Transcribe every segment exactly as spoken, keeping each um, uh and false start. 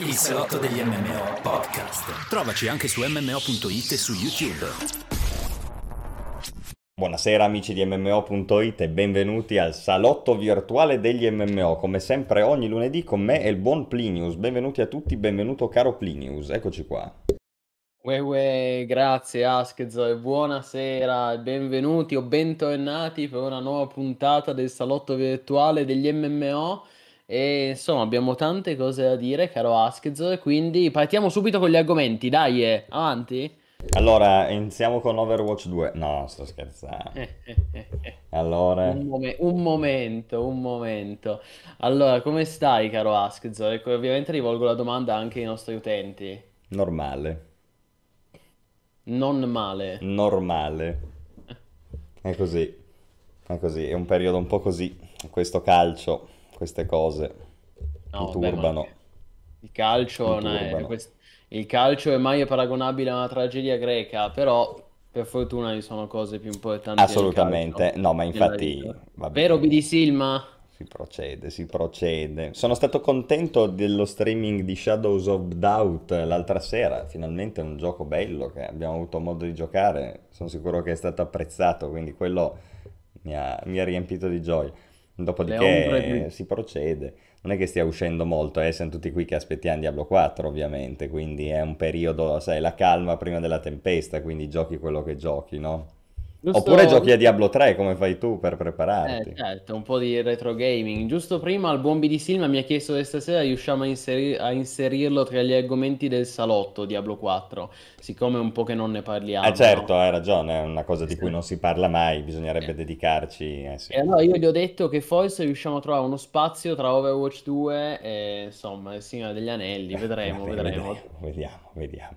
Il salotto degli M M O podcast. Trovaci anche su M M O punto it e su YouTube. Buonasera amici di M M O punto it e benvenuti al salotto virtuale degli M M O. Come sempre ogni lunedì con me è il buon Plinius. Benvenuti a tutti, benvenuto caro Plinius, eccoci qua. Uè, uè, grazie Askzo e buonasera, benvenuti o bentornati per una nuova puntata del salotto virtuale degli M M O. E insomma abbiamo tante cose da dire, caro Askzo, e quindi partiamo subito con gli argomenti, dai, eh, avanti. Allora, iniziamo con Overwatch due. No, sto scherzando. Allora, Un, mom- un momento, un momento. Allora, come stai, caro Askzo? Ecco, ovviamente rivolgo la domanda anche ai nostri utenti. normale, Non male. normale. È così, è così, è un periodo un po' così. Questo calcio, queste cose No, mi vabbè, ma turbano, il calcio, mi non è, turbano. quest- il calcio è mai paragonabile a una tragedia greca, però per fortuna ci sono cose più importanti del calcio Assolutamente, no, ma nella infatti vita. va Vero, bene. B D Silma? Si procede, si procede. Sono stato contento dello streaming di Shadows of Doubt l'altra sera. Finalmente è un gioco bello che abbiamo avuto modo di giocare. Sono sicuro che è stato apprezzato, quindi quello mi ha, mi ha riempito di gioia. Le ombre Dopodiché del... si procede. Non è che stia uscendo molto, eh, siamo tutti qui che aspettiamo Diablo quattro, ovviamente. Quindi è un periodo, sai, la calma prima della tempesta, quindi giochi quello che giochi, no? Oppure Giusto, giochi a Diablo tre come fai tu per eh, prepararti. certo, un po' di retro gaming. Giusto prima il buon B D Silma mi ha chiesto se stasera riusciamo a, inseri- a inserirlo tra gli argomenti del salotto Diablo quattro, siccome è un po' che non ne Eh parliamo, no? certo, hai ragione, è una cosa di cui Sì. non si parla mai, bisognerebbe Eh. dedicarci, eh sì. E allora io gli ho detto che forse riusciamo a trovare uno spazio tra Overwatch due e insomma il Signore degli Anelli, vedremo, Vabbè, vedremo. vedremo, vediamo, vediamo.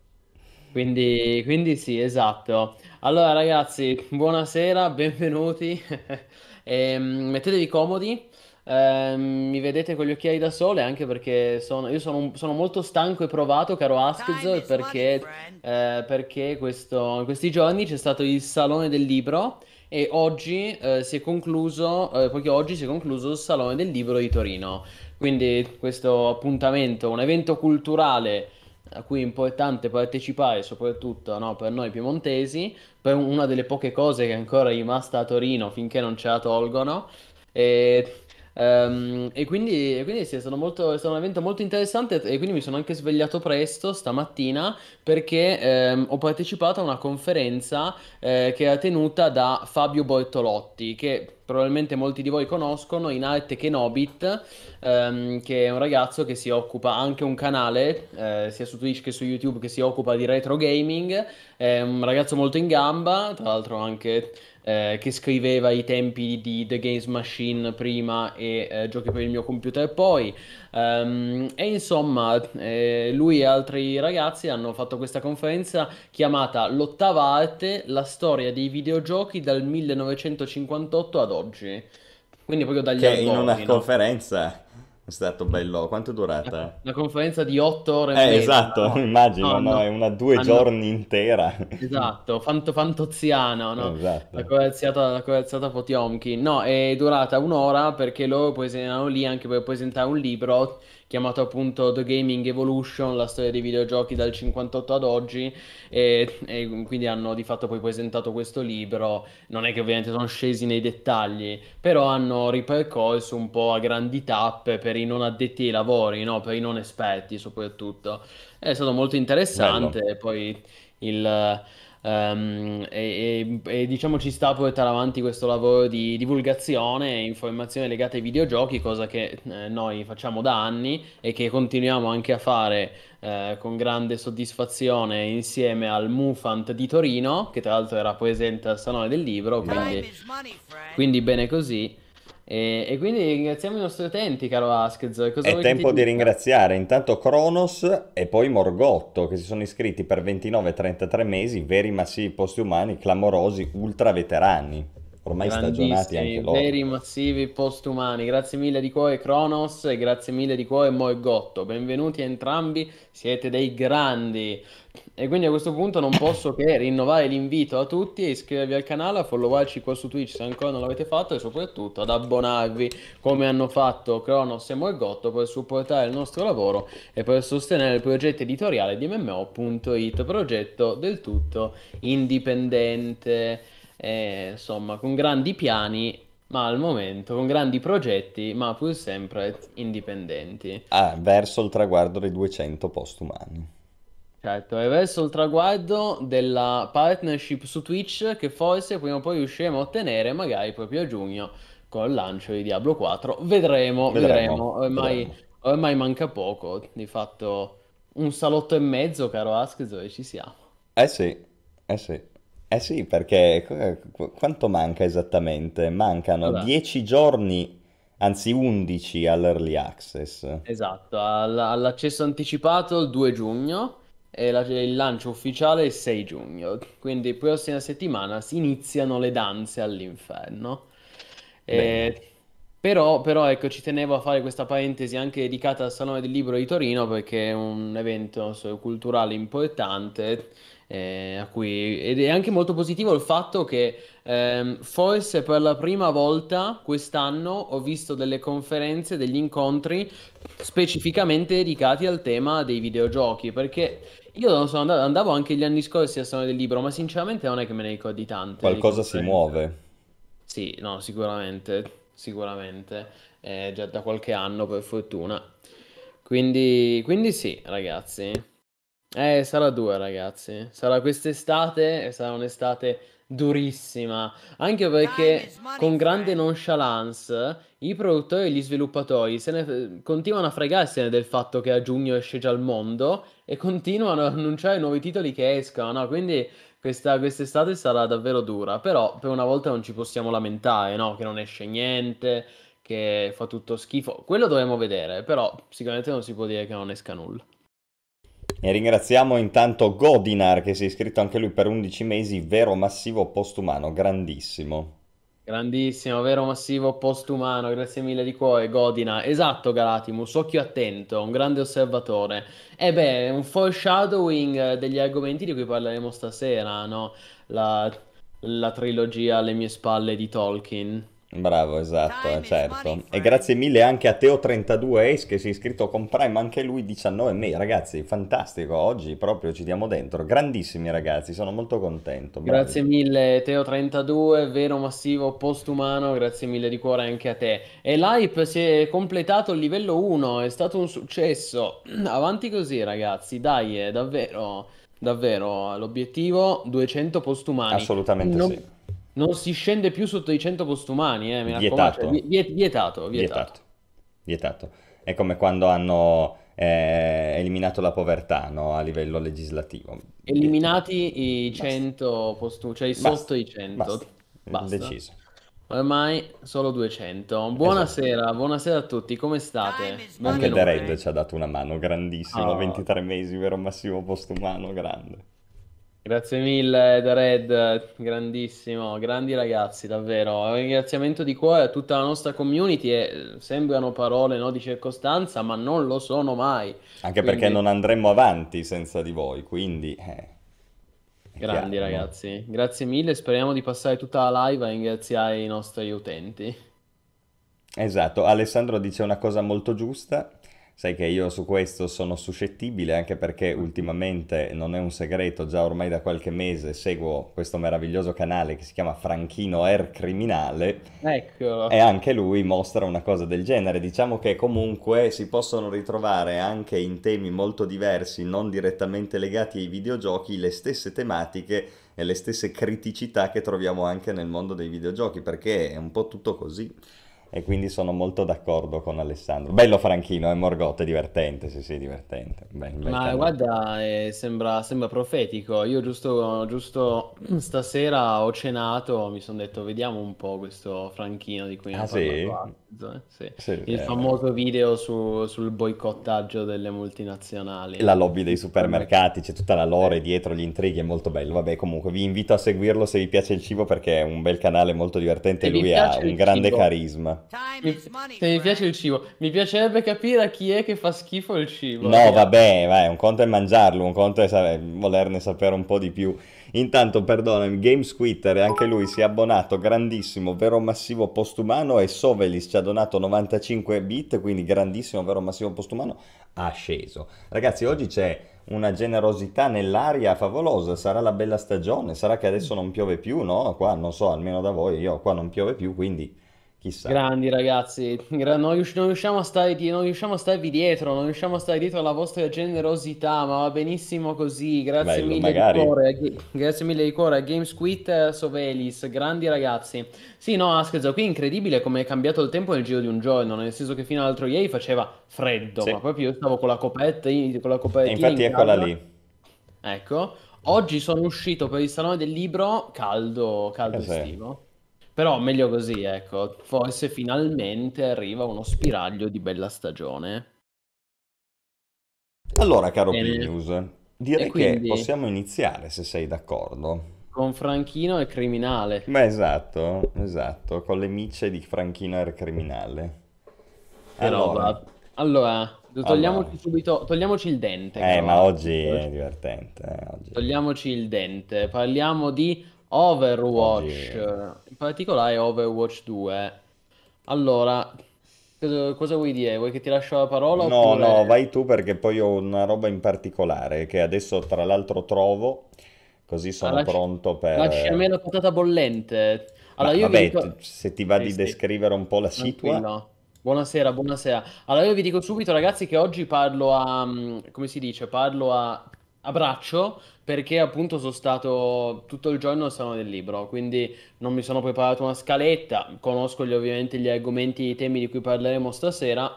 Quindi, quindi sì, esatto. Allora ragazzi, buonasera, benvenuti. Ehm, mettetevi comodi. Ehm, mi vedete con gli occhiali da sole anche perché sono, io sono, un- sono molto stanco e provato, caro Askz, perché, eh, perché questo- in questi giorni c'è stato il Salone del Libro e oggi eh, si è concluso, eh, poiché oggi si è concluso il Salone del Libro di Torino. Quindi questo appuntamento, un evento culturale a cui è importante partecipare, soprattutto no, per noi piemontesi, per una delle poche cose che è ancora rimasta a Torino finché non ce la tolgono. E, ehm, e quindi, e quindi sì, è stato molto, è stato un evento molto interessante e quindi mi sono anche svegliato presto stamattina perché ehm, ho partecipato a una conferenza eh, che era tenuta da Fabio Bortolotti, che probabilmente molti di voi conoscono, in arte Kenobit, ehm, che è un ragazzo che si occupa anche un canale, eh, sia su Twitch che su YouTube, che si occupa di retro gaming. È un ragazzo molto in gamba, tra l'altro anche eh, che scriveva ai tempi di The Games Machine prima e eh, Giochi per il mio computer poi. Ehm, e insomma, eh, lui e altri ragazzi hanno fatto questa conferenza chiamata L'ottava arte, la storia dei videogiochi dal millenovecentocinquantotto ad oggi. Quindi proprio dagli Che in una albori, no? conferenza è stato bello. Quanto è Una, co- durata? una conferenza di otto ore e Eh, mezza, esatto, no? No, immagino, no? È hanno, una due hanno- giorni intera. esatto, fanto, fantoziano, no? La Esatto. corazzata, la corazzata Potiomkin. No, è durata un'ora perché loro poi erano lì anche per presentare un libro chiamato appunto The Gaming Evolution, la storia dei videogiochi dal cinquantotto ad oggi e, e quindi hanno di fatto poi presentato questo libro. Non è che ovviamente sono scesi nei dettagli, però hanno ripercorso un po' a grandi tappe per i non addetti ai lavori, no? Per i non esperti soprattutto. È stato molto Bello. interessante, poi il, ehm, e, e- e, diciamo ci sta a portare avanti questo lavoro di divulgazione e informazione legate ai videogiochi, cosa che eh, noi facciamo da anni e che continuiamo anche a fare eh, con grande soddisfazione insieme al Mufant di Torino, che tra l'altro era presente al Salone del Libro, quindi, quindi bene così. E, e quindi ringraziamo i nostri utenti, caro Askez. Cosa È vuoi che ti tempo di dica? ringraziare intanto Kronos e poi Morgotto che si sono iscritti per ventinove trentatré mesi, veri massivi posti umani, clamorosi, ultra veterani. ormai stagionati anche Grandissimi, loro. veri massivi postumani. Grazie mille di cuore Kronos e grazie mille di cuore Moegotto. Benvenuti a entrambi, siete dei grandi. E quindi a questo punto non posso che rinnovare l'invito a tutti a iscrivervi al canale, a followarci qua su Twitch se ancora non l'avete fatto e soprattutto ad abbonarvi come hanno fatto Kronos e Moegotto per supportare il nostro lavoro e per sostenere il progetto editoriale di M M O punto it, progetto del tutto indipendente. Eh, insomma, con grandi piani, ma al momento con grandi progetti, ma pur sempre indipendenti. Ah, verso il traguardo dei duecento postumani. Certo, è verso il traguardo della partnership su Twitch che forse prima o poi riusciremo a ottenere, magari proprio a giugno, con il lancio di Diablo quattro. Vedremo, vedremo. Vedremo, Ormai, vedremo. ormai manca poco, di fatto un salotto e mezzo, caro Ask, dove ci siamo. Eh sì, eh sì. Eh sì, perché qu- qu- quanto manca esattamente? Mancano Vabbè. dieci giorni, anzi undici all'early access. Esatto, all- all'accesso anticipato il due giugno e la- il lancio ufficiale il sei giugno, quindi prossima settimana si iniziano le danze all'inferno. Bene. Eh, però, però ecco, ci tenevo a fare questa parentesi anche dedicata al Salone del Libro di Torino perché è un evento non so, culturale importante eh, a cui, ed è anche molto positivo il fatto che ehm, forse per la prima volta quest'anno ho visto delle conferenze, degli incontri specificamente dedicati al tema dei videogiochi, perché io non sono andato, andavo anche gli anni scorsi al Salone del Libro, ma sinceramente non è che me ne ricordi tante di Qualcosa si conferenze. muove. Sì, no, sicuramente, sicuramente, eh, già da qualche anno per fortuna. Quindi, quindi sì, ragazzi. Eh, sarà dura, ragazzi. Sarà quest'estate e sarà un'estate durissima. Anche perché con grande nonchalance i produttori e gli sviluppatori se ne continuano a fregarsene del fatto che a giugno esce già il mondo e continuano ad annunciare nuovi titoli che escono, no? Quindi questa, quest'estate sarà davvero dura. Però per una volta non ci possiamo lamentare, no? Che non esce niente, che fa tutto schifo. Quello dovremo vedere, però sicuramente non si può dire che non esca nulla. E ringraziamo intanto Godinar che si è iscritto anche lui per undici mesi, vero massivo postumano, grandissimo. Grandissimo, vero massivo postumano, grazie mille di cuore, Godina. Esatto, Galatimus, occhio attento, un grande osservatore. E beh, un foreshadowing eh, degli argomenti di cui parleremo stasera, no? La, la trilogia alle mie spalle di Tolkien. Bravo, esatto, eh, certo. E grazie mille anche a Teo trentadue Ace che si è iscritto con Prime, anche lui diciannove mesi. Ragazzi, fantastico, oggi proprio ci diamo dentro. Grandissimi ragazzi, sono molto contento, bravi. Grazie mille, Teo trentadue, vero massivo postumano, grazie mille di cuore anche a te. E l'hype si è completato il livello uno, è stato un successo. Avanti così, ragazzi, dai, è davvero, davvero l'obiettivo duecento postumani. Assolutamente sì. Non, non si scende più sotto i cento postumani, eh, mi raccomando, cioè, Vietato. vi- viet- vietato, vietato. Vietato, vietato. È come quando hanno eh, eliminato la povertà, no? A livello legislativo. Vietato. Eliminati i Basta, cento postumani, cioè i basta, sotto i cento. basta. Basta. Deciso. Ormai solo duecento. Esatto. Buonasera, buonasera a tutti, come state? Anche The Benvenuti. Red ci ha dato una mano, grandissimo, Oh, ventitré mesi, vero massimo postumano, grande. grazie mille, The Red, grandissimo, grandi ragazzi, davvero. Un ringraziamento di cuore a tutta la nostra community e eh, sembrano parole, no, di circostanza, ma non lo sono mai. Anche perché Quindi, non andremmo avanti senza di voi, quindi eh, è grandi chiaro, no? ragazzi, grazie mille, speriamo di passare tutta la live a ringraziare i nostri utenti. Esatto, Alessandro dice una cosa molto giusta, sai che io su questo sono suscettibile anche perché ultimamente non è un segreto, già ormai da qualche mese seguo questo meraviglioso canale che si chiama Franchino R Criminale e Eccolo. anche lui mostra una cosa del genere. Diciamo che comunque si possono ritrovare anche in temi molto diversi, non direttamente legati ai videogiochi, le stesse tematiche e le stesse criticità che troviamo anche nel mondo dei videogiochi, perché è un po' tutto così. e quindi sono molto d'accordo con Alessandro. Bello Franchino, è Morgotto, è divertente, sì sì, divertente, bel, bel Ma canale. guarda, eh, sembra, sembra profetico. Io giusto, giusto stasera ho cenato, mi sono detto, vediamo un po' questo Franchino di cui mi ha Ah parlato sì? Aziz, eh, sì. Sì, Il eh, beh. famoso video su- sul boicottaggio delle multinazionali. La lobby dei Nei supermercati. supermercati, c'è tutta la lore dietro, gli intrighi, è molto bello. Vabbè, comunque vi invito a seguirlo se vi piace il cibo perché è un bel canale molto divertente e Se vi lui ha piace un il grande cibo, carisma. mi- se mi piace il cibo, mi piacerebbe capire a chi è che fa schifo il cibo, No, ragazzi. vabbè, vai, un conto è mangiarlo, un conto è sa- volerne sapere un po' di più. Intanto, perdonami, Games Quitter, anche lui si è abbonato, grandissimo, vero massivo postumano, e Sovelis ci ha donato novantacinque bit, quindi grandissimo, vero massivo postumano, ha sceso. Ragazzi, oggi c'è una generosità nell'aria favolosa, sarà la bella stagione, sarà che adesso non piove più, no? Qua non so, almeno da voi, io qua non piove più, quindi chissà. Grandi ragazzi, gra- non, rius- non riusciamo a stare di- non riusciamo a starvi dietro, non riusciamo a stare dietro alla vostra generosità, ma va benissimo così. Grazie Bello, mille di magari. cuore, a Ga- grazie mille di cuore a Gamesquit e Sovelis, grandi ragazzi. Sì, no, ah, scherzo, qui è incredibile come è cambiato il tempo nel giro di un giorno, nel senso che fino all'altro ieri faceva freddo, Sì, ma proprio io stavo con la coperta, con la e copertina infatti in eccola casa. lì. Ecco, oggi sono uscito per il Salone del Libro, caldo, Eh caldo sì. estivo. Però meglio così, ecco. Forse finalmente arriva uno spiraglio di bella stagione. Allora, caro Bene. Plinius, E direi che quindi possiamo iniziare se sei d'accordo. con Franchino è criminale. Beh, esatto, esatto, con le micce di Franchino il criminale. Che Allora, roba. Allora, allora, togliamoci subito, togliamoci il dente, eh, caro ma oggi Alex. è divertente, eh, oggi, Togliamoci il dente. Parliamo di Overwatch, oggi... in particolare Overwatch due. Allora, cosa cosa vuoi dire? Vuoi che ti lascio la parola No, no, oppure... vai tu perché poi ho una roba in particolare che adesso tra l'altro trovo, così Ah, sono lasci, pronto lasci a per... me la patata bollente. Ma Allora, io vi vabbè, t- dico... se ti va Sì, di sì, descrivere un po' la situa... tranquillo. Buonasera, buonasera. Allora, io vi dico subito, ragazzi, che oggi parlo a... mm, come si dice? Parlo a, a braccio, perché appunto sono stato tutto il giorno al Salone del Libro, quindi non mi sono preparato una scaletta, conosco gli- ovviamente gli argomenti e i temi di cui parleremo stasera,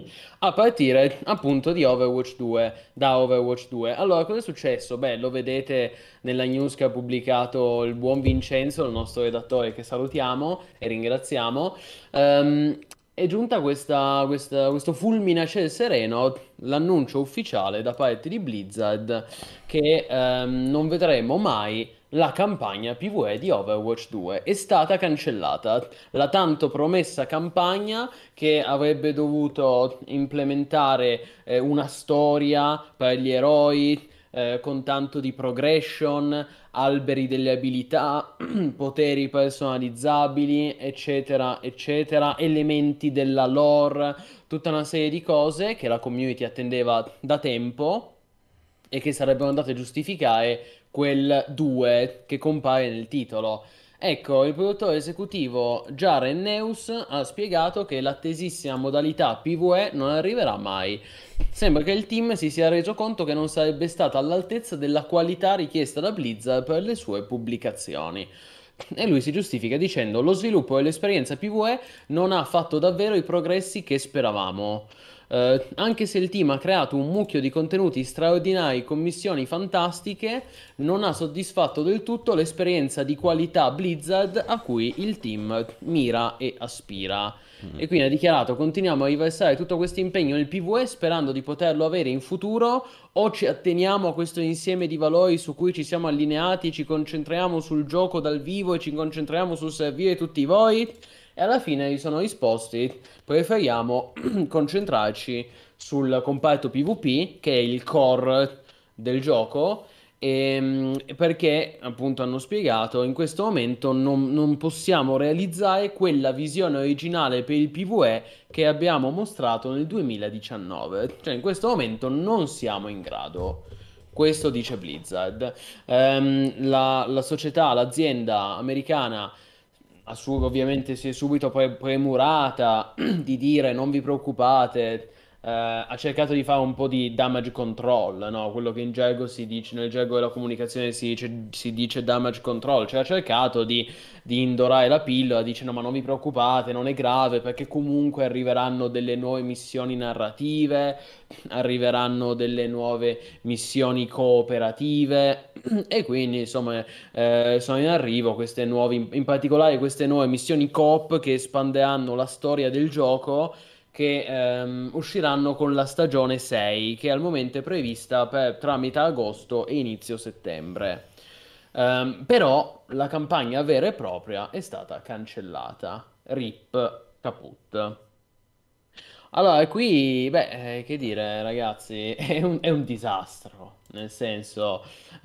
a partire appunto di Overwatch due, da Overwatch due. Allora, cosa è successo? Beh, lo vedete nella news che ha pubblicato il buon Vincenzo, il nostro redattore che salutiamo e ringraziamo. Ehm, è giunta questa, questa- questo fulmine a ciel sereno, l'annuncio ufficiale da parte di Blizzard che ehm, non vedremo mai la campagna PvE di Overwatch due. È stata cancellata. La tanto promessa campagna che avrebbe dovuto implementare eh, una storia per gli eroi, eh, con tanto di progression, alberi delle abilità, poteri personalizzabili, eccetera, eccetera, elementi della lore, tutta una serie di cose che la community attendeva da tempo e che sarebbero andate a giustificare quel due che compare nel titolo. Ecco, il produttore esecutivo Jaren Neus ha spiegato che l'attesissima modalità PvE non arriverà mai. Sembra che il team si sia reso conto che non sarebbe stata all'altezza della qualità richiesta da Blizzard per le sue pubblicazioni. E lui si giustifica dicendo: lo sviluppo e l'esperienza PvE non ha fatto davvero i progressi che speravamo. Eh, anche se il team ha creato un mucchio di contenuti straordinari con missioni fantastiche, non ha soddisfatto del tutto l'esperienza di qualità Blizzard a cui il team mira e aspira. E quindi ha dichiarato: continuiamo a riversare tutto questo impegno nel PvE sperando di poterlo avere in futuro, o ci atteniamo a questo insieme di valori su cui ci siamo allineati, ci concentriamo sul gioco dal vivo e ci concentriamo sul servire tutti voi. E alla fine gli sono risposti: preferiamo concentrarci sul comparto PvP, che è il core del gioco, ehm, perché appunto hanno spiegato in questo momento non, non possiamo realizzare quella visione originale per il PvE che abbiamo mostrato nel duemiladiciannove. Cioè in questo momento non siamo in grado. Questo dice Blizzard. Ehm, la, la società, l'azienda americana ha su- ovviamente si è subito pre- premurata di dire non vi preoccupate, eh, ha cercato di fare un po' di damage control, no? Quello che in gergo si dice, nel gergo della comunicazione si dice, si dice damage control, cioè ha cercato di, di indorare la pillola, dice no, ma non vi preoccupate, non è grave, perché comunque arriveranno delle nuove missioni narrative, arriveranno delle nuove missioni cooperative e quindi insomma eh, sono in arrivo queste nuove, in in particolare queste nuove missioni coop che espanderanno la storia del gioco, che ehm, usciranno con la stagione sei, che al momento è prevista per, tra metà agosto e inizio settembre. Ehm, però la campagna vera e propria è stata cancellata. RIP Caput. Allora, qui, beh, eh, che dire, ragazzi, è un, è un disastro, nel senso,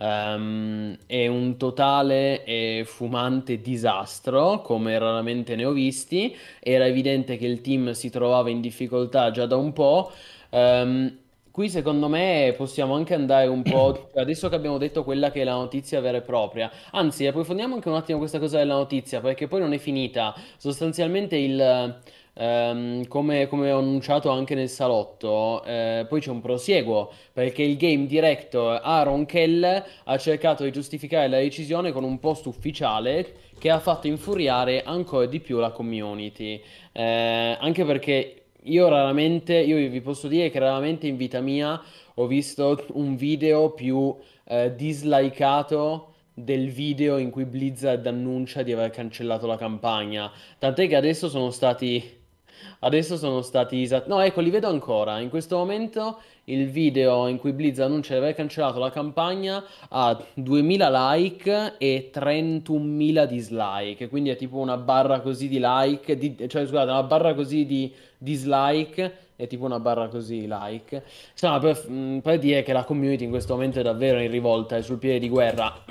ehm, è un totale e fumante disastro, come raramente ne ho visti. Era evidente che il team si trovava in difficoltà già da un po'. Ehm, Qui, secondo me, possiamo anche andare un po', adesso che abbiamo detto quella che è la notizia vera e propria. Anzi, approfondiamo anche un attimo questa cosa della notizia, perché poi non è finita. Sostanzialmente il... Ehm, come, come ho annunciato anche nel salotto, eh, poi c'è un prosieguo perché il game director Aaron Kell ha cercato di giustificare la decisione con un post ufficiale che ha fatto infuriare ancora di più la community. Eh, anche perché io raramente, io vi posso dire che raramente in vita mia ho visto un video più eh, dislikato del video in cui Blizzard annuncia di aver cancellato la campagna. Tant'è che adesso sono stati. Adesso sono stati. isa- No, ecco, li vedo ancora. In questo momento il video in cui Blizzard annuncia di aver cancellato la campagna ha duemila like e trentunomila dislike. Quindi è tipo una barra così di like. Di- Cioè, scusate, una barra così di dislike. È tipo una barra così like. Insomma, per, mh, per dire che la community in questo momento è davvero in rivolta, è sul piede di guerra.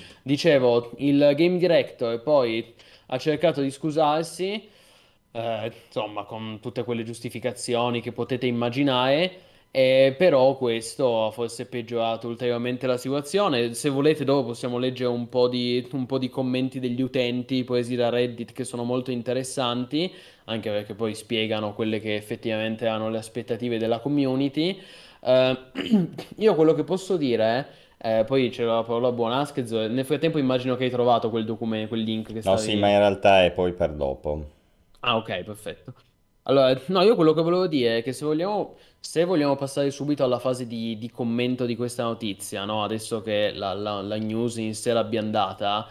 Dicevo, il game director poi ha cercato di scusarsi, eh, insomma, con tutte quelle giustificazioni che potete immaginare, eh, però questo ha forse peggiorato ulteriormente la situazione. Se volete, dopo possiamo leggere un po' di, un po' di commenti degli utenti presi da Reddit che sono molto interessanti, anche perché poi spiegano quelle che effettivamente erano le aspettative della community. Eh, io quello che posso dire è, eh, poi c'è la parola buona Askez, nel frattempo immagino che hai trovato quel documento, quel link che No, sì, ma stavi. in realtà è poi per dopo. Ah, ok, perfetto. Allora, no, io quello che volevo dire è che se vogliamo, se vogliamo passare subito alla fase di, di commento di questa notizia, no? Adesso che la, la- la news in sé l'abbiamo data,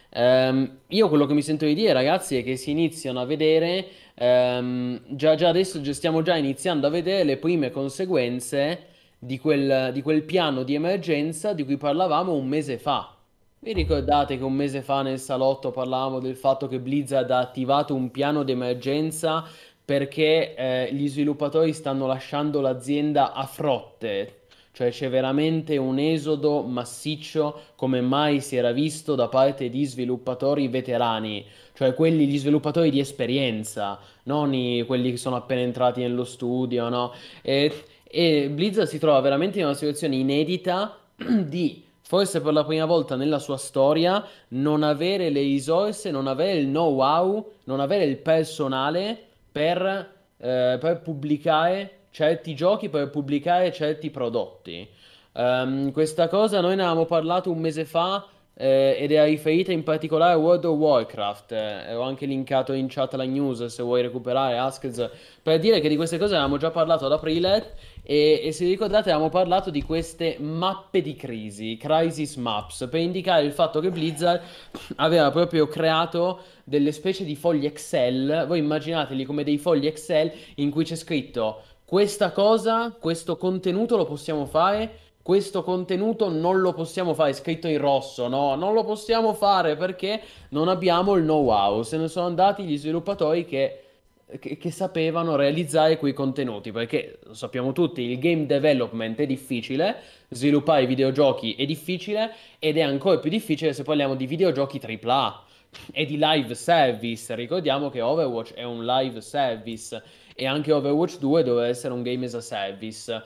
ehm, io quello che mi sento di dire, ragazzi, è che si iniziano a vedere, ehm, già, già adesso già stiamo già iniziando a vedere le prime conseguenze di quel, di quel piano di emergenza di cui parlavamo un mese fa. Vi ricordate che un mese fa nel salotto parlavamo del fatto che Blizzard ha attivato un piano d'emergenza perché eh, gli sviluppatori stanno lasciando l'azienda a frotte, cioè c'è veramente un esodo massiccio come mai si era visto da parte di sviluppatori veterani, cioè quelli, gli sviluppatori di esperienza, non i- quelli che sono appena entrati nello studio, no? E, e Blizzard si trova veramente in una situazione inedita di, forse per la prima volta nella sua storia, non avere le risorse, non avere il know-how, non avere il personale per, eh, per pubblicare certi giochi, per pubblicare certi prodotti. Ehm, questa cosa noi ne avevamo parlato un mese fa, eh, ed è riferita in particolare a World of Warcraft. Eh, ho anche linkato in chat la news se vuoi recuperare Askez, per dire che di queste cose avevamo già parlato ad aprile e, e se vi ricordate avevamo parlato di queste mappe di crisi, Crisis Maps, per indicare il fatto che Blizzard aveva proprio creato delle specie di fogli Excel. Voi immaginateli come dei fogli Excel in cui c'è scritto questa cosa, questo contenuto lo possiamo fare, questo contenuto non lo possiamo fare, scritto in rosso, no, non lo possiamo fare perché non abbiamo il know-how. Se ne sono andati gli sviluppatori che, che- che sapevano realizzare quei contenuti, perché lo sappiamo tutti, il game development è difficile, sviluppare videogiochi è difficile ed è ancora più difficile se parliamo di videogiochi tripla A e di live service. Ricordiamo che Overwatch è un live service e anche Overwatch due doveva essere un game as a service.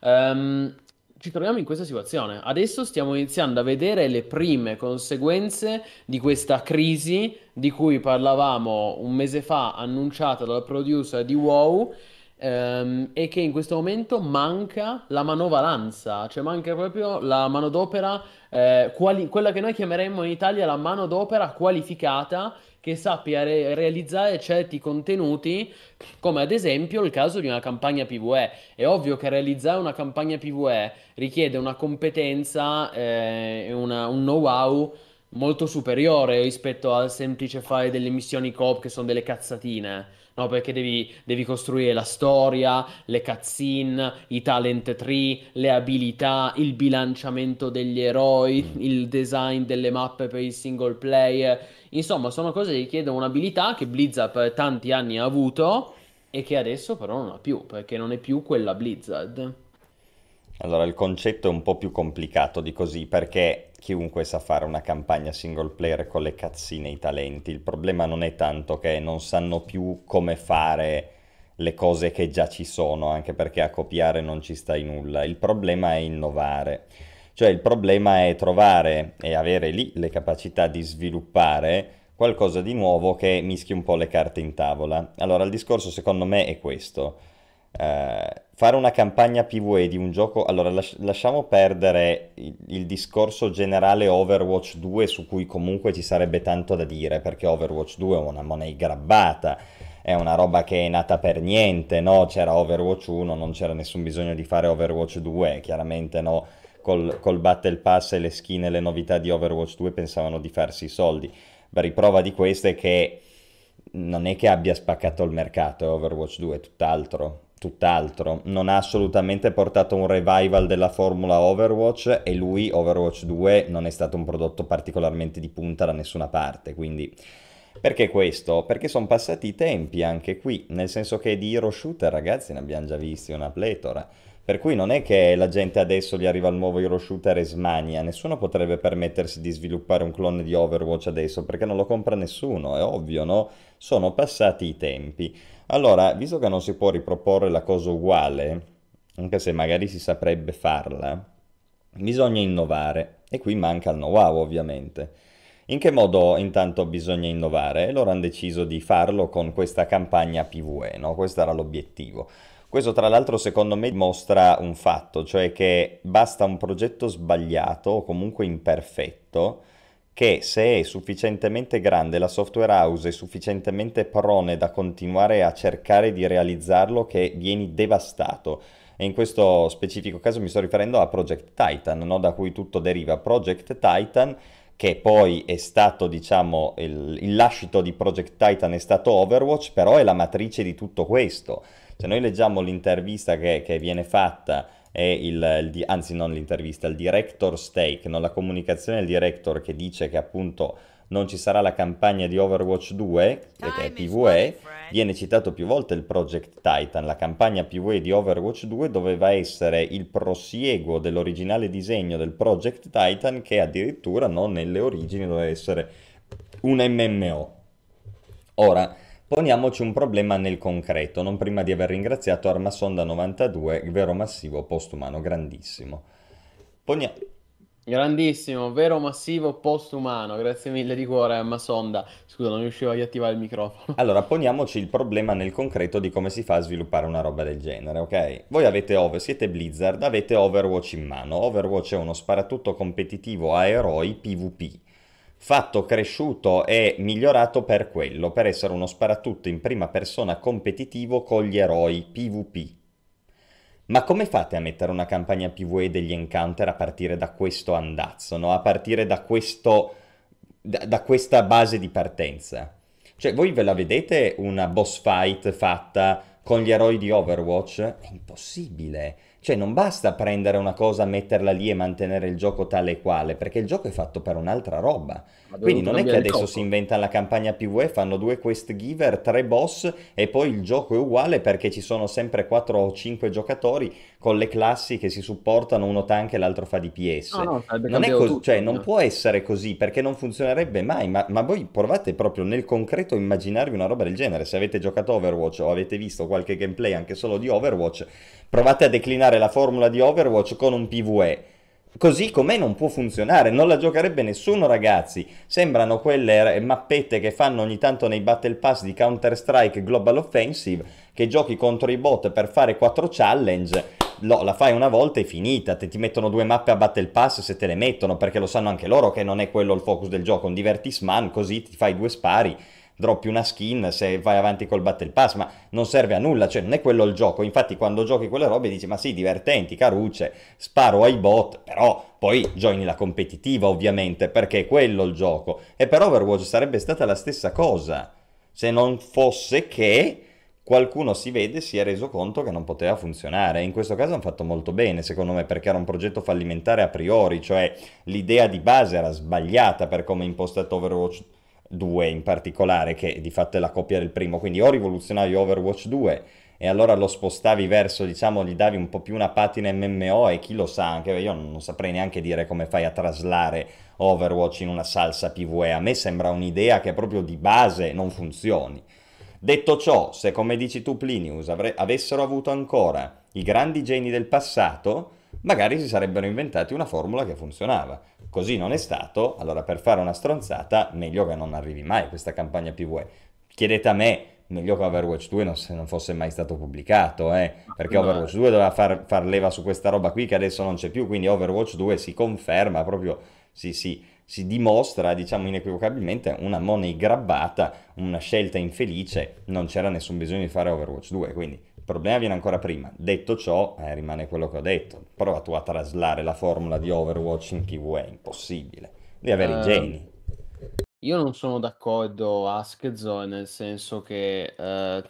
Ehm, Ci troviamo in questa situazione. Adesso stiamo iniziando a vedere le prime conseguenze di questa crisi di cui parlavamo un mese fa, annunciata dal producer di WoW. ehm, è che in questo momento manca la manovalanza, cioè manca proprio la manodopera, eh, quali- quella che noi chiameremmo in Italia la manodopera qualificata che sappia re- realizzare certi contenuti, come ad esempio il caso di una campagna P V E. È ovvio che realizzare una campagna P V E richiede una competenza eh, e una- un know-how molto superiore rispetto al semplice fare delle missioni coop che sono delle cazzatine. No, perché devi, devi costruire la storia, le cutscene, i talent tree, le abilità, il bilanciamento degli eroi, Mm. il design delle mappe per il single player. Insomma, sono cose che richiedono un'abilità che Blizzard per tanti anni ha avuto e che adesso però non ha più, perché non è più quella Blizzard. Allora, il concetto è un po' più complicato di così, perché chiunque sa fare una campagna single player con le cazzine e i talenti. Il problema non è tanto che non sanno più come fare le cose che già ci sono, anche perché a copiare non ci stai nulla. Il problema è innovare. Cioè, il problema è trovare e avere lì le capacità di sviluppare qualcosa di nuovo che mischi un po' le carte in tavola. Allora, il discorso secondo me è questo. Eh, fare una campagna P V E di un gioco, allora lasci- lasciamo perdere il, il discorso generale Overwatch due su cui comunque ci sarebbe tanto da dire perché Overwatch due è una money grabbata, è una roba che è nata per niente, no? C'era Overwatch uno, non c'era nessun bisogno di fare Overwatch due, chiaramente no, col, col Battle Pass e le skin e le novità di Overwatch due pensavano di farsi i soldi. La riprova di questo è che non è che abbia spaccato il mercato Overwatch due, tutt'altro, tutt'altro. Non ha assolutamente portato un revival della formula Overwatch e lui, Overwatch due, non è stato un prodotto particolarmente di punta da nessuna parte, quindi... Perché questo? Perché sono passati i tempi anche qui, nel senso che di hero shooter, ragazzi, ne abbiamo già visti una pletora. Per cui non è che la gente adesso gli arriva il nuovo hero shooter e smania, nessuno potrebbe permettersi di sviluppare un clone di Overwatch adesso perché non lo compra nessuno, è ovvio, no? Sono passati i tempi. Allora, visto che non si può riproporre la cosa uguale, anche se magari si saprebbe farla, bisogna innovare e qui manca il know-how ovviamente. In che modo intanto bisogna innovare? E loro hanno deciso di farlo con questa campagna P V E, no? Questo era l'obiettivo. Questo tra l'altro secondo me dimostra un fatto, cioè che basta un progetto sbagliato o comunque imperfetto che se è sufficientemente grande la software house è sufficientemente prone da continuare a cercare di realizzarlo che vieni devastato. E in questo specifico caso mi sto riferendo a Project Titan, no? Da cui tutto deriva. Project Titan che poi è stato, diciamo, il, il lascito di Project Titan è stato Overwatch, però è la matrice di tutto questo. Se noi leggiamo l'intervista che, che viene fatta, e il, il di- anzi non l'intervista, il director's take, non la comunicazione del director che dice che appunto non ci sarà la campagna di Overwatch due, perché è Time is money, P V E, friend. viene citato più volte il Project Titan, la campagna P V E di Overwatch due doveva essere il prosieguo dell'originale disegno del Project Titan che addirittura non nelle origini doveva essere un M M O. Ora, poniamoci un problema nel concreto, non prima di aver ringraziato Armasonda novantadue, vero massivo postumano grandissimo. Ponia- Grandissimo, vero massivo postumano. Grazie mille di cuore a Masonda. Scusa, non riuscivo a attivare il microfono. Allora, poniamoci il problema nel concreto di come si fa a sviluppare una roba del genere, ok? Voi avete Over, siete Blizzard, avete Overwatch in mano. Overwatch è uno sparatutto competitivo a eroi P V P. Fatto, cresciuto e migliorato per quello, per essere uno sparatutto in prima persona competitivo con gli eroi P V P. Ma come fate a mettere una campagna P V E degli encounter a partire da questo andazzo, no? A partire da questo, da, da questa base di partenza? Cioè, voi ve la vedete una boss fight fatta con gli eroi di Overwatch? È impossibile. Cioè, non basta prendere una cosa, metterla lì e mantenere il gioco tale e quale, perché il gioco è fatto per un'altra roba. Ha Quindi dovuto non è che cambiare il adesso gioco. si inventa la campagna P V E, fanno due quest giver, tre boss e poi il gioco è uguale perché ci sono sempre quattro o cinque giocatori con le classi che si supportano, uno tank e l'altro fa D P S. No, no, sarebbe Non è cambiato così, cioè tutto. non può essere così perché non funzionerebbe mai, ma, ma voi provate proprio nel concreto a immaginarvi una roba del genere. Se avete giocato Overwatch o avete visto qualche gameplay anche solo di Overwatch, provate a declinare la formula di Overwatch con un P V E. Così com'è non può funzionare, non la giocherebbe nessuno, ragazzi. Sembrano quelle mappette che fanno ogni tanto nei Battle Pass di Counter-Strike Global Offensive, che giochi contro i bot per fare quattro challenge, lo, la fai una volta e finita, te, ti mettono due mappe a Battle Pass se te le mettono, perché lo sanno anche loro che non è quello il focus del gioco, un divertisman, così ti fai due spari, droppi una skin se vai avanti col Battle Pass, ma non serve a nulla, cioè non è quello il gioco. Infatti quando giochi quelle robe dici ma sì, divertenti, carucce, sparo ai bot, però poi giochi la competitiva ovviamente, perché è quello il gioco. E per Overwatch sarebbe stata la stessa cosa, se non fosse che qualcuno si vede si è reso conto che non poteva funzionare. In questo caso hanno fatto molto bene, secondo me, perché era un progetto fallimentare a priori, cioè l'idea di base era sbagliata per come è impostato Overwatch due in particolare, che di fatto è la copia del primo, quindi o rivoluzionavi Overwatch due e allora lo spostavi verso, diciamo, gli davi un po' più una patina M M O, e chi lo sa, anche io non saprei neanche dire come fai a traslare Overwatch in una salsa PvE. A me sembra un'idea che proprio di base non funzioni. Detto ciò, se come dici tu Plinius avre- avessero avuto ancora i grandi geni del passato, magari si sarebbero inventati una formula che funzionava. Così non è stato, allora per fare una stronzata meglio che non arrivi mai questa campagna PvE. Chiedete a me, meglio che Overwatch due non, se non fosse mai stato pubblicato, eh? Perché No. Overwatch due doveva far, far leva su questa roba qui che adesso non c'è più, quindi Overwatch due si conferma, proprio si, si, si dimostra, diciamo, inequivocabilmente una money grabbata, una scelta infelice, non c'era nessun bisogno di fare Overwatch due, quindi il problema viene ancora prima. Detto ciò, eh, rimane quello che ho detto. Prova tu a traslare la formula di Overwatch in PvE, impossibile. Devi avere i geni. Io non sono d'accordo, Askzo, nel senso che eh,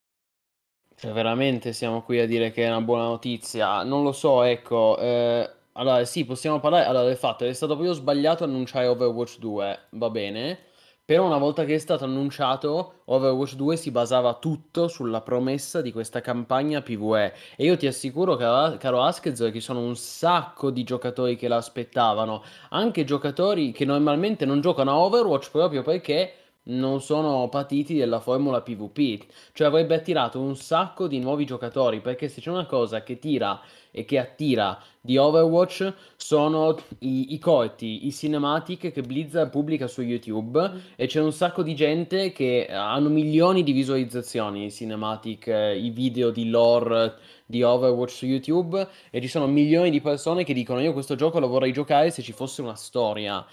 cioè veramente siamo qui a dire che è una buona notizia. Non lo so, ecco. eh, allora, sì, possiamo parlare. Allora, del fatto è stato proprio sbagliato annunciare Overwatch due, va bene. Però una volta che è stato annunciato, Overwatch due si basava tutto sulla promessa di questa campagna PvE. E io ti assicuro, caro, caro Askez, che ci sono un sacco di giocatori che la aspettavano. Anche giocatori che normalmente non giocano a Overwatch proprio perché non sono patiti della formula PvP. Cioè avrebbe attirato un sacco di nuovi giocatori, perché se c'è una cosa che tira e che attira di Overwatch sono i, i corti, i cinematic che Blizzard pubblica su YouTube, e c'è un sacco di gente che hanno milioni di visualizzazioni, i cinematic, eh, i video di lore di Overwatch su YouTube, e ci sono milioni di persone che dicono io questo gioco lo vorrei giocare se ci fosse una storia.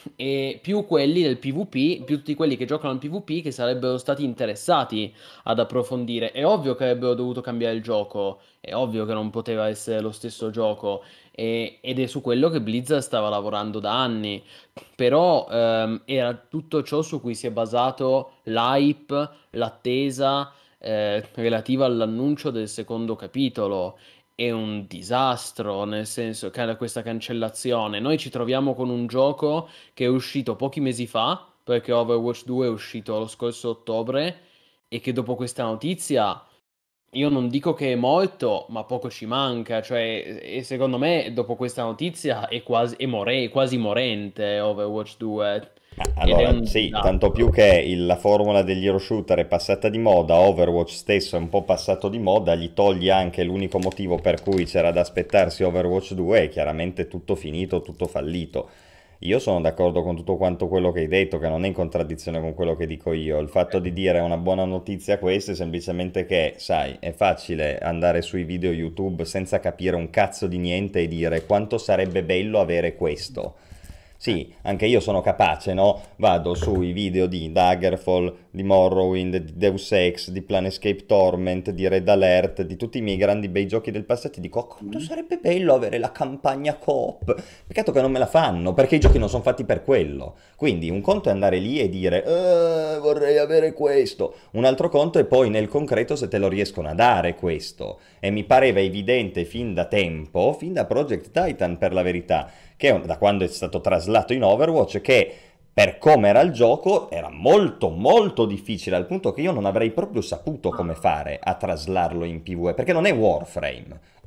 E più quelli del PvP, più tutti quelli che giocano al PvP che sarebbero stati interessati ad approfondire. È ovvio che avrebbero dovuto cambiare il gioco, è ovvio che non poteva essere lo stesso gioco, e- ed è su quello che Blizzard stava lavorando da anni. Però ehm, era tutto ciò su cui si è basato l'hype, l'attesa eh, relativa all'annuncio del secondo capitolo. È un disastro, nel senso che questa cancellazione. Noi ci troviamo con un gioco che è uscito pochi mesi fa, perché Overwatch due è uscito lo scorso ottobre, e che dopo questa notizia io non dico che è morto, ma poco ci manca. Cioè, e secondo me dopo questa notizia è quasi, è more- è quasi morente Overwatch due. Ma Ed è allora, un sì, tanto più disastro. che il- la formula degli hero shooter è passata di moda, Overwatch stesso è un po' passato di moda, gli togli anche l'unico motivo per cui c'era da aspettarsi Overwatch due, è chiaramente tutto finito, tutto fallito. Io sono d'accordo con tutto quanto quello che hai detto, che non è in contraddizione con quello che dico io. Il fatto di dire una buona notizia questa è semplicemente che, sai, è facile andare sui video YouTube senza capire un cazzo di niente e dire quanto sarebbe bello avere questo. Sì, anche io sono capace, no? Vado sui video di Daggerfall, di Morrowind, di Deus Ex, di Planescape Torment, di Red Alert, di tutti i miei grandi bei giochi del passato e dico, oh, quanto sarebbe bello avere la campagna coop. Peccato che non me la fanno, perché i giochi non sono fatti per quello. Quindi un conto è andare lì e dire, eh, vorrei avere questo. Un altro conto è poi nel concreto se te lo riescono a dare questo. E mi pareva evidente fin da tempo, fin da Project Titan per la verità, che da quando è stato traslato in Overwatch, che per come era il gioco era molto molto difficile, al punto che io non avrei proprio saputo come fare a traslarlo in PvE, perché non è Warframe.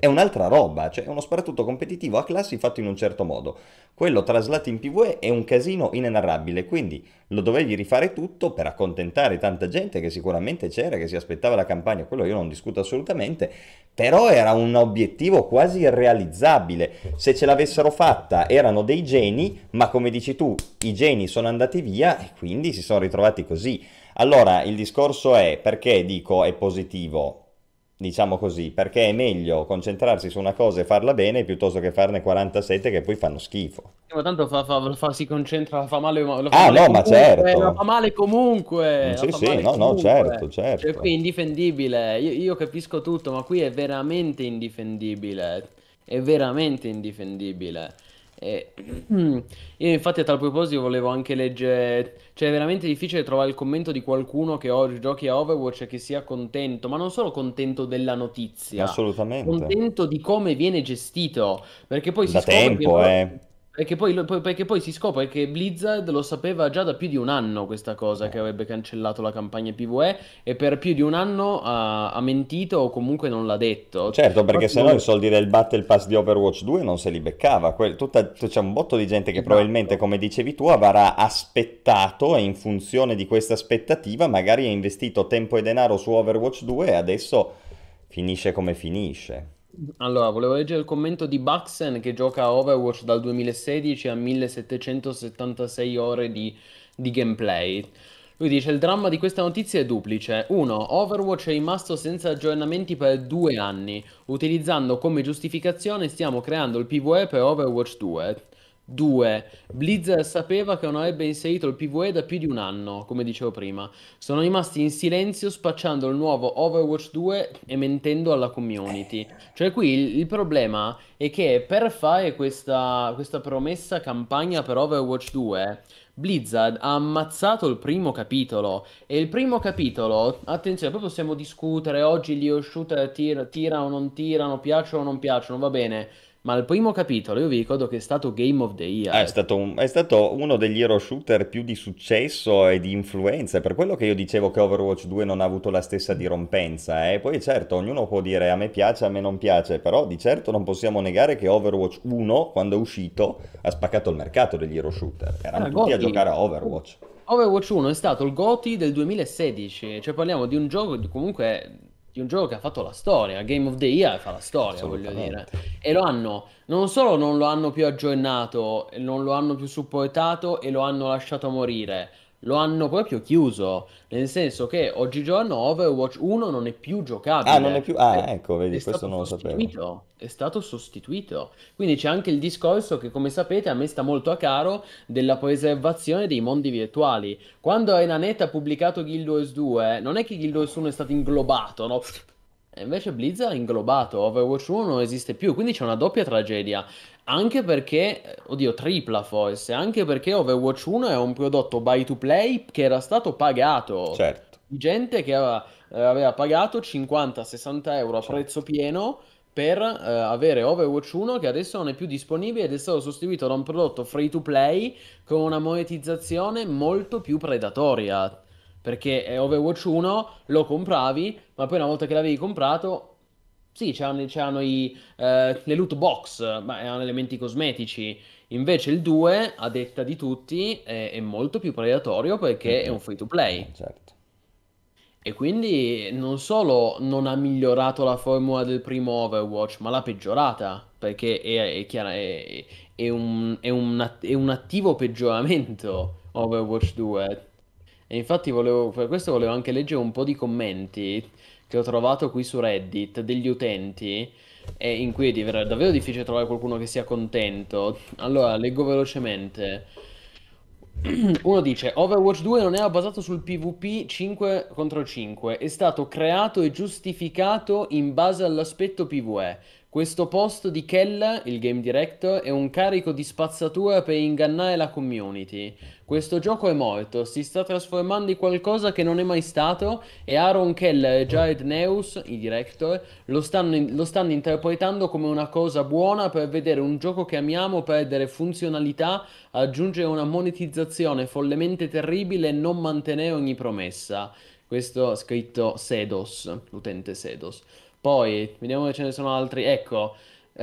è un'altra roba, cioè è uno sparatutto competitivo a classi fatto in un certo modo. Quello traslato in PvE è un casino inenarrabile, quindi lo dovevi rifare tutto per accontentare tanta gente che sicuramente c'era, che si aspettava la campagna, quello io non discuto assolutamente, però era un obiettivo quasi irrealizzabile. Se ce l'avessero fatta erano dei geni, ma come dici tu, i geni sono andati via e quindi si sono ritrovati così. Allora, il discorso è, perché dico è positivo? Diciamo così, perché è meglio concentrarsi su una cosa e farla bene piuttosto che farne quarantasette che poi fanno schifo. Ma tanto fa, fa- fa- si concentra, fa male, lo fa Ah male no, ma comunque, la fa certo. male Mm, comunque, la sì, fa sì, male no, no, certo, comunque. Cioè, qui è certo. indifendibile. Io, io capisco tutto, ma qui è veramente indifendibile. È veramente indifendibile. E- Io infatti a tal proposito volevo anche leggere, cioè è veramente difficile trovare il commento di qualcuno che oggi giochi a Overwatch e che sia contento, ma non solo contento della notizia, Assolutamente. contento di come viene gestito. Perché poi si Da scopre che tempo, loro. eh. Perché poi, lo- poi- perché poi si scopre che Blizzard lo sapeva già da più di un anno questa cosa, che avrebbe cancellato la campagna PvE e per più di un anno ha, ha mentito o comunque non l'ha detto. Certo, perché Infatti se no i volevo- soldi del Battle Pass di Overwatch due non se li beccava. Que- tutta- c'è un botto di gente che probabilmente, Esatto. come dicevi tu, avrà aspettato e in funzione di questa aspettativa magari ha investito tempo e denaro su Overwatch due e adesso finisce come finisce. Allora, volevo leggere il commento di Baxen che gioca a Overwatch dal duemilasedici a millesettecentosettantasei ore di, di gameplay. Lui dice: il dramma di questa notizia è duplice. uno. Overwatch è rimasto senza aggiornamenti per due anni. Utilizzando come giustificazione stiamo creando il PvE per Overwatch due. due. Blizzard sapeva che non avrebbe inserito il PvE da più di un anno, come dicevo prima. Sono rimasti in silenzio spacciando il nuovo Overwatch due e mentendo alla community. Cioè qui il, il problema è che per fare questa, questa promessa campagna per Overwatch due, Blizzard ha ammazzato il primo capitolo. E il primo capitolo, attenzione, poi possiamo discutere oggi gli hero shooter tira, tirano o non tirano, piacciono o non piacciono, va bene. Ma il primo capitolo io vi ricordo che è stato Game of the Ah, È Year. stato, un- è stato uno degli hero shooter più di successo e di influenza, è per quello che io dicevo che Overwatch due non ha avuto la stessa dirompenza, eh. Poi certo, ognuno può dire a me piace, a me non piace, però di certo non possiamo negare che Overwatch uno, quando è uscito, ha spaccato il mercato degli hero shooter. Erano Era tutti a Goti. giocare a Overwatch. Overwatch uno è stato il Goti del duemilasedici, cioè parliamo di un gioco di comunque di un gioco che ha fatto la storia, Game of the Year fa la storia, voglio dire. Assolutamente. E lo hanno, non solo non lo hanno più aggiornato, non lo hanno più supportato e lo hanno lasciato morire, lo hanno proprio chiuso, nel senso che oggigiorno Overwatch uno non è più Ah, non è giocabile. più... È Ah, ecco, è vedi, questo stato non lo sapevo. sostituito, è stato sostituito. Quindi c'è anche il discorso che, come sapete, a me sta molto a caro della preservazione dei mondi virtuali. Quando Renanet ha pubblicato Guild Wars due, non è che Guild Wars uno è stato inglobato, no? E invece Blizzard ha inglobato, Overwatch uno non esiste più, quindi c'è una doppia tragedia. Anche perché, eh, oddio, tripla forse, anche perché Overwatch uno è un prodotto buy to play che era stato pagato. Certo, Gente che aveva, eh, aveva pagato cinquanta sessanta euro a prezzo certo. pieno per eh, avere Overwatch uno che adesso non è più disponibile ed è stato sostituito da un prodotto free to play con una monetizzazione molto più predatoria. Perché eh, Overwatch uno lo compravi, ma poi una volta che l'avevi comprato, sì, c'erano, c'erano i, eh, le loot box, ma erano elementi cosmetici. Invece il due, a detta di tutti, è, è molto più predatorio perché è Mm-mm. un free to play. Eh, certo. E quindi non solo non ha migliorato la formula del primo Overwatch, ma l'ha peggiorata, perché è, è chiara- è- è un, è un att- è un attivo peggioramento Overwatch due. E infatti volevo, per questo volevo anche leggere un po' di commenti che ho trovato qui su Reddit degli utenti, e in cui è div- davvero difficile trovare qualcuno che sia contento. Allora, leggo velocemente. Uno dice: Overwatch due non era basato sul PvP cinque contro cinque, è stato creato e giustificato in base all'aspetto PvE. Questo post di Kell, il game director, è un carico di spazzatura per ingannare la community. Questo gioco è morto, si sta trasformando in qualcosa che non è mai stato e Aaron Keller e Jared Neus, i director, lo stanno, in- lo stanno interpretando come una cosa buona per vedere un gioco che amiamo perdere funzionalità, aggiungere una monetizzazione follemente terribile e non mantenere ogni promessa. Questo ha scritto Sedos, l'utente Sedos. Poi, vediamo che ce ne sono altri. Ecco,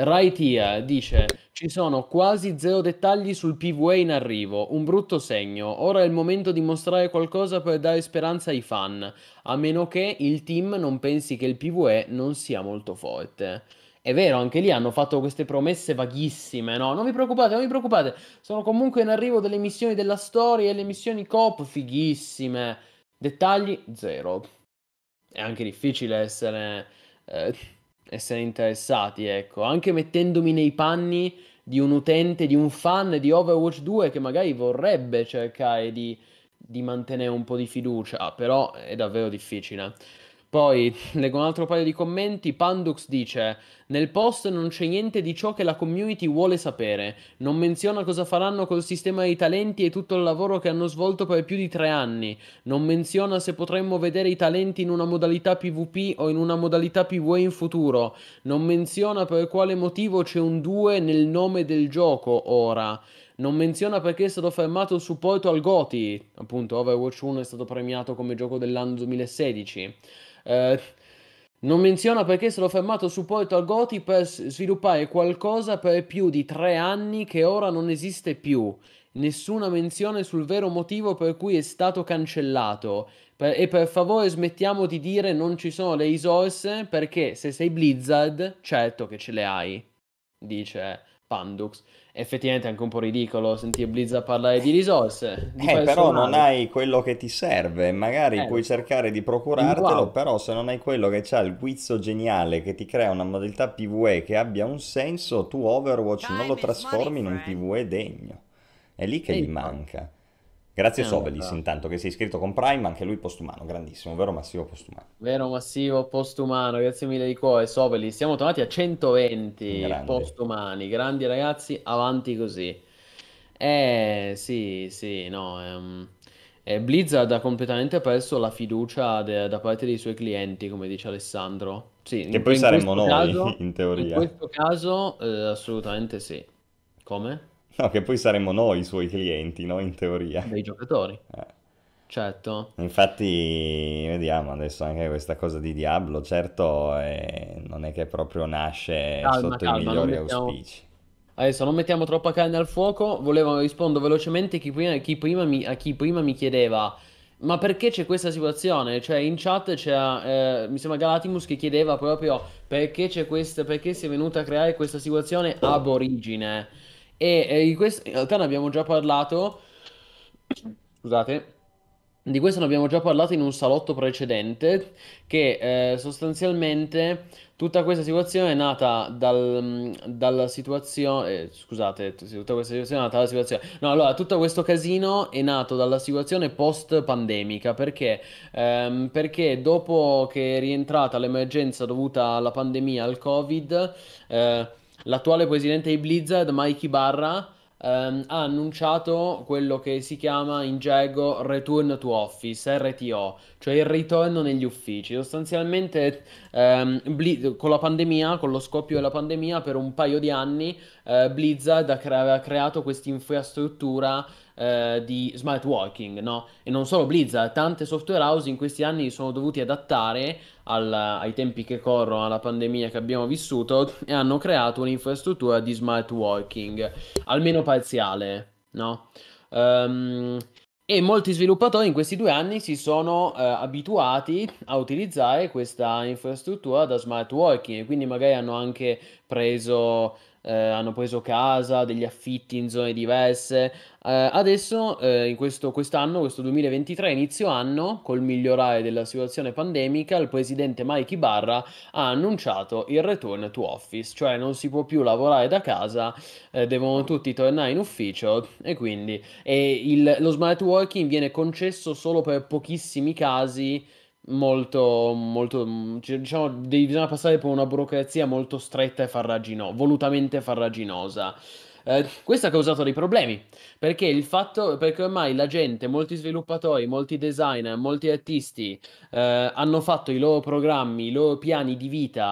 Raitia dice: ci sono quasi zero dettagli sul P V A in arrivo, un brutto segno. Ora è il momento di mostrare qualcosa per dare speranza ai fan, a meno che il team non pensi che il P V A non sia molto forte. È vero, anche lì hanno fatto queste promesse vaghissime, no? Non vi preoccupate, non vi preoccupate. Sono comunque in arrivo delle missioni della storia e le missioni coop fighissime. Dettagli zero. È anche difficile essere, eh, essere interessati, ecco. Anche mettendomi nei panni di un utente, di un fan di Overwatch due che magari vorrebbe cercare di, di mantenere un po' di fiducia, però è davvero difficile. Poi leggo un altro paio di commenti. Pandux dice: nel post non c'è niente di ciò che la community vuole sapere. Non menziona cosa faranno col sistema dei talenti e tutto il lavoro che hanno svolto per più di tre anni. Non menziona se potremmo vedere i talenti in una modalità PvP o in una modalità PvE in futuro. Non menziona per quale motivo c'è un due nel nome del gioco ora. Non menziona perché è stato fermato il supporto al GOTY. Appunto, Overwatch uno è stato premiato come gioco dell'anno duemilasedici. Eh, non menziona perché è stato fermato il supporto al GOTY per s- sviluppare qualcosa per più di tre anni che ora non esiste più. Nessuna menzione sul vero motivo per cui è stato cancellato. Per- e per favore smettiamo di dire non ci sono le risorse perché se sei Blizzard, certo che ce le hai, dice Pandux. Effettivamente è anche un po' ridicolo sentire Blizzard parlare di risorse, di Eh, però non personale. hai quello che ti serve, magari Eh, lo puoi so. cercare di Il procurartelo, know-how. però se non hai quello che c'ha il guizzo geniale che ti crea una modalità PvE che abbia un senso, tu Overwatch non lo Time is money, trasformi in un friend. PvE degno. È lì che E gli infatti, manca. Grazie eh, Sobelis allora, intanto che sei iscritto con Prime, anche lui postumano, grandissimo, vero Massimo postumano. vero massivo postumano, grazie mille di cuore, Soveli, siamo tornati a centoventi Grande. postumani, grandi ragazzi, avanti così. Eh, sì, sì, no, ehm, eh, Blizzard ha completamente perso la fiducia de- da parte dei suoi clienti, come dice Alessandro. Sì, Che in, poi in saremmo questo noi, caso, in in teoria. questo caso, eh, assolutamente sì. Come? No, che poi saremmo noi i suoi clienti, no? In teoria. Dei giocatori, Eh. certo. Infatti, vediamo adesso anche questa cosa di Diablo, certo, eh, non è che proprio nasce Calma, sotto i calma, non migliori mettiamo... auspici. Adesso non mettiamo troppa carne al fuoco, volevo rispondere velocemente chi prima, chi prima mi, a chi prima mi chiedeva ma perché c'è questa situazione? Cioè in chat c'era, eh, mi sembra Galatimus che chiedeva proprio perché c'è questa, perché si è venuta a creare questa situazione ab origine. E eh, di questo in realtà ne abbiamo già parlato, scusate, di questo ne abbiamo già parlato in un salotto precedente, che eh, sostanzialmente tutta questa situazione è nata dal, dalla situazione, eh, scusate, t- sì, tutta questa situazione è nata dalla situazione, no, allora, tutto questo casino è nato dalla situazione post-pandemica, perché? Ehm, perché dopo che è rientrata l'emergenza dovuta alla pandemia, al Covid, eh, l'attuale presidente di Blizzard, Mike Ibarra, ehm, ha annunciato quello che si chiama in gergo Return to Office, R T O, cioè il ritorno negli uffici. Sostanzialmente, ehm, Bli- con la pandemia, con lo scoppio della pandemia, per un paio di anni, eh, Blizzard ha cre- aveva creato questa infrastruttura eh, di smart working, no? E non solo Blizzard, tante software house in questi anni sono dovuti adattare al- ai tempi che corrono, alla pandemia che abbiamo vissuto, e hanno creato un'infrastruttura di smart working almeno parziale, no? Ehm, e molti sviluppatori in questi due anni si sono eh, abituati a utilizzare questa infrastruttura da smart working e quindi magari hanno anche preso, eh, hanno preso casa, degli affitti in zone diverse. Eh, adesso, eh, in questo quest'anno, questo duemilaventitré, inizio anno, col migliorare della situazione pandemica, il presidente Mike Ibarra ha annunciato il return to office, cioè non si può più lavorare da casa, eh, devono tutti tornare in ufficio e quindi e il- lo smart working viene concesso solo per pochissimi casi. Molto, molto, mm, cioè, diciamo, devi- bisogna passare per una burocrazia molto stretta e farraginosa, volutamente farraginosa. Eh, questo ha causato dei problemi, perché il fatto, perché ormai la gente, molti sviluppatori, molti designer, molti artisti, eh, hanno fatto i loro programmi, i loro piani di vita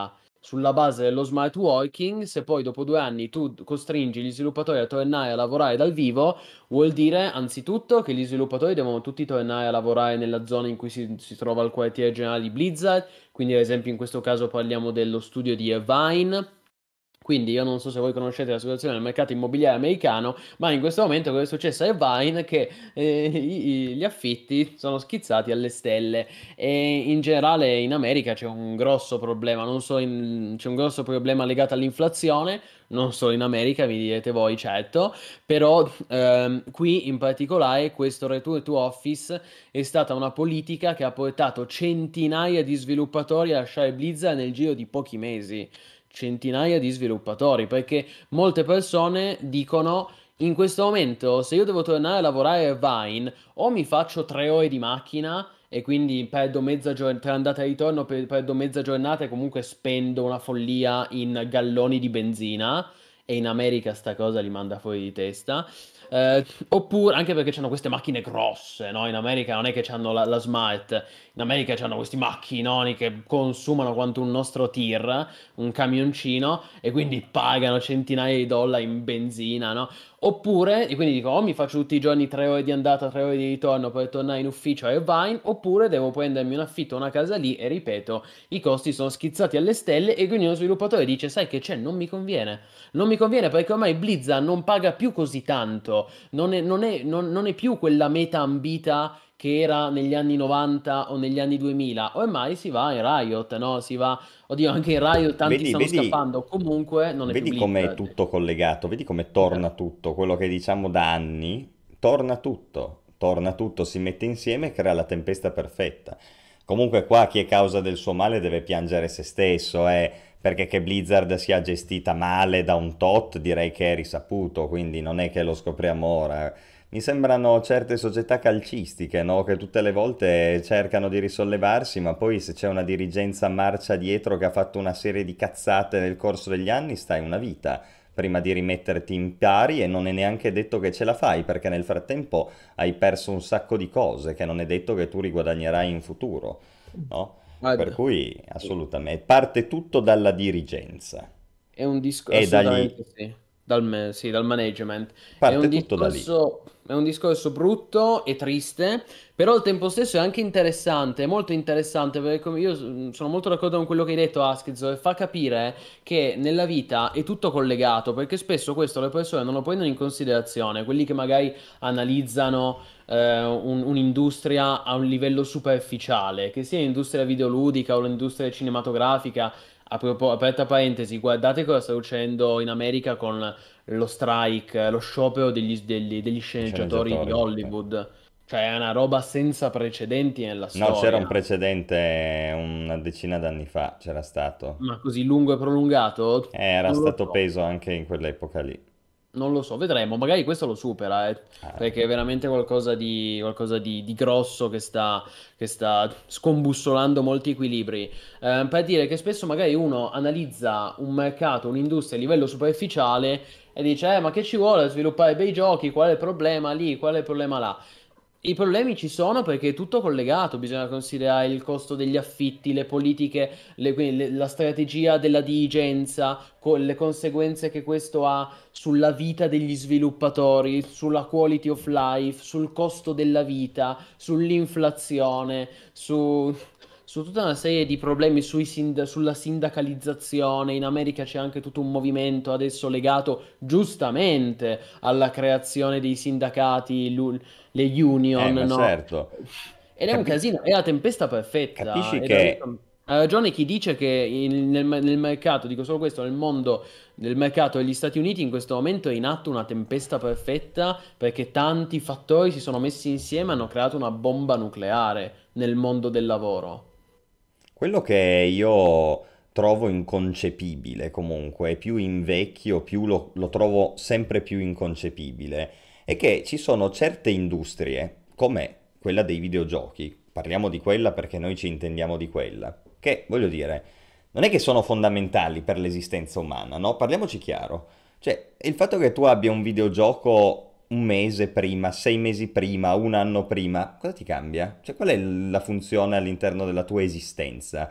sulla base dello smart working, se poi dopo due anni tu costringi gli sviluppatori a tornare a lavorare dal vivo, vuol dire anzitutto che gli sviluppatori devono tutti tornare a lavorare nella zona in cui si, si trova il quartiere generale di Blizzard, quindi ad esempio in questo caso parliamo dello studio di Irvine. Quindi io non so se voi conoscete la situazione del mercato immobiliare americano, ma in questo momento cosa è successo a Irvine? Che eh, i- i- gli affitti sono schizzati alle stelle e in generale in America c'è un grosso problema, non solo in- c'è un grosso problema legato all'inflazione, non solo in America, mi direte voi, certo, però ehm, qui in particolare questo Return to Office è stata una politica che ha portato centinaia di sviluppatori a lasciare Blizzard nel giro di pochi mesi. Centinaia di sviluppatori, perché molte persone dicono in questo momento se io devo tornare a lavorare a Vine o mi faccio tre ore di macchina e quindi perdo mezza giornata, tra andata e ritorno per- perdo mezza giornata e comunque spendo una follia in galloni di benzina e in America sta cosa li manda fuori di testa. Eh, oppure anche perché hanno queste macchine grosse, no? In America non è che hanno la, la Smart, in America hanno questi macchinoni che consumano quanto un nostro tir, un camioncino, e quindi pagano centinaia di dollari in benzina, no? Oppure, e quindi dico, o mi faccio tutti i giorni tre ore di andata, tre ore di ritorno per tornare in ufficio a Irvine, oppure devo prendermi un affitto, una casa lì, e ripeto, i costi sono schizzati alle stelle, e quindi uno sviluppatore dice, sai che c'è, non mi conviene. Non mi conviene perché ormai Blizzard non paga più così tanto, non è, non è- non- non è più quella meta ambita che era negli anni novanta o negli anni duemila. Ormai si va in Riot, no? Si va. Oddio, anche in Riot tanti Vedi, stanno vedi, scappando. Comunque non è più vedi com'è Blizzard. tutto collegato, vedi come torna tutto, quello che diciamo da anni, torna tutto, torna tutto, si mette insieme e crea la tempesta perfetta. Comunque qua chi è causa del suo male deve piangere se stesso, eh, perché che Blizzard sia gestita male da un tot direi che è risaputo, quindi non è che lo scopriamo ora. Mi sembrano certe società calcistiche, no? Che tutte le volte cercano di risollevarsi, ma poi se c'è una dirigenza marcia dietro che ha fatto una serie di cazzate nel corso degli anni, stai una vita prima di rimetterti in pari e non è neanche detto che ce la fai, perché nel frattempo hai perso un sacco di cose che non è detto che tu riguadagnerai in futuro, no? Per Guarda, cui assolutamente parte tutto dalla dirigenza è un discorso, e dagli... assolutamente sì, dal, ma- sì, dal management. È un parte tutto da lì. discorso, è un discorso brutto e triste, però al tempo stesso è anche interessante, è molto interessante, perché come- io s- sono molto d'accordo con quello che hai detto, Askez, e fa capire che nella vita è tutto collegato, perché spesso questo le persone non lo prendono in considerazione, quelli che magari analizzano eh, un- un'industria a un livello superficiale, che sia l'industria videoludica o l'industria cinematografica. A propo- aperta parentesi, guardate cosa sta succedendo in America con lo strike, lo sciopero degli, degli- degli sceneggiatori di Sceneggiatori. Sì. Hollywood. Cioè, è una roba senza precedenti nella No, c'era un storia. precedente una decina d'anni fa, c'era stato. Ma così lungo e prolungato? Era Non lo stato so. peso anche in quell'epoca lì. Non lo so, vedremo. Magari questo lo supera, eh, Ah, perché è veramente qualcosa di, qualcosa di, di grosso che sta, che sta scombussolando molti equilibri. Eh, per dire che spesso magari uno analizza un mercato, un'industria a livello superficiale e dice, eh, ma che ci vuole a sviluppare bei giochi? Qual è il problema lì? Qual è il problema là? I problemi ci sono perché è tutto collegato, bisogna considerare il costo degli affitti, le politiche, le- quindi le- la strategia della dirigenza, co- le conseguenze che questo ha sulla vita degli sviluppatori, sulla quality of life, sul costo della vita, sull'inflazione, su, su tutta una serie di problemi sui sind- sulla sindacalizzazione. In America c'è anche tutto un movimento adesso legato giustamente alla creazione dei sindacati, l'u- le union, eh, ma no? certo. Ed è un Capi- casino, è la tempesta perfetta. capisci Ed è che veramente- ha ragione chi dice che in- nel, nel mercato, dico solo questo, nel mondo del mercato degli Stati Uniti in questo momento è in atto una tempesta perfetta perché tanti fattori si sono messi insieme e hanno creato una bomba nucleare nel mondo del lavoro. quello che io trovo inconcepibile comunque, e più invecchio, più lo, lo trovo sempre più inconcepibile, è che ci sono certe industrie, come quella dei videogiochi, parliamo di quella perché noi ci intendiamo di quella, che voglio dire, non è che sono fondamentali per l'esistenza umana, no? Parliamoci chiaro. Cioè, il fatto che tu abbia un videogioco un mese prima, sei mesi prima, un anno prima, cosa ti cambia? Cioè, qual è la funzione all'interno della tua esistenza?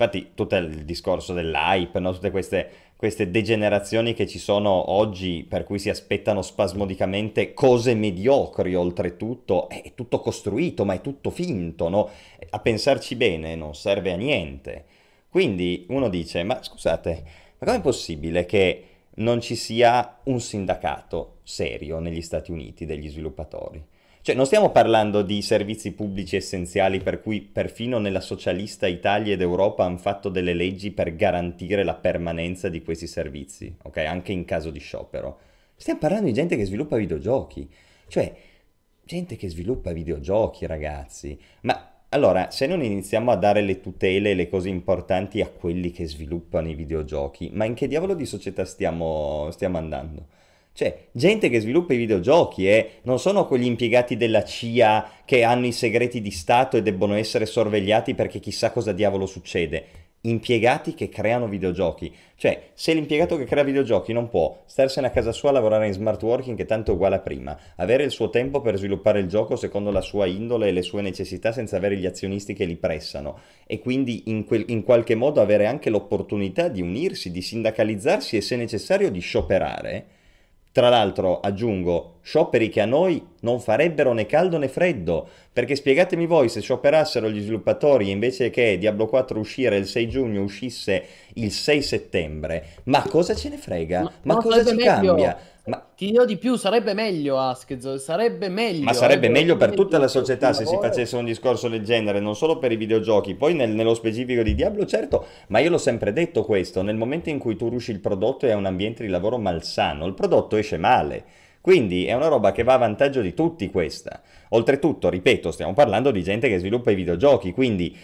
Infatti tutto il discorso dell'hype, no? Tutte queste, queste degenerazioni che ci sono oggi, per cui si aspettano spasmodicamente cose mediocri, oltretutto, è tutto costruito, ma è tutto finto, no? A pensarci bene non serve a niente. Quindi uno dice, ma scusate, ma com'è possibile che non ci sia un sindacato serio negli Stati Uniti degli sviluppatori? Cioè, non stiamo parlando di servizi pubblici essenziali per cui perfino nella socialista Italia ed Europa hanno fatto delle leggi per garantire la permanenza di questi servizi, ok? Anche in caso di sciopero. Stiamo parlando di gente che sviluppa videogiochi. Cioè, gente che sviluppa videogiochi, ragazzi. Ma allora, se non iniziamo a dare le tutele e le cose importanti a quelli che sviluppano i videogiochi, ma in che diavolo di società stiamo, stiamo andando? Cioè, gente che sviluppa i videogiochi e non sono quegli impiegati della C I A che hanno i segreti di Stato e debbono essere sorvegliati perché chissà cosa diavolo succede. Impiegati che creano videogiochi. Cioè, se l'impiegato che crea videogiochi non può starsene a casa sua a lavorare in smart working, che tanto è uguale a prima, avere il suo tempo per sviluppare il gioco secondo la sua indole e le sue necessità senza avere gli azionisti che li pressano, e quindi in, quel, in qualche modo avere anche l'opportunità di unirsi, di sindacalizzarsi e se necessario di scioperare. Tra l'altro, aggiungo, scioperi che a noi non farebbero né caldo né freddo, perché spiegatemi voi, se scioperassero gli sviluppatori invece che Diablo quattro uscire il sei giugno uscisse il sei settembre, ma cosa ce ne frega? Ma, Ma no, cosa ci meglio. cambia? Ma... Ti dirò di più, sarebbe meglio Askzo, sarebbe meglio. Ma sarebbe eh, meglio per meglio tutta la società se si lavoro. facesse un discorso del genere, non solo per i videogiochi, poi nel- nello specifico di Diablo, certo, ma io l'ho sempre detto questo, nel momento in cui tu rusci il prodotto e hai un ambiente di lavoro malsano, il prodotto esce male. Quindi è una roba che va a vantaggio di tutti questa. Oltretutto, ripeto, stiamo parlando di gente che sviluppa i videogiochi, quindi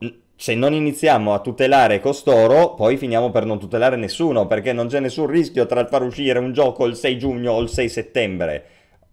se non iniziamo a tutelare costoro, poi finiamo per non tutelare nessuno, perché non c'è nessun rischio tra il far uscire un gioco il sei giugno o il sei settembre.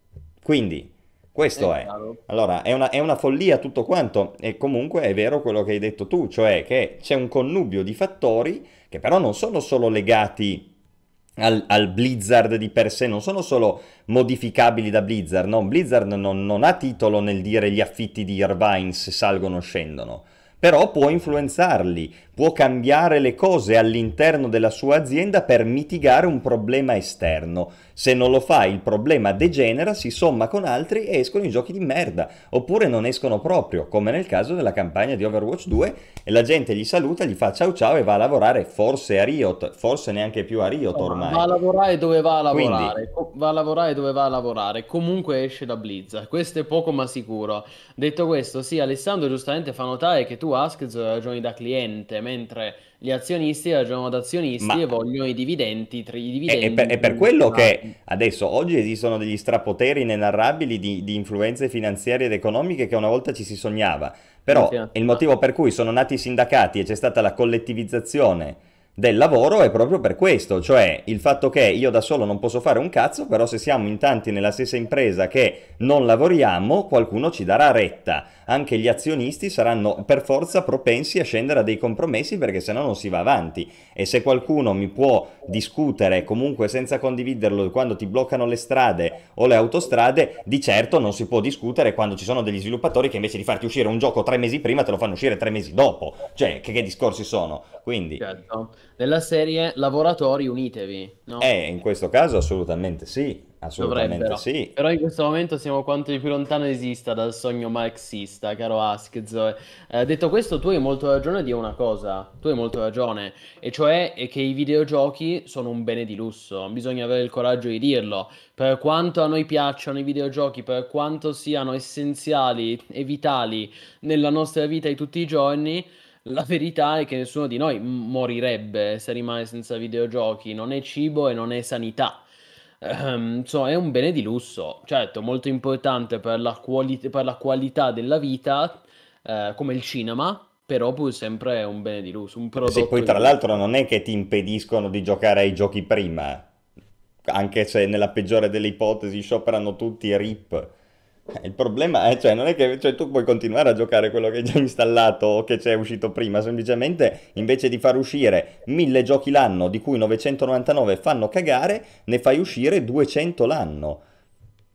Quindi, questo È è. chiaro. Allora, è una, è una follia tutto quanto, e comunque è vero quello che hai detto tu, cioè che c'è un connubio di fattori che però non sono solo legati al, al Blizzard di per sé, non sono solo modificabili da Blizzard, no? Blizzard non, non ha titolo nel dire gli affitti di Irvine se salgono o scendono, però può influenzarli, può cambiare le cose all'interno della sua azienda per mitigare un problema esterno. Se non lo fa, il problema degenera, si somma con altri e escono i giochi di merda, oppure non escono proprio, come nel caso della campagna di Overwatch due, e la gente gli saluta, gli fa ciao ciao e va a lavorare forse a Riot, forse neanche più a Riot ormai. Va a lavorare dove va a lavorare, Quindi, co- va a lavorare dove va a lavorare, comunque esce da Blizzard, questo è poco ma sicuro. Detto questo, sì, Alessandro giustamente fa notare che tu Askz ragioni da cliente, mentre gli azionisti ragionano da azionisti ma e vogliono i dividendi, tra i È, è dividendi per, è per quello che trimestrali. adesso, oggi esistono degli strapoteri inenarrabili di, di influenze finanziarie ed economiche che una volta ci si sognava. Però il Multinazionali. motivo per cui sono nati i sindacati e c'è stata la collettivizzazione del lavoro è proprio per questo, cioè il fatto che io da solo non posso fare un cazzo, però se siamo in tanti nella stessa impresa che non lavoriamo, qualcuno ci darà retta. Anche gli azionisti saranno per forza propensi a scendere a dei compromessi perché sennò non si va avanti. E se qualcuno mi può discutere comunque senza condividerlo quando ti bloccano le strade o le autostrade, di certo non si può discutere quando ci sono degli sviluppatori che invece di farti uscire un gioco tre mesi prima te lo fanno uscire tre mesi dopo. Cioè, che, che discorsi sono? Quindi, Certo. Nella serie lavoratori unitevi, no? eh, in questo caso assolutamente sì, assolutamente Dovrebbero. sì. Però in questo momento siamo quanto di più lontano esista dal sogno marxista, caro Askzo. Eh, detto questo, tu hai molto ragione di una cosa, tu hai molto ragione, e cioè è che i videogiochi sono un bene di lusso, bisogna avere il coraggio di dirlo. Per quanto a noi piacciono i videogiochi, per quanto siano essenziali e vitali nella nostra vita di tutti i giorni, la verità è che nessuno di noi m- morirebbe se rimane senza videogiochi, non è cibo e non è sanità. Ehm, insomma, è un bene di lusso, certo, molto importante per la quali- per la qualità della vita, eh, come il cinema, però pur sempre è un bene di lusso, un Sì, prodotto poi di tra l'altro lusso. non è che ti impediscono di giocare ai giochi prima, anche se nella peggiore delle ipotesi scioperano tutti e rip. Eh, Il problema è, cioè, non è che cioè, tu puoi continuare a giocare quello che hai già installato o che c'è uscito prima, semplicemente invece di far uscire mille giochi l'anno, di cui novecentonovantanove fanno cagare, ne fai uscire duecento l'anno.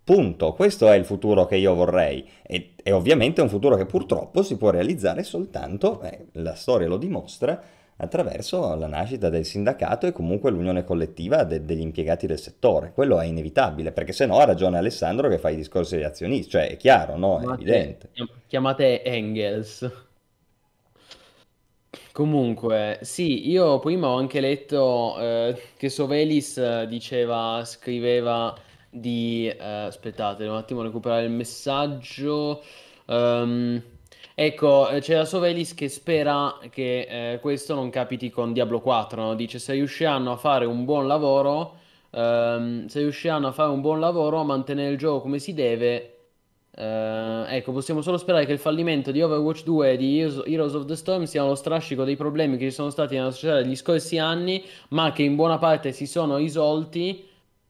Punto, questo è il futuro che io vorrei e, e ovviamente è un futuro che purtroppo si può realizzare soltanto, eh, la storia lo dimostra, attraverso la nascita del sindacato e comunque l'unione collettiva de- degli impiegati del settore. Quello è inevitabile, perché se no ha ragione Alessandro che fa i discorsi degli azionisti, cioè è chiaro, no? È Chiamate, evidente. chiamate Engels. Comunque, sì, io prima ho anche letto eh, che Sovelis eh, diceva, scriveva di... eh, aspettate, devo un attimo recuperare il messaggio. Ehm, ecco, eh, c'era Sovelis che spera che eh, questo non capiti con Diablo quattro, no? Dice se riusciranno a fare un buon lavoro, ehm, se riusciranno a fare un buon lavoro, a mantenere il gioco come si deve. Eh, ecco, possiamo solo sperare che il fallimento di Overwatch due e di Heroes, Heroes of the Storm sia uno strascico dei problemi che ci sono stati nella società negli scorsi anni, ma che in buona parte si sono risolti.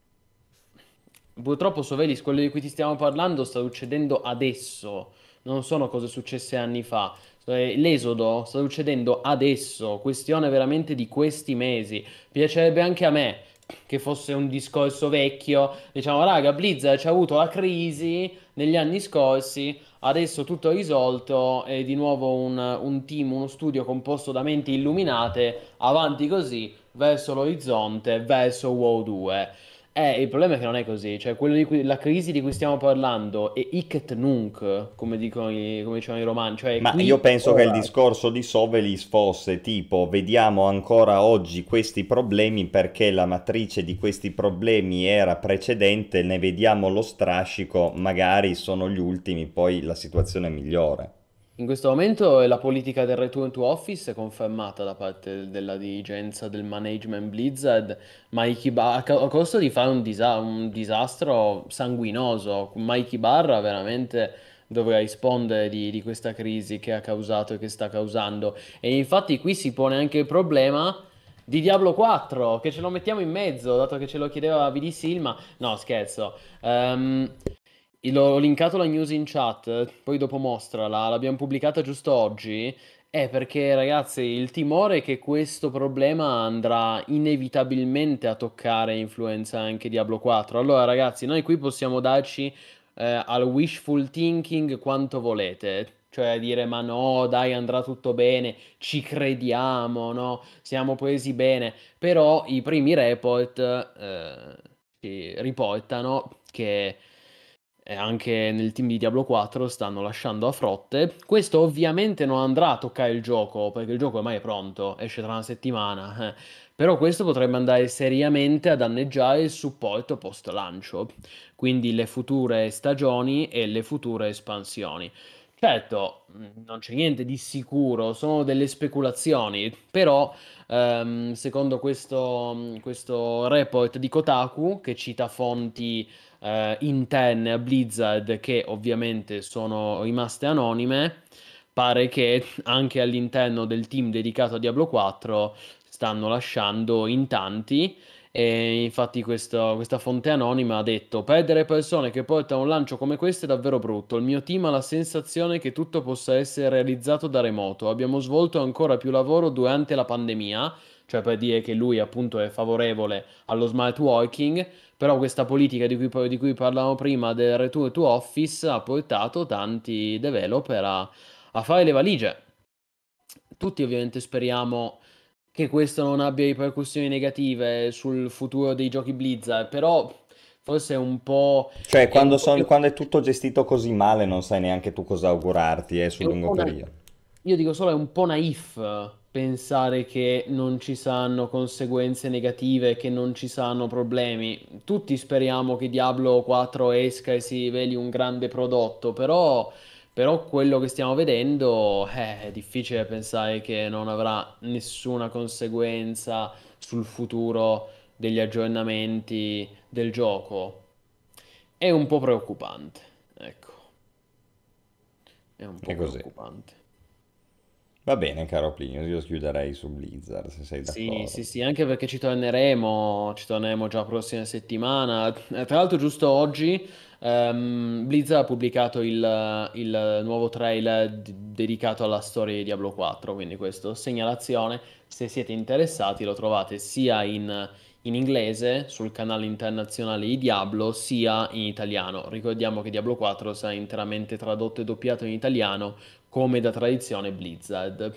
Purtroppo, Sovelis, quello di cui ti stiamo parlando sta succedendo adesso, non sono cose successe anni fa. Eh, L'esodo sta succedendo adesso, questione veramente di questi mesi. Piacerebbe anche a me che fosse un discorso vecchio. Diciamo, raga, Blizzard ci ha avuto la crisi negli anni scorsi, adesso tutto risolto, è di nuovo un, un team, uno studio composto da menti illuminate, avanti così, verso l'orizzonte, verso WoW due. Eh, il problema è che non è così, cioè quello di cui, la crisi di cui stiamo parlando è hic et nunc, come dicono i, come dicevano i romani, cioè è Ma io qui e penso che il ora. discorso di Sovelis fosse tipo, vediamo ancora oggi questi problemi perché la matrice di questi problemi era precedente, ne vediamo lo strascico, magari sono gli ultimi, poi la situazione è migliore. In questo momento la politica del return to office è confermata da parte della dirigenza del management Blizzard, Mikey Ba- a, ca- a costo di fare un, disa- un disastro sanguinoso. Mikey Barra veramente dovrà rispondere di, di questa crisi che ha causato e che sta causando. E infatti qui si pone anche il problema di Diablo quattro, che ce lo mettiamo in mezzo, dato che ce lo chiedeva V D Silma. No, scherzo. Ehm, L'ho linkato la news in chat, poi dopo mostrala, l'abbiamo pubblicata giusto oggi. È perché, ragazzi, il timore è che questo problema andrà inevitabilmente a toccare e influenza anche Diablo quattro. Allora, ragazzi, noi qui possiamo darci eh, al wishful thinking quanto volete. Cioè dire, ma no, dai, andrà tutto bene, ci crediamo, no? Siamo presi bene. Però i primi report eh, ci riportano che eh, anche nel team di Diablo quattro stanno lasciando a frotte. Questo ovviamente non andrà a toccare il gioco, perché il gioco ormai è pronto, esce tra una settimana. eh. Però questo potrebbe andare seriamente a danneggiare il supporto post lancio, quindi le future stagioni e le future espansioni. Certo, mh, non c'è niente di sicuro, sono delle speculazioni, però ehm, secondo questo, mh, questo report di Kotaku, che cita fonti eh, interne a Blizzard che ovviamente sono rimaste anonime, pare che anche all'interno del team dedicato a Diablo quattro stanno lasciando in tanti. E infatti questo- questa fonte anonima ha detto: perdere persone che portano un lancio come questo è davvero brutto. Il mio team ha la sensazione che tutto possa essere realizzato da remoto. Abbiamo svolto ancora più lavoro durante la pandemia, cioè per dire che lui appunto è favorevole allo smart working, però questa politica di cui, di cui parlavamo prima del return to office ha portato tanti developer a, a fare le valigie. Tutti ovviamente speriamo che questo non abbia ripercussioni negative sul futuro dei giochi Blizzard, però forse è un po'... Cioè, È un quando, po' son- quando è tutto gestito così male, non sai neanche tu cosa augurarti, eh, È sul un lungo po' na- periodo. Io dico solo è un po' naif pensare che non ci saranno conseguenze negative, che non ci saranno problemi. Tutti speriamo che Diablo quattro esca e si riveli un grande prodotto, però, però quello che stiamo vedendo eh, è difficile pensare che non avrà nessuna conseguenza sul futuro degli aggiornamenti del gioco. È un po' preoccupante, ecco, è un po' È così. preoccupante. Va bene, caro Plinio, io chiuderei su Blizzard, se sei Sì, sì, d'accordo. sì, anche perché ci torneremo, ci torneremo già la prossima settimana. Eh, Tra l'altro, giusto oggi, ehm, Blizzard ha pubblicato il, il nuovo trailer d- dedicato alla storia di Diablo quattro, quindi questo, segnalazione, se siete interessati lo trovate sia in, in inglese sul canale internazionale di Diablo sia in italiano. Ricordiamo che Diablo quattro sarà interamente tradotto e doppiato in italiano come da tradizione Blizzard.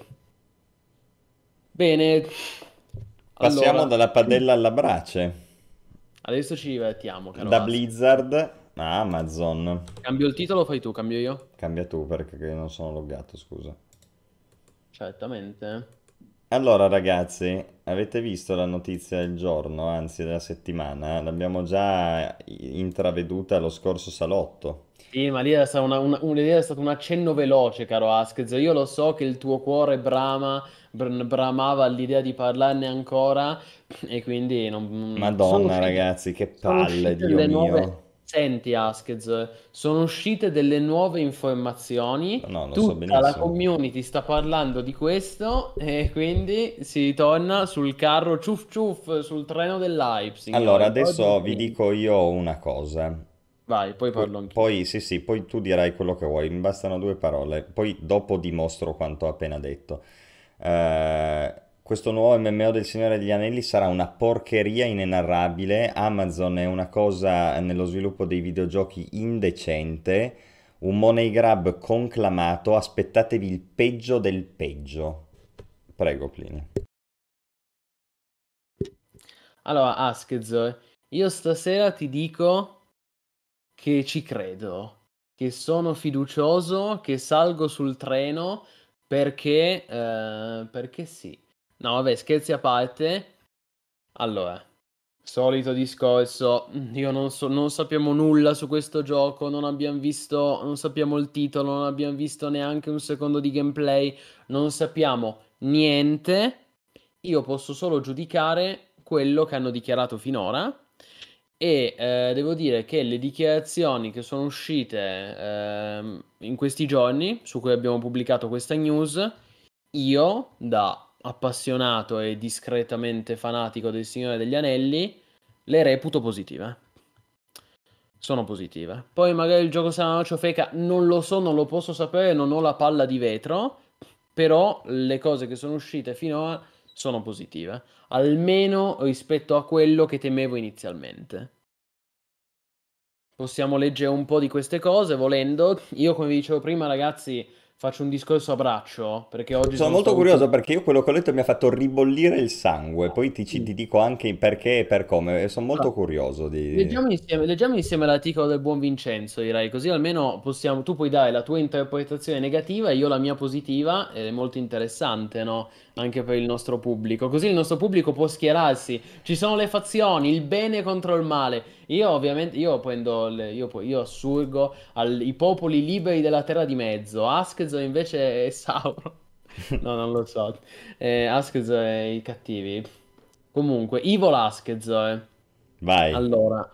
Bene, Passiamo allora, dalla padella alla brace, adesso ci divertiamo, caro da Ask. Blizzard a Amazon. Cambio il titolo o fai tu? Cambio io? Cambia tu perché non sono loggato, scusa. Certamente. Allora ragazzi, avete visto la notizia del giorno, anzi della settimana? L'abbiamo già intraveduta lo scorso salotto. Sì, ma lì è stata una, una- un'idea, è stato un accenno veloce, caro Askez. Io lo so che il tuo cuore brama, br- bramava all'idea di parlarne ancora, e quindi non- sono Madonna uscite, ragazzi, che sono palle, uscite Dio delle nuove. mio. Senti, Askez, sono uscite delle nuove informazioni. No, lo so Tutta la benissimo. community sta parlando di questo, e quindi si torna sul carro ciuff ciuff, sul treno dell'hype, Allora, signori. adesso vi dico io una cosa. Vai, poi Poi, parlo anch'io. poi, sì, sì, poi tu dirai quello che vuoi, mi bastano due parole, poi dopo dimostro quanto ho appena detto. Eh, questo nuovo M M O del Signore degli Anelli sarà una porcheria inenarrabile. Amazon è una cosa nello sviluppo dei videogiochi indecente, un money grab conclamato, aspettatevi il peggio del peggio. Prego, Plini. Allora, Askez, io stasera ti dico che ci credo, che sono fiducioso, che salgo sul treno perché, eh, perché sì. No, vabbè, scherzi a parte. Allora, solito discorso, io non so, non sappiamo nulla su questo gioco, non abbiamo visto, non sappiamo il titolo, non abbiamo visto neanche un secondo di gameplay, non sappiamo niente. Io posso solo giudicare quello che hanno dichiarato finora, e eh, devo dire che le dichiarazioni che sono uscite ehm, in questi giorni, su cui abbiamo pubblicato questa news, io, da appassionato e discretamente fanatico del Signore degli Anelli, le reputo positive. Sono positive. Poi magari il gioco sarà una ciofeca, non lo so, non lo posso sapere, non ho la palla di vetro, però le cose che sono uscite finora sono positive, almeno rispetto a quello che temevo inizialmente. Possiamo leggere un po' di queste cose volendo. Io, come vi dicevo prima, ragazzi, faccio un discorso a braccio, perché oggi Sono sono molto stato curioso un perché io quello che ho letto mi ha fatto ribollire il sangue, poi ti, ci- po'. ti dico anche il perché e per come, e sono molto curioso di... Leggiamo insieme, leggiamo insieme l'articolo del buon Vincenzo, direi, così almeno possiamo, tu puoi dare la tua interpretazione negativa e io la mia positiva, ed è molto interessante, no? Anche per il nostro pubblico. Così il nostro pubblico può schierarsi. Ci sono le fazioni, il bene contro il male. Io ovviamente, io prendo, le- io, poi- io assurgo ai popoli liberi della Terra di Mezzo. Askez invece è Sauron. No, non lo so. Eh, Askez è i cattivi. Comunque, Evil Askez. eh. Vai. Allora,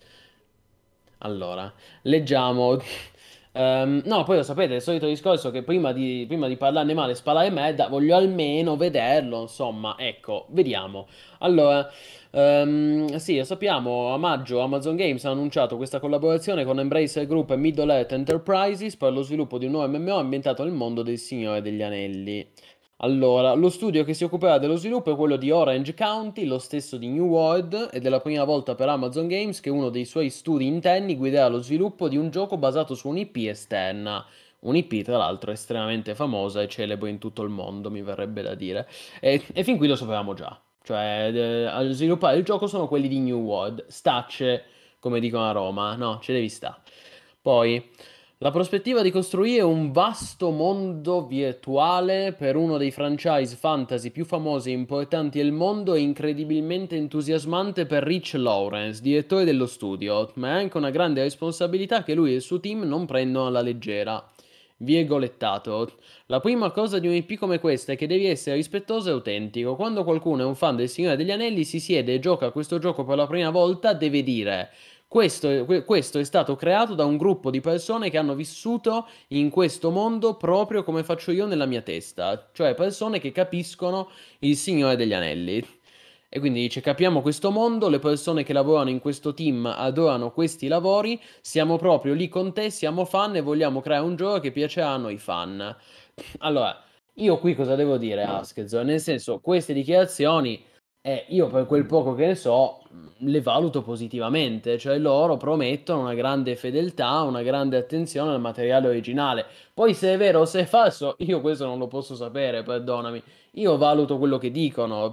allora, leggiamo. Ehm, no, poi lo sapete, il solito discorso che prima di, prima di parlarne male, spalare merda, voglio almeno vederlo, insomma, ecco, vediamo. Allora, ehm, sì, lo sappiamo, a maggio Amazon Games ha annunciato questa collaborazione con Embracer Group e Middle Earth Enterprises per lo sviluppo di un nuovo M M O ambientato nel mondo del Signore degli Anelli. Allora, lo studio che si occuperà dello sviluppo è quello di Orange County, lo stesso di New World, ed è la prima volta per Amazon Games che uno dei suoi studi interni guiderà lo sviluppo di un gioco basato su un'I P esterna. Un'I P, tra l'altro, estremamente famosa e celebre in tutto il mondo, mi verrebbe da dire. E, e fin qui lo sapevamo già. Cioè, eh, a sviluppare il gioco sono quelli di New World. Stacce, come dicono a Roma. No, ce devi sta. Poi, la prospettiva di costruire un vasto mondo virtuale per uno dei franchise fantasy più famosi e importanti del mondo è incredibilmente entusiasmante per Rich Lawrence, direttore dello studio, ma è anche una grande responsabilità che lui e il suo team non prendono alla leggera. Virgolettato. La prima cosa di un I P come questa è che devi essere rispettoso e autentico. Quando qualcuno è un fan del Signore degli Anelli, si siede e gioca a questo gioco per la prima volta, deve dire: questo, que- questo è stato creato da un gruppo di persone che hanno vissuto in questo mondo proprio come faccio io nella mia testa, cioè persone che capiscono il Signore degli Anelli. E quindi dice: capiamo questo mondo, le persone che lavorano in questo team adorano questi lavori, siamo proprio lì con te, siamo fan e vogliamo creare un gioco che piacerà a noi fan. Allora, io qui cosa devo dire, Askez? Nel senso, queste dichiarazioni E io per quel poco che ne so, le valuto positivamente, cioè loro promettono una grande fedeltà, una grande attenzione al materiale originale. Poi se è vero o se è falso, io questo non lo posso sapere, perdonami. Io valuto quello che dicono.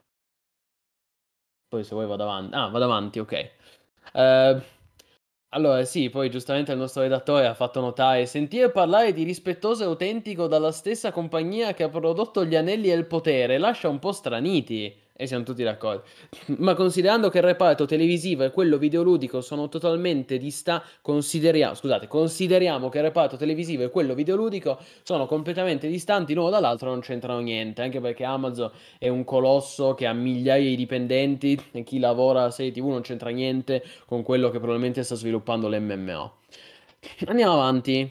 Poi se vuoi vado avanti. Ah, vado avanti, ok. Eh, allora, sì, poi giustamente il nostro redattore ha fatto notare: sentire parlare di rispettoso e autentico dalla stessa compagnia che ha prodotto gli Anelli e il Potere lascia un po' straniti. E siamo tutti d'accordo. Ma considerando che il reparto televisivo e quello videoludico sono totalmente distanti, consideriamo, scusate, consideriamo che il reparto televisivo e quello videoludico sono completamente distanti l'uno dall'altro, non c'entrano niente, anche perché Amazon è un colosso che ha migliaia di dipendenti e chi lavora a serie T V non c'entra niente con quello che probabilmente sta sviluppando l'M M O. Andiamo avanti.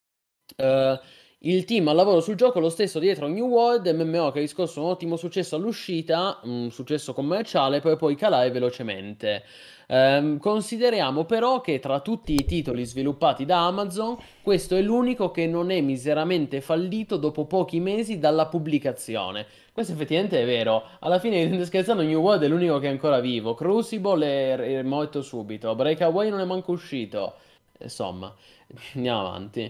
Eh, il team al lavoro sul gioco, lo stesso dietro a New World, M M O che ha riscosso un ottimo successo all'uscita, un successo commerciale, per poi calare velocemente. Ehm, consideriamo però che tra tutti i titoli sviluppati da Amazon, questo è l'unico che non è miseramente fallito dopo pochi mesi dalla pubblicazione. Questo effettivamente è vero. Alla fine, scherzando, New World è l'unico che è ancora vivo. Crucible è, è morto subito. Breakaway non è manco uscito. Insomma, andiamo avanti.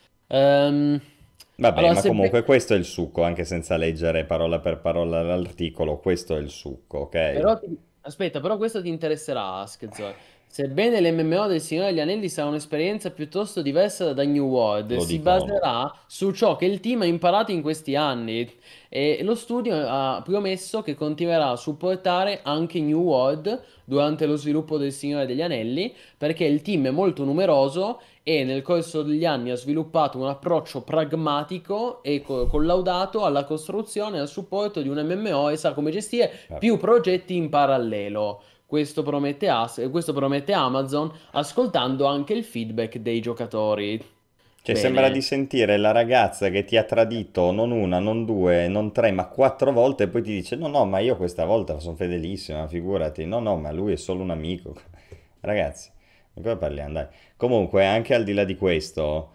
Ehm, Vabbè, allora, ma sebbe- comunque questo è il succo, anche senza leggere parola per parola l'articolo, questo è il succo, ok? Però ti- aspetta, però questo ti interesserà, Askezor. Sebbene l'M M O del Signore degli Anelli sarà un'esperienza piuttosto diversa da New World, Lo si dicono loro. baserà su ciò che il team ha imparato in questi anni e lo studio ha promesso che continuerà a supportare anche New World durante lo sviluppo del Signore degli Anelli, perché il team è molto numeroso e nel corso degli anni ha sviluppato un approccio pragmatico e co- collaudato alla costruzione e al supporto di un M M O e sa come gestire Vabbè. più progetti in parallelo. Questo promette, As- questo promette Amazon, ascoltando anche il feedback dei giocatori. Cioè, sembra di Bene. sentire la ragazza che ti ha tradito non una, non due, non tre, ma quattro volte e poi ti dice: No, no, ma io questa volta sono fedelissima, figurati. No, no, ma lui è solo un amico. Ragazzi, di cosa parliamo? Dai. Comunque, anche al di là di questo,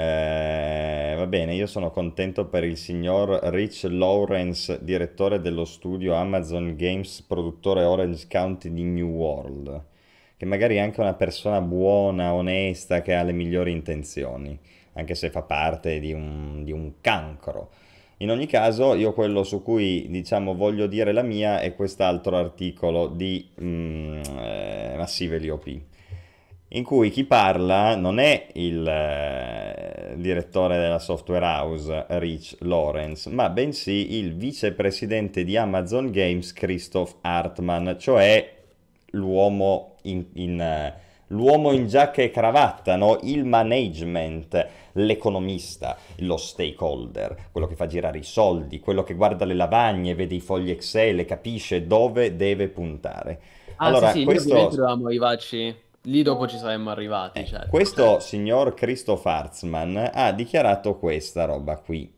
eh, va bene, io sono contento per il signor Rich Lawrence, direttore dello studio Amazon Games, produttore Orange County di New World, che magari è anche una persona buona, onesta, che ha le migliori intenzioni anche se fa parte di un, di un cancro. In ogni caso, io quello su cui diciamo voglio dire la mia è quest'altro articolo di mm, eh, Massively O P, in cui chi parla non è il eh, direttore della software house Rich Lawrence, ma bensì il vicepresidente di Amazon Games Christoph Hartmann, cioè l'uomo in, in, eh, l'uomo in giacca e cravatta, no? Il management, l'economista, lo stakeholder, quello che fa girare i soldi, quello che guarda le lavagne, vede i fogli Excel e capisce dove deve puntare. Ah, sì, Allora, sì, lì ovviamente questo, dovevamo arrivarci. Lì dopo ci saremmo arrivati, eh, certo, questo certo. signor Christoph Hartzmann ha dichiarato questa roba qui,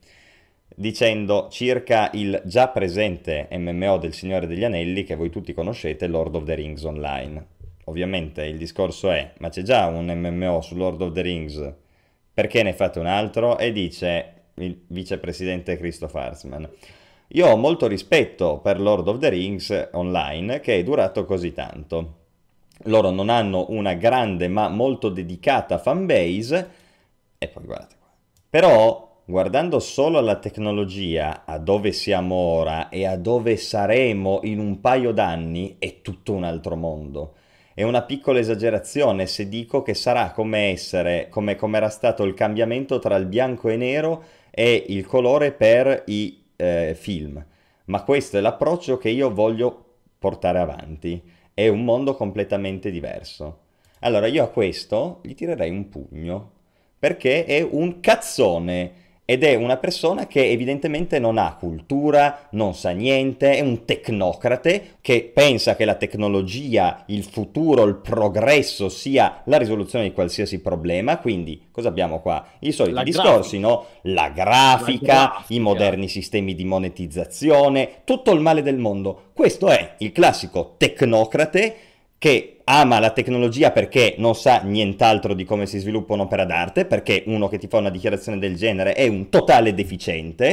dicendo circa il già presente M M O del Signore degli Anelli che voi tutti conoscete, Lord of the Rings Online. Ovviamente il discorso è, ma c'è già un M M O su Lord of the Rings, perché ne fate un altro? E dice il vicepresidente Christoph Hartzmann: io ho molto rispetto per Lord of the Rings Online che è durato così tanto. Loro non hanno una grande ma molto dedicata fanbase e poi guardate qua. Però guardando solo alla tecnologia, a dove siamo ora e a dove saremo in un paio d'anni, è tutto un altro mondo. È una piccola esagerazione se dico che sarà come essere, come, come era stato il cambiamento tra il bianco e nero e il colore per i eh, film. Ma questo è l'approccio che io voglio portare avanti. È un mondo completamente diverso. Allora io a questo gli tirerei un pugno, perché è un cazzone ed è una persona che evidentemente non ha cultura, non sa niente, è un tecnocrate che pensa che la tecnologia, il futuro, il progresso sia la risoluzione di qualsiasi problema. Quindi cosa abbiamo qua? I soliti La discorsi, grafica. no? La La grafica, i grafica. moderni sistemi di monetizzazione, tutto il male del mondo. Questo è il classico tecnocrate che ama la tecnologia perché non sa nient'altro di come si sviluppa un'opera d'arte, perché uno che ti fa una dichiarazione del genere è un totale deficiente,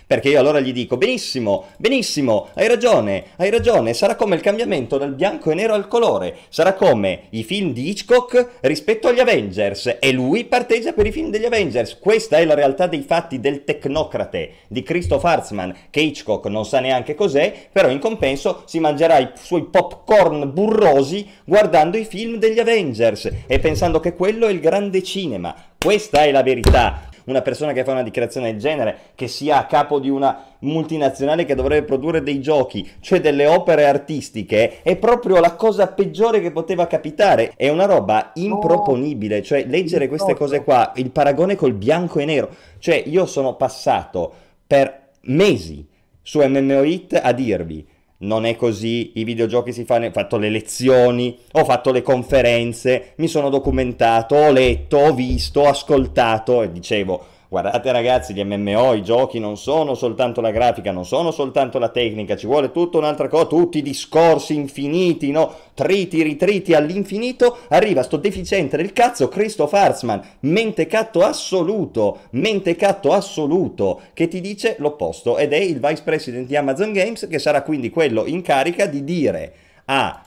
perché io allora gli dico benissimo, benissimo, hai ragione, hai ragione, sarà come il cambiamento dal bianco e nero al colore, sarà come i film di Hitchcock rispetto agli Avengers, e lui parteggia per i film degli Avengers. Questa è la realtà dei fatti del tecnocrate di Christoph Hartzman, che Hitchcock non sa neanche cos'è, però in compenso si mangerà i suoi popcorn burrosi guardando i film degli Avengers e pensando che quello è il grande cinema. Questa è la verità. Una persona che fa una dichiarazione del genere, che sia a capo di una multinazionale che dovrebbe produrre dei giochi, cioè delle opere artistiche, è proprio la cosa peggiore che poteva capitare. È una roba improponibile, cioè leggere queste cose qua, il paragone col bianco e nero. Cioè io sono passato per mesi su M M O Hit a dirvi: non è così, i videogiochi si fanno, ho fatto le lezioni, ho fatto le conferenze, mi sono documentato, ho letto, ho visto, ho ascoltato e dicevo: guardate ragazzi, gli M M O, i giochi non sono soltanto la grafica, non sono soltanto la tecnica, ci vuole tutta un'altra cosa, tutti i discorsi infiniti, no? Triti, ritriti all'infinito. Arriva sto deficiente del cazzo Christoph Hartzman, mentecatto assoluto, mentecatto assoluto, che ti dice l'opposto, ed è il vice president di Amazon Games, che sarà quindi quello in carica di dire a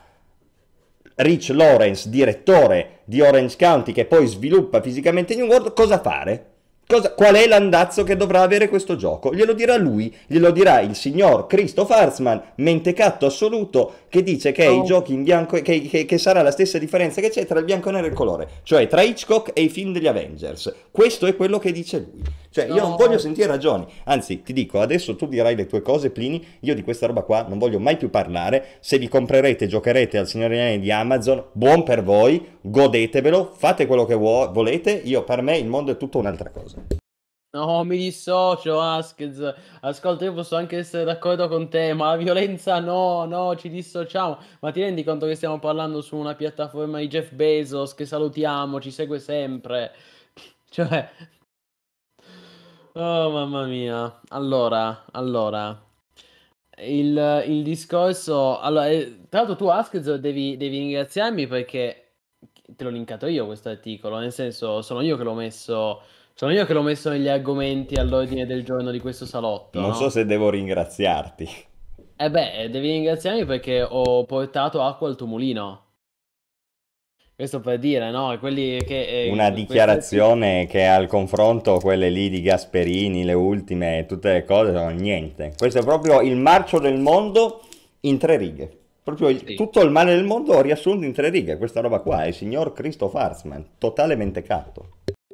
Rich Lawrence, direttore di Orange County, che poi sviluppa fisicamente New World, cosa fare. Cosa, qual è l'andazzo che dovrà avere questo gioco? Glielo dirà lui, glielo dirà il signor Christoph Hartzman, mentecatto assoluto, che dice che oh. i giochi in bianco, che, che, che sarà la stessa differenza che c'è tra il bianco e nero e il colore, cioè tra Hitchcock e i film degli Avengers. Questo è quello che dice lui. Cioè io no. non voglio sentire ragioni, anzi ti dico, adesso tu dirai le tue cose, Plini, io di questa roba qua non voglio mai più parlare. Se vi comprerete e giocherete al Signore degli Anelli di Amazon, buon per voi, godetevelo, fate quello che vuo- volete, io per me il mondo è tutto un'altra cosa. No, mi dissocio, Askez. Ascolta, io posso anche essere d'accordo con te, ma la violenza no, no, ci dissociamo. Ma ti rendi conto che stiamo parlando su una piattaforma di Jeff Bezos, che salutiamo, ci segue sempre. Cioè... Oh, mamma mia. Allora, allora... Il, il discorso... Allora, eh, tra l'altro tu, Askez, devi, devi ringraziarmi perché te l'ho linkato io questo articolo, nel senso, sono io che l'ho messo... Sono io che l'ho messo negli argomenti all'ordine del giorno di questo salotto, Non no? so se devo ringraziarti. Eh beh, devi ringraziarmi perché ho portato acqua al tuo mulino. Questo per dire, no? Quelli che... Una eh, dichiarazione che al confronto quelle lì di Gasperini, le ultime, tutte le cose, sono niente. Questo è proprio il marcio del mondo in tre righe. Proprio il, Sì. tutto il male del mondo riassunto in tre righe. Questa roba qua è il signor Christoph Hartzman, totale mentecatto.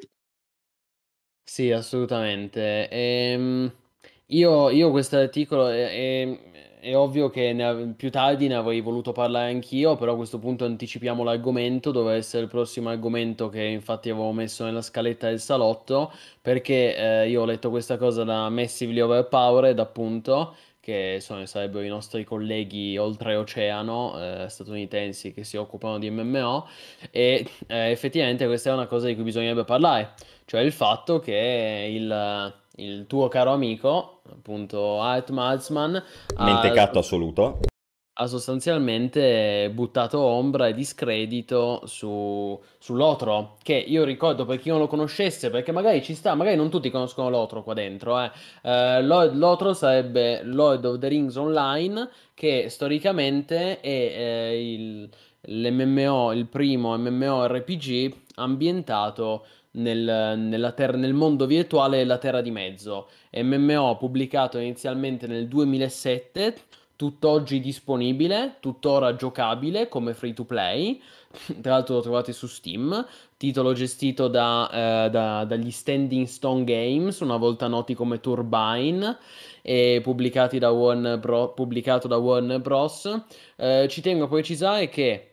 Sì, assolutamente. Ehm, io, io questo articolo è, è- è ovvio che ne av- più tardi ne avrei voluto parlare anch'io, però a questo punto anticipiamo l'argomento, doveva essere il prossimo argomento che infatti avevo messo nella scaletta del salotto, perché eh, io ho letto questa cosa da Massively Overpowered, appunto, che sono, sarebbero i nostri colleghi oltreoceano, eh, statunitensi che si occupano di M M O, e eh, effettivamente questa è una cosa di cui bisognerebbe parlare. Cioè il fatto che il, il tuo caro amico, appunto Art Maltzman, ha, Mentecatto assoluto. ha sostanzialmente buttato ombra e discredito su, su Lotro, che io ricordo per chi non lo conoscesse, perché magari ci sta, magari non tutti conoscono Lotro qua dentro, eh. Eh, Lo- Lotro sarebbe Lord of the Rings Online, che storicamente è eh, il, l'M M O, il primo MMORPG ambientato nel, nella ter- nel mondo virtuale della Terra di Mezzo. M M O pubblicato inizialmente nel duemilasette, tutt'oggi disponibile, tuttora giocabile come free to play. Tra l'altro lo trovate su Steam, titolo gestito da, eh, da- dagli Standing Stone Games, una volta noti come Turbine, e pubblicati da Warner Bro- pubblicato da Warner Bros. Eh, ci tengo a precisare che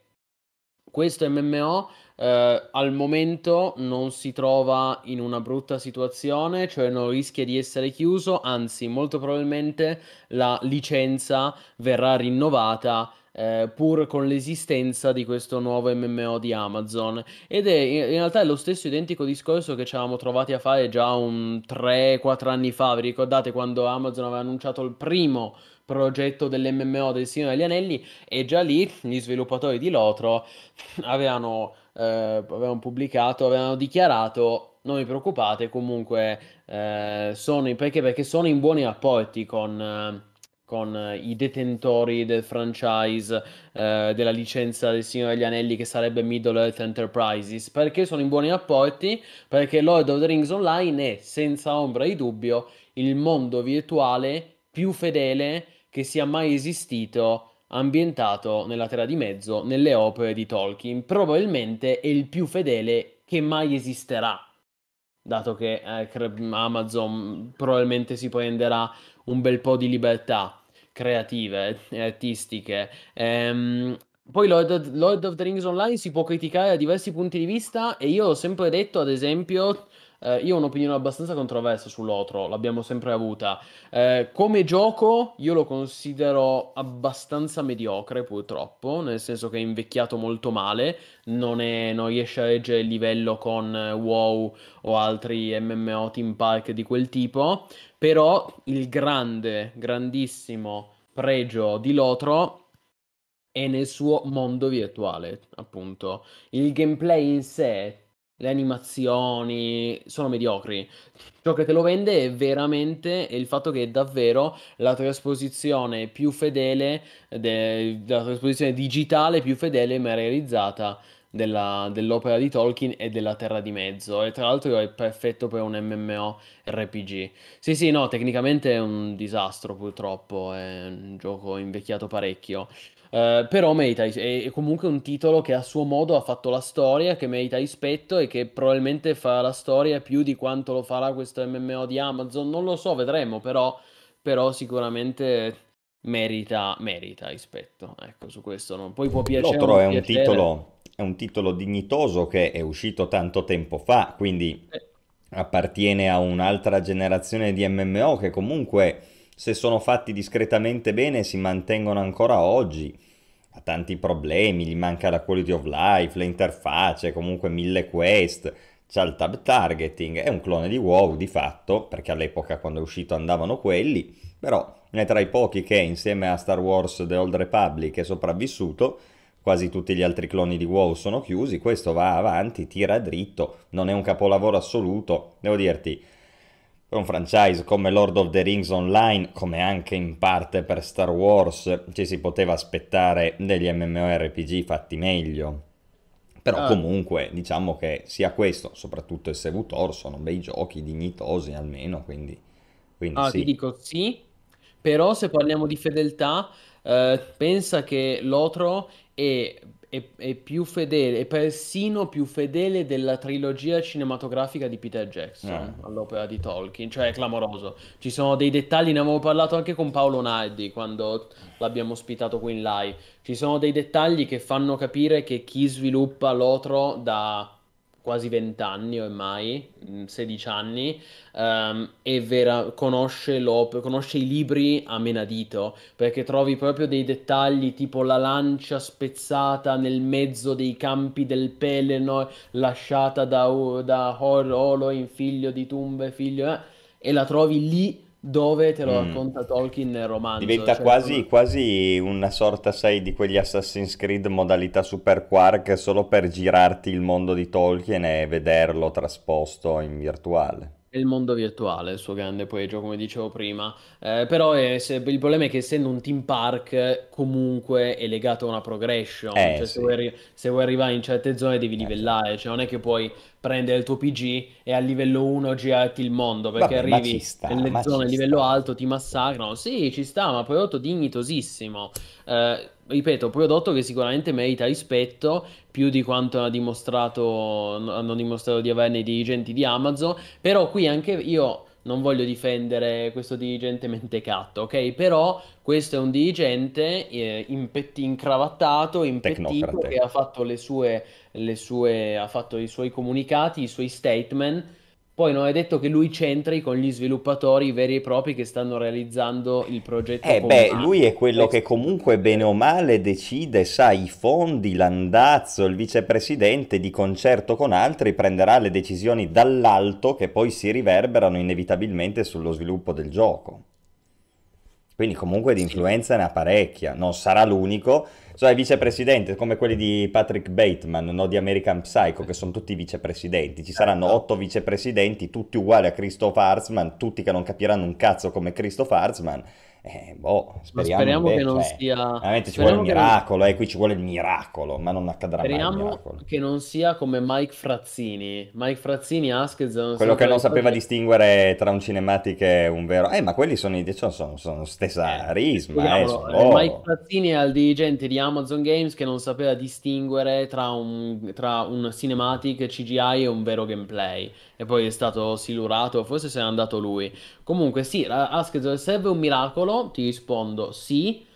questo M M O eh, al momento non si trova in una brutta situazione, cioè non rischia di essere chiuso, anzi molto probabilmente la licenza verrà rinnovata eh, pur con l'esistenza di questo nuovo M M O di Amazon. Ed è in in realtà è lo stesso identico discorso che ci eravamo trovati a fare già un tre quattro anni fa. Vi ricordate quando Amazon aveva annunciato il primo progetto dell'M M O del Signore degli Anelli? E già lì gli sviluppatori di Lotro avevano, eh, avevano pubblicato, avevano dichiarato non vi preoccupate, comunque eh, sono in- perché, perché sono in buoni rapporti con, eh, con eh, i detentori del franchise eh, della licenza del Signore degli Anelli che sarebbe Middle-earth Enterprises. Perché sono in buoni rapporti? Perché Lord of the Rings Online è senza ombra di dubbio il mondo virtuale più fedele che sia mai esistito, ambientato nella Terra di Mezzo, nelle opere di Tolkien. Probabilmente è il più fedele che mai esisterà, dato che eh, cre- Amazon probabilmente si prenderà un bel po' di libertà creative e artistiche. Ehm, poi Lord of, Lord of the Rings Online si può criticare da diversi punti di vista e io ho sempre detto, ad esempio, eh, io ho un'opinione abbastanza controversa sull'Otro, l'abbiamo sempre avuta. Eh, come gioco io lo considero abbastanza mediocre, purtroppo, nel senso che è invecchiato molto male, non è- non riesce a reggere il livello con eh, WoW o altri M M O team park di quel tipo, però il grande, grandissimo pregio di Lotro è nel suo mondo virtuale, appunto. Il gameplay in sé, le animazioni sono mediocri. Ciò che te lo vende è veramente il fatto che è davvero la trasposizione più fedele, de- la trasposizione digitale più fedele ma realizzata della- dell'opera di Tolkien e della Terra di Mezzo. E tra l'altro è perfetto per un MMORPG. Sì, sì, no, tecnicamente è un disastro purtroppo, è un gioco invecchiato parecchio. Eh, però merita, è, è comunque un titolo che a suo modo ha fatto la storia, che merita rispetto e che probabilmente farà la storia più di quanto lo farà questo M M O di Amazon. Non lo so, vedremo, però, però sicuramente merita, merita rispetto. Ecco, su questo non. Poi può piacere o L'Otro non è un piacere. titolo, è un titolo dignitoso che è uscito tanto tempo fa, quindi Eh, appartiene a un'altra generazione di M M O che comunque, se sono fatti discretamente bene, si mantengono ancora oggi. Ha tanti problemi, gli manca la quality of life, le interfacce, comunque mille quest, c'ha il tab targeting, è un clone di WoW di fatto, perché all'epoca quando è uscito andavano quelli, però è tra i pochi che insieme a Star Wars The Old Republic è sopravvissuto. Quasi tutti gli altri cloni di WoW sono chiusi, questo va avanti, tira dritto, non è un capolavoro assoluto, devo dirti, per un franchise come Lord of the Rings Online, come anche in parte per Star Wars, ci si poteva aspettare degli MMORPG fatti meglio. Però ah, comunque diciamo che sia questo, soprattutto il Sevutor, sono bei giochi, dignitosi almeno, quindi, quindi Ah, ti sì. dico sì, però se parliamo di fedeltà, eh, pensa che Lotro è, è- è più fedele, è persino più fedele della trilogia cinematografica di Peter Eh. Jackson all'opera di Tolkien, cioè è clamoroso. Ci sono dei dettagli, ne avevo parlato anche con Paolo Nardi quando l'abbiamo ospitato qui in live. Ci sono dei dettagli che fanno capire che chi sviluppa Lotro da quasi venti anni ormai, mm, sedici anni, ehm, è vera, conosce, l'op- conosce i libri a menadito, perché trovi proprio dei dettagli tipo la lancia spezzata nel mezzo dei campi del Pelennor, lasciata da, U- da Hor Holoin, figlio di Tumbe, figlio, eh, e la trovi lì dove te lo Mm. racconta Tolkien nel romanzo. Diventa Cioè, quasi, sono- quasi una sorta, sai, di quegli Assassin's Creed modalità Super Quark solo per girarti il mondo di Tolkien e vederlo trasposto in virtuale. È il mondo virtuale, il suo grande pregio, come dicevo prima. Eh, però è- se- il problema è che essendo un team park, comunque è legato a una progression. Eh Cioè, se sì, vuoi, arri- se vuoi arrivare in certe zone devi eh, certo. livellare. Cioè, non è che puoi prendere il tuo P G e a livello uno girarti il mondo, perché Vabbè, ma ci arrivi sta, nelle ma zone ci a livello sta. alto, ti massacrano. Sì, ci sta, ma prodotto dignitosissimo. Eh, ripeto, prodotto che sicuramente merita rispetto più di quanto ha dimostrato, hanno dimostrato di averne i dirigenti di Amazon. Però qui anche io non voglio difendere questo dirigente mentecatto, ok? Però questo è un dirigente eh, impetti- incravattato, impettito, Tecnocrate. che ha fatto le sue, le sue, ha fatto i suoi comunicati, i suoi statement. Poi non è detto che lui c'entri con gli sviluppatori veri e propri che stanno realizzando il progetto Eh con beh, lui mano. è quello che Questo è comunque bene importante. o male decide, sai, i fondi, l'andazzo, il vicepresidente di concerto con altri prenderà le decisioni dall'alto che poi si riverberano inevitabilmente sullo sviluppo del gioco. Quindi comunque di Sì, influenza ne ha parecchia, non sarà l'unico. So, è vicepresidente, come quelli di Patrick Bateman, no? Di American Psycho, che sono tutti vicepresidenti. Ci saranno certo. otto vicepresidenti, tutti uguali a Christoph Hartzman, tutti che non capiranno un cazzo come Christoph Hartzman. Eh, boh, Ma speriamo speriamo che invece, non cioè, sia... veramente ci vuole il Speriamo che non... miracolo, eh, qui ci vuole il miracolo, ma non accadrà mai il Speriamo miracolo. che non sia come Mike Frazzini. Mike Frazzini, Askez, non so Quello se te che lo non sapeva ricordi. distinguere tra un cinematic e un vero... Eh, ma quelli sono, i- sono, sono, sono stessa Eh, risma, eh, spieghiamolo, sono eh, Mike loro. Frazzini è il dirigente di Amazon Games che non sapeva distinguere tra un, tra un cinematic C G I e un vero gameplay. E poi è stato silurato, forse se n'è andato lui. Comunque, sì, Asked, serve un miracolo, ti rispondo sì,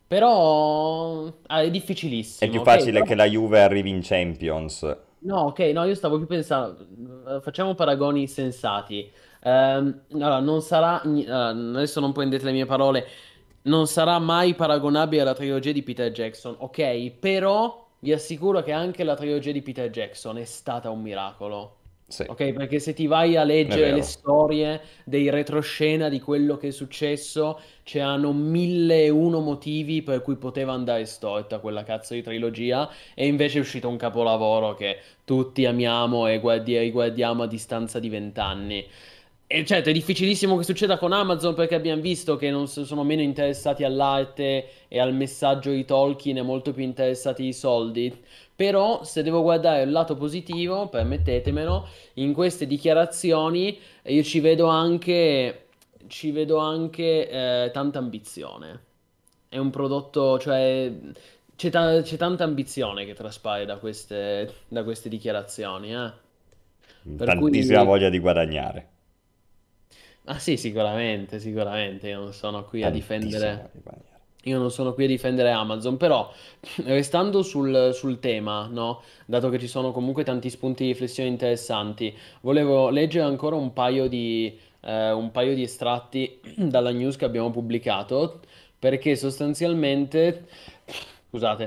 però ah, è È più difficilissimo, ok? facile Però che la Juve arrivi in Champions. no, ok, no, io stavo più pensando, eh, facciamo paragoni sensati. Ehm, allora, non sarà, eh, adesso non prendete le mie parole, non sarà mai paragonabile alla trilogia di Peter Jackson, ok? Però vi assicuro che anche la trilogia di Peter Jackson è stata un miracolo. Sì, Ok, perché se ti vai a è leggere le vero. storie dei retroscena di quello che è successo, c'erano mille e uno motivi per cui poteva andare storta quella cazzo di trilogia, e invece è uscito un capolavoro che tutti amiamo e guardi- e guardiamo a distanza di vent'anni. E certo, è difficilissimo che succeda con Amazon perché abbiamo visto che non s- sono meno interessati all'arte e al messaggio di Tolkien e molto più interessati ai soldi. Però, se devo guardare il lato positivo, permettetemelo, in queste dichiarazioni io ci vedo anche, ci vedo anche eh, tanta ambizione. È un prodotto, cioè, c'è ta- c'è tanta ambizione che traspare da queste, da queste dichiarazioni, eh. Per Tantissima cui... voglia di guadagnare. Ah sì, sicuramente, sicuramente, io non sono qui a Tantissima voglia difendere, di guadagnare. io non sono qui a difendere Amazon, però restando sul, sul tema, no? Dato che ci sono comunque tanti spunti di riflessione interessanti, volevo leggere ancora un paio di, eh, un paio di estratti dalla news che abbiamo pubblicato, perché sostanzialmente, scusate,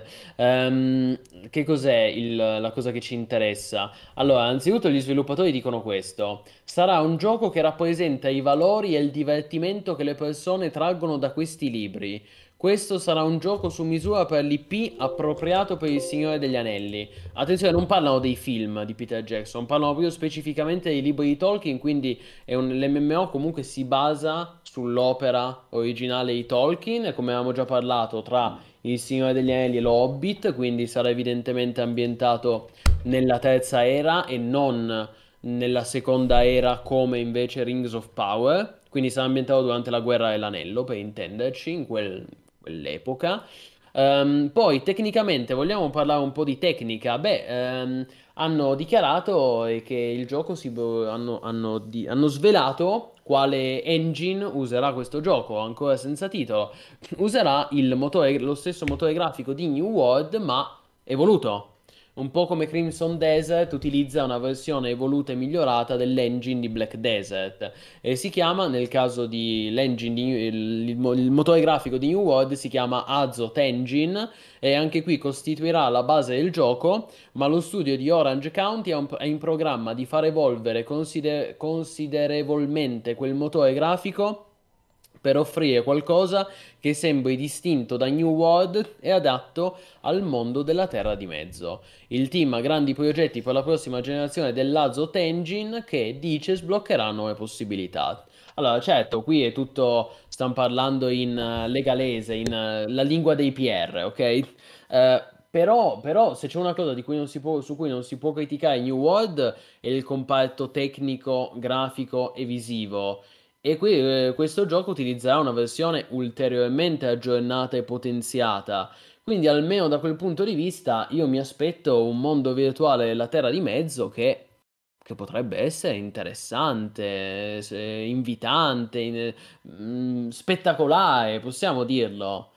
ehm, che cos'è il- la cosa che ci interessa? Allora, anzitutto gli sviluppatori dicono questo. Sarà un gioco che rappresenta i valori e il divertimento che le persone traggono da questi libri. Questo sarà un gioco su misura per l'I P appropriato per il Signore degli Anelli. Attenzione, non parlano dei film di Peter Jackson, parlano proprio specificamente dei libri di Tolkien, quindi è un- l'M M O comunque si basa sull'opera originale di Tolkien, e come avevamo già parlato, tra il Signore degli Anelli e lo Hobbit, quindi sarà evidentemente ambientato nella terza era e non nella seconda era come invece Rings of Power, quindi sarà ambientato durante la Guerra dell'Anello, per intenderci, in quel- quell'epoca. Ehm, poi tecnicamente vogliamo parlare un po' di tecnica. Beh, ehm, hanno dichiarato eh, che il gioco si hanno, hanno di- hanno svelato quale engine userà questo gioco, ancora senza titolo. Userà il motore, lo stesso motore grafico di New World, ma evoluto. Un po' come Crimson Desert utilizza una versione evoluta e migliorata dell'engine di Black Desert, e si chiama, nel caso di l'engine di- il, il mo- il motore grafico di New World si chiama Azot Engine, e anche qui costituirà la base del gioco, ma lo studio di Orange County ha un- è in programma di far evolvere consider- considerevolmente quel motore grafico per offrire qualcosa che sembri distinto da New World e adatto al mondo della Terra di Mezzo. Il team ha grandi progetti per la prossima generazione dell'Azot Engine, che dice sbloccherà nuove possibilità. Allora, certo, qui è tutto, stiamo parlando in eh, legalese, in eh, la lingua dei P R, ok? Eh, però, però, se c'è una cosa di cui non si può, su cui non si può criticare New World è il comparto tecnico, grafico e visivo. E qui eh, questo gioco utilizzerà una versione ulteriormente aggiornata e potenziata. Quindi, almeno da quel punto di vista, io mi aspetto un mondo virtuale della Terra di Mezzo che, che potrebbe essere interessante, se- invitante, in- mm, spettacolare, possiamo dirlo.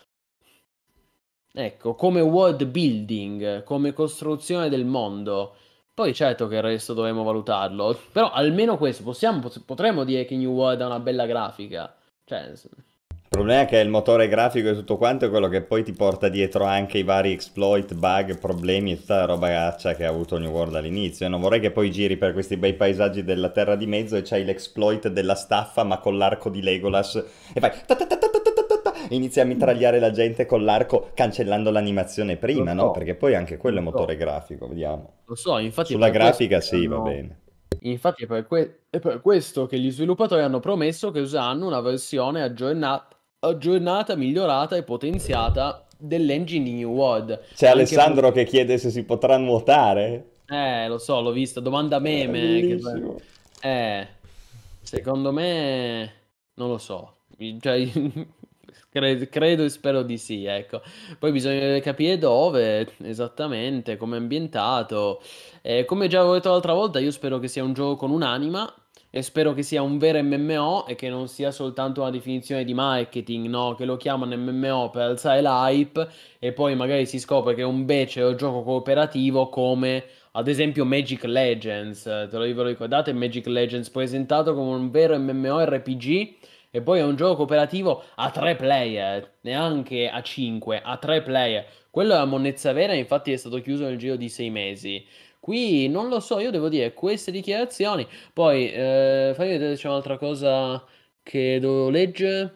Ecco, come world building, come costruzione del mondo. Poi certo che il resto dovremo valutarlo, però almeno questo, possiamo, pot- potremmo dire che New World ha una bella grafica. Cioè, s- Il problema è che il motore grafico e tutto quanto è quello che poi ti porta dietro anche i vari exploit, bug, problemi e tutta la roba gaccia che ha avuto New World all'inizio. Io non vorrei che poi giri per questi bei paesaggi della Terra di Mezzo e c'hai l'exploit della staffa ma con l'arco di Legolas e fai ta ta ta ta ta ta ta ta ta, inizia a mitragliare la gente con l'arco cancellando l'animazione Lo prima, no? so, Perché poi anche quello è lo motore so, grafico, vediamo. lo so, infatti è Sulla per questo grafica che sì, va hanno... bene. Infatti è per, que- è per questo che gli sviluppatori hanno promesso che useranno una versione aggiorna- aggiornata, migliorata e potenziata dell'engine di New World. C'è Anche per... Alessandro che chiede se si potrà nuotare. Eh, lo so, l'ho visto, domanda È meme. Che... bellissimo. Eh, secondo me, non lo so. Cioè, cre- credo e spero di sì, ecco. Poi bisogna capire dove, esattamente, come è ambientato. Eh, come già avevo detto l'altra volta, io spero che sia un gioco con un'anima e spero che sia un vero M M O e che non sia soltanto una definizione di marketing, no? Che lo chiamano M M O per alzare l'hype e poi magari si scopre che è un becero gioco cooperativo come ad esempio Magic Legends. Eh, te lo ve lo ricordate? Magic Legends presentato come un vero MMORPG e poi è un gioco cooperativo a tre player, neanche a cinque, a tre player. Quello è la monnezza vera, infatti è stato chiuso nel giro di sei mesi. Qui non lo so, io devo dire queste dichiarazioni. Poi, eh, fammi vedere se c'è un'altra cosa che devo leggere.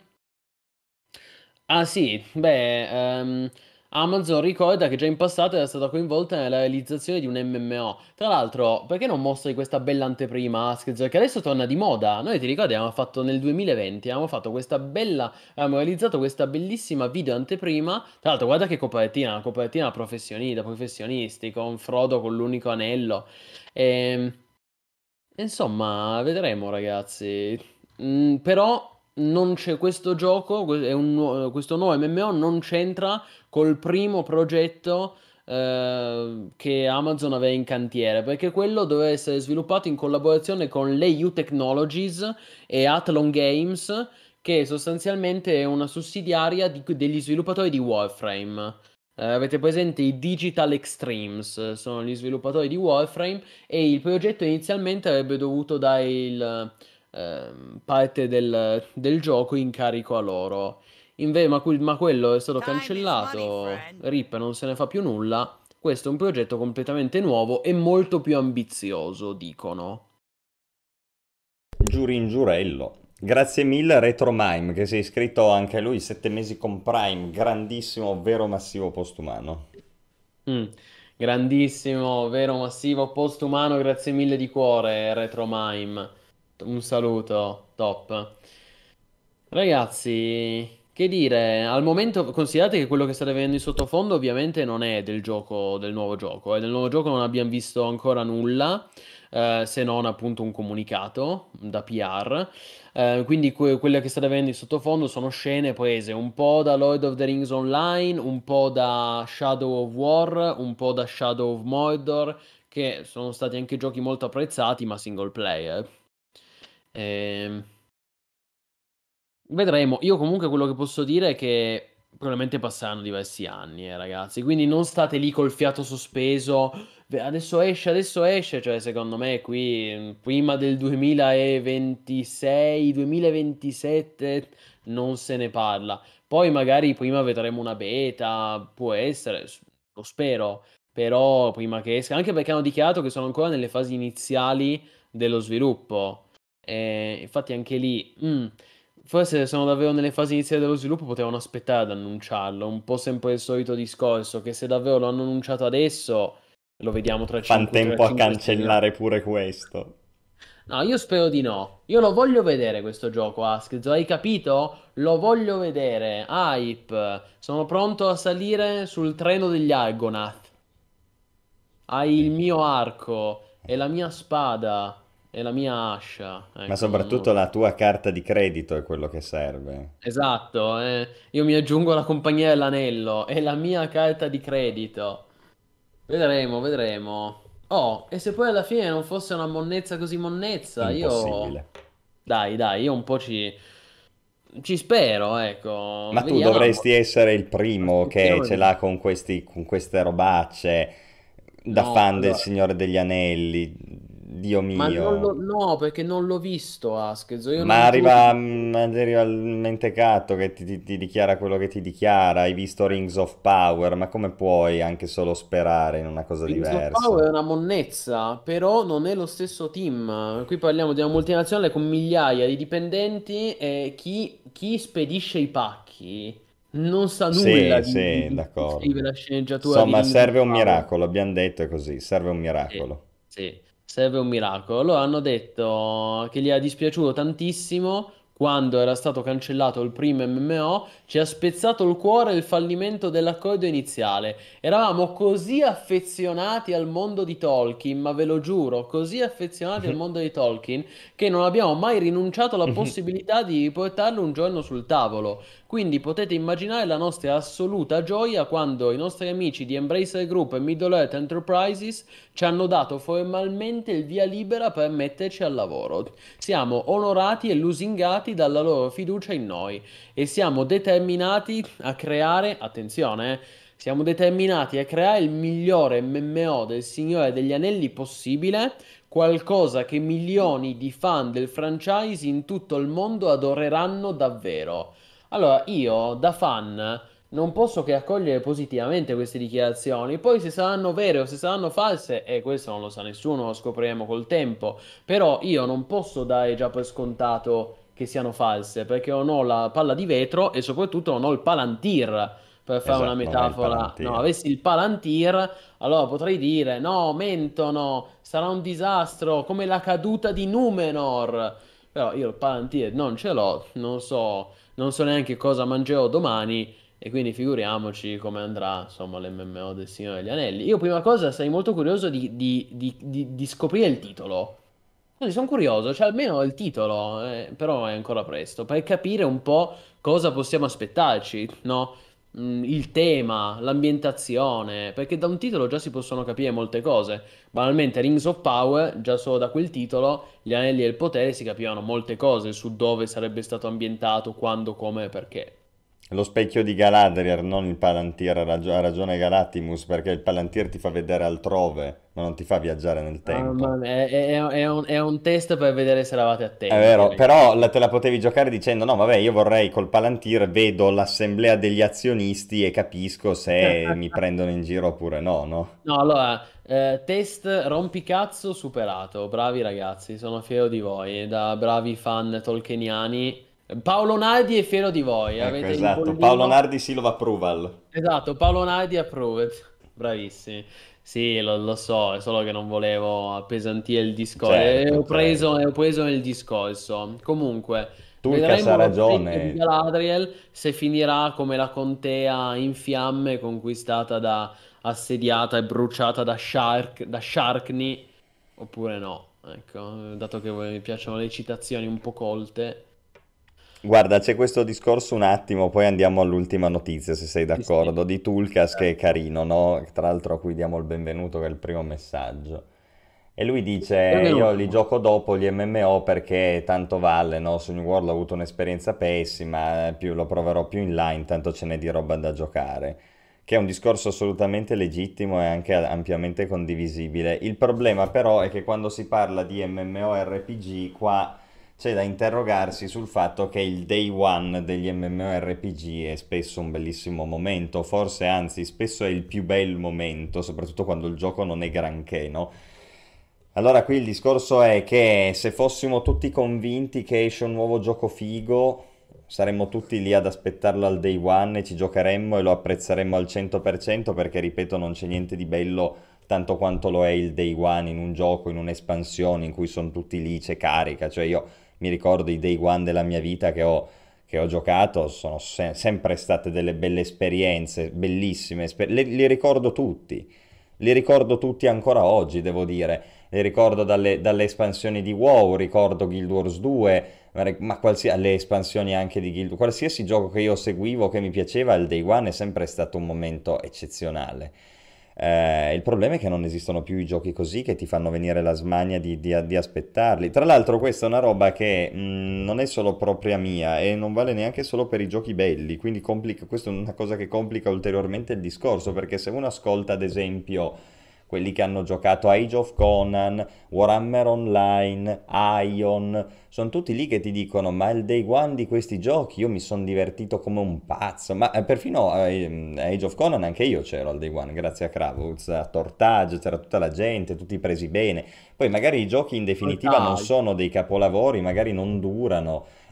Ah sì, beh, ehm, Amazon ricorda che già in passato era stata coinvolta nella realizzazione di un M M O. Tra l'altro, perché non mostri questa bella anteprima, Askez? Che adesso torna di moda. Noi ti ricordi, abbiamo fatto nel duemilaventi, abbiamo fatto questa bella, abbiamo realizzato questa bellissima video anteprima. Tra l'altro, guarda che copertina, una copertina professioni- da professionisti, con Frodo con l'unico anello. Ehm, Insomma, vedremo ragazzi. Mm, però non c'è questo gioco, que- è un nuo- questo nuovo M M O non c'entra col primo progetto eh, che Amazon aveva in cantiere, perché quello doveva essere sviluppato in collaborazione con l'E U Technologies e Athlon Games, che sostanzialmente è una sussidiaria di- degli sviluppatori di Warframe. Eh, avete presente i Digital Extremes? Sono gli sviluppatori di Warframe e il progetto inizialmente avrebbe dovuto dare il, ehm, parte del, del gioco in carico a loro. Inve- ma, que- ma quello è stato Time is money, cancellato, friend. RIP non se ne fa più nulla. Questo è un progetto completamente nuovo e molto più ambizioso, dicono. Giuri in giurello. Grazie mille Retromime che si è iscritto anche lui sette mesi con Prime, grandissimo, vero massivo postumano. Mm, grandissimo, vero, massivo, postumano, grazie mille di cuore, Retromime. Un saluto, top. Ragazzi, che dire, al momento considerate che quello che state vedendo in sottofondo ovviamente non è del gioco, del nuovo gioco, e del nuovo gioco non abbiamo visto ancora nulla, eh, se non appunto un comunicato da P R. Eh, quindi que- quelle che state vedendo in sottofondo sono scene prese un po' da Lord of the Rings Online, un po' da Shadow of War, un po' da Shadow of Mordor, che sono stati anche giochi molto apprezzati, ma single player. Ehm... Vedremo. Io comunque quello che posso dire è che probabilmente passeranno diversi anni, eh, ragazzi. Quindi non state lì col fiato sospeso. "Beh, adesso esce, adesso esce." Cioè, secondo me qui mh, prima del duemilaventisei, duemilaventisette non se ne parla. Poi magari prima vedremo una beta, può essere, s- lo spero. Però prima che esca, anche perché hanno dichiarato che sono ancora nelle fasi iniziali dello sviluppo. E infatti anche lì, mm, forse se sono davvero nelle fasi iniziali dello sviluppo potevano aspettare ad annunciarlo, un po' sempre il solito discorso, che se davvero lo hanno annunciato adesso, lo vediamo tra Fan cinque, tempo a sei anni. cancellare pure questo. No, io spero di no. Io lo voglio vedere questo gioco, Asked. Hai capito? Lo voglio vedere. Hype. Sono pronto a salire sul treno degli Argonath. Hai il mio arco e la mia spada e la mia ascia. Ma Ecco, non, non lo soprattutto so. la tua carta di credito è quello che serve. Esatto, eh. Io mi aggiungo alla compagnia dell'anello, è la mia carta di credito. Vedremo, vedremo. Oh, e se poi alla fine non fosse una monnezza così monnezza, io... Impossibile. Dai, dai, io un po' ci, ci spero, ecco. Ma tu Vediamo. dovresti essere il primo che Aspettiamo ce di... l'ha con questi, con queste robacce, da No, fan del allora... Signore degli Anelli. Dio Ma non lo... mio. No, perché non l'ho visto, Askez. Io Ma non arriva giudico. mm, arriva il mentecatto che ti, ti- ti dichiara quello che ti dichiara. Hai visto Rings of Power, ma come puoi anche solo sperare in una cosa Rings of Power diversa? è una monnezza, però non è lo stesso team. Qui parliamo di una multinazionale con migliaia di dipendenti e chi, chi spedisce i pacchi? non sa nulla Sì, di, di- sì, di chi scrive d'accordo. la sceneggiatura di Insomma, Rings of serve un Power. miracolo, abbiamo detto è così, serve un Sì, miracolo. sì, serve un miracolo. Loro hanno detto che gli è dispiaciuto tantissimo quando era stato cancellato il primo M M O, ci ha spezzato il cuore il fallimento dell'accordo iniziale. Eravamo così affezionati al mondo di Tolkien, ma ve lo giuro, così affezionati al mondo di Tolkien, che non abbiamo mai rinunciato alla possibilità di portarlo un giorno sul tavolo. Quindi potete immaginare la nostra assoluta gioia quando i nostri amici di Embracer Group e Middle Earth Enterprises ci hanno dato formalmente il via libera per metterci al lavoro. Siamo onorati e lusingati dalla loro fiducia in noi e siamo determinati a creare, attenzione, eh, siamo determinati a creare il migliore M M O del Signore degli Anelli possibile, qualcosa che milioni di fan del franchise in tutto il mondo adoreranno davvero. Allora, io da fan non posso che accogliere positivamente queste dichiarazioni. Poi se saranno vere o se saranno false, e questo non lo sa nessuno, lo scopriremo col tempo. Però io non posso dare già per scontato che siano false, perché non ho la palla di vetro e soprattutto non ho il Palantir. Per fare una Esatto, non è il metafora, no, Palantir. avessi il Palantir, allora potrei dire: no, mentono, sarà un disastro, come la caduta di Numenor. Però io il Palantir non ce l'ho, non so, non so neanche cosa mangerò domani. E quindi figuriamoci come andrà, insomma, l'M M O del Signore degli Anelli. Io prima cosa sarei molto curioso di, di- di- di- di scoprire il titolo. Quindi sono curioso, cioè almeno il titolo, eh, però è ancora presto, per capire un po' cosa possiamo aspettarci, no? Mm, il tema, l'ambientazione, perché da un titolo già si possono capire molte cose. Banalmente, Rings of Power, già solo da quel titolo, gli Anelli del Potere si capivano molte cose su dove sarebbe stato ambientato, quando, come e perché. Lo specchio di Galadriel, non il Palantir, ha ragio- ha ragione Galatimus, perché il Palantir ti fa vedere altrove, ma non ti fa viaggiare nel Mamma tempo. mia, è, è- è un, è un test per vedere se eravate È attenti, vero, però ragazzi. la- te la potevi giocare dicendo no, vabbè, io vorrei col Palantir, vedo l'assemblea degli azionisti e capisco se mi prendono in giro oppure no, no? No, allora, eh, test rompicazzo superato. Bravi ragazzi, sono fiero di voi, da bravi fan tolkieniani. Paolo Nardi è fiero di voi, Ecco, avete il esatto. Paolo bollino. Nardi Silva Approval. Esatto, Paolo Nardi approved. Bravissimi. Sì, lo, lo so, è solo che non volevo appesantire il discorso. E Certo, ho preso, e certo. ho preso nel discorso. Comunque, Tulkas vedremo ha lo specchio di ragione. Galadriel se finirà come la contea in fiamme conquistata da, assediata e bruciata da Shark, da Sharkny, oppure no. Ecco, dato che mi piacciono le citazioni un po' colte. Guarda, c'è questo discorso un attimo, poi andiamo all'ultima notizia, se sei Sì, sì, d'accordo, di Tulkas che è certo. carino, no? Tra l'altro a cui diamo il benvenuto, che è il primo messaggio. E lui dice, io li Benvenuto. gioco dopo gli M M O perché tanto vale, no? Su New World ho avuto un'esperienza pessima, eh, più, lo proverò più in line, tanto ce n'è di roba da giocare. Che è un discorso assolutamente legittimo e anche ampiamente condivisibile. Il problema però è che quando si parla di MMORPG, qua c'è da interrogarsi sul fatto che il day one degli MMORPG è spesso un bellissimo momento, forse anzi spesso è il più bel momento, soprattutto quando il gioco non è granché, no? Allora qui il discorso è che se fossimo tutti convinti che esce un nuovo gioco figo, saremmo tutti lì ad aspettarlo al day one e ci giocheremmo e lo apprezzeremmo al cento per cento perché, ripeto, non c'è niente di bello tanto quanto lo è il day one in un gioco, in un'espansione in cui sono tutti lì, c'è carica, cioè io mi ricordo i day one della mia vita che ho, che ho giocato, sono se- sempre state delle belle esperienze, bellissime, esper- le- li ricordo tutti, li ricordo tutti ancora oggi, devo dire, li ricordo dalle, dalle espansioni di WoW, ricordo Guild Wars due, ma, re- ma qualsiasi, le espansioni anche di Guild, qualsiasi gioco che io seguivo, che mi piaceva, il day one è sempre stato un momento eccezionale. Eh, il problema è che non esistono più i giochi così che ti fanno venire la smania di, di- di aspettarli. Tra l'altro, questa è una roba che mh, non è solo propria mia e non vale neanche solo per i giochi belli. Quindi complica, questa è una cosa che complica ulteriormente il discorso. Perché se uno ascolta, ad esempio, quelli che hanno giocato Age of Conan, Warhammer Online, Ion, sono tutti lì che ti dicono: ma il day one di questi giochi io mi sono divertito come un pazzo. Ma eh, perfino eh, Age of Conan anche io c'ero al day one, grazie a Kravuz, a Tortage, c'era tutta la gente, tutti presi bene. Poi magari i giochi in definitiva non Portale. sono dei capolavori, magari non durano,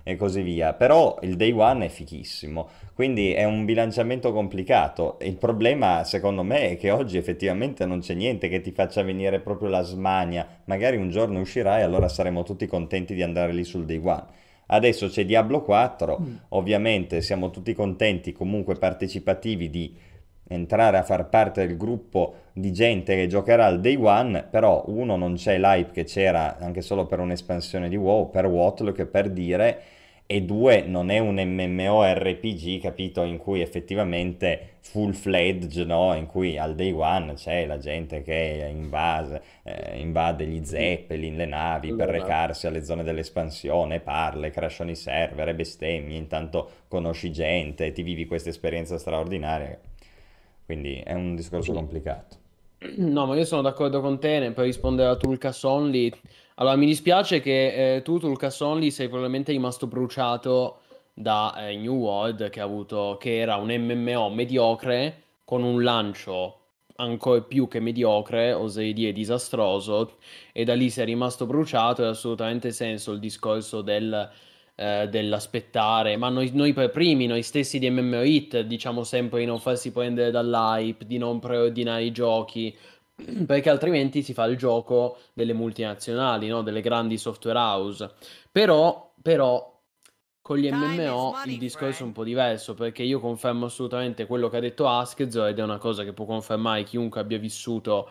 e così via. Però il day one è fichissimo, quindi è un bilanciamento complicato. Il problema, secondo me, è che oggi effettivamente non c'è niente che ti faccia venire proprio la smania. Magari un giorno uscirà e allora saremo tutti contenti di andare lì sul day one. Adesso c'è Diablo quattro, ovviamente siamo tutti contenti, comunque partecipativi di entrare a far parte del gruppo di gente che giocherà al day one, però uno non c'è l'hype che c'era anche solo per un'espansione di WoW, per Watlock per dire, e due non è un MMORPG, capito, in cui effettivamente full fledged, no? In cui al day one c'è la gente che invase, eh, invade gli zeppelin, le navi per Allora, recarsi alle zone dell'espansione, parla, crashano i server e bestemmie, intanto conosci gente, ti vivi questa esperienza straordinaria. Quindi è un discorso sì. complicato. No, ma io sono d'accordo con te per rispondere a Tulkas Only. Allora, mi dispiace che eh, tu, Tulkas Only, sei probabilmente rimasto bruciato da eh, New World, che ha avuto, che era un M M O mediocre, con un lancio ancora più che mediocre, oserei dire disastroso, e da lì sei rimasto bruciato. E ha assolutamente senso il discorso del, eh, dell'aspettare. Ma noi, noi per primi, noi stessi di M M O Hit, diciamo sempre di non farsi prendere dall'hype, di non preordinare i giochi, perché altrimenti si fa il gioco delle multinazionali, no? Delle grandi software house. Però, però, con gli Time is M M O il money, discorso è un friend. po' diverso, perché io confermo assolutamente quello che ha detto Askzo, ed è una cosa che può confermare chiunque abbia vissuto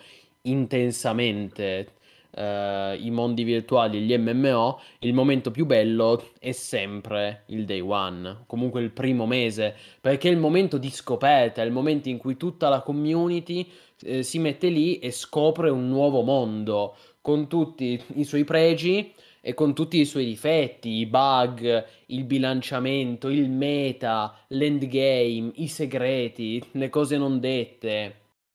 intensamente eh, i mondi virtuali e gli M M O. Il momento più bello è sempre il day one, comunque il primo mese, perché è il momento di scoperta, è il momento in cui tutta la community eh, si mette lì e scopre un nuovo mondo con tutti i suoi pregi e con tutti i suoi difetti, i bug, il bilanciamento, il meta, l'endgame, i segreti, le cose non dette.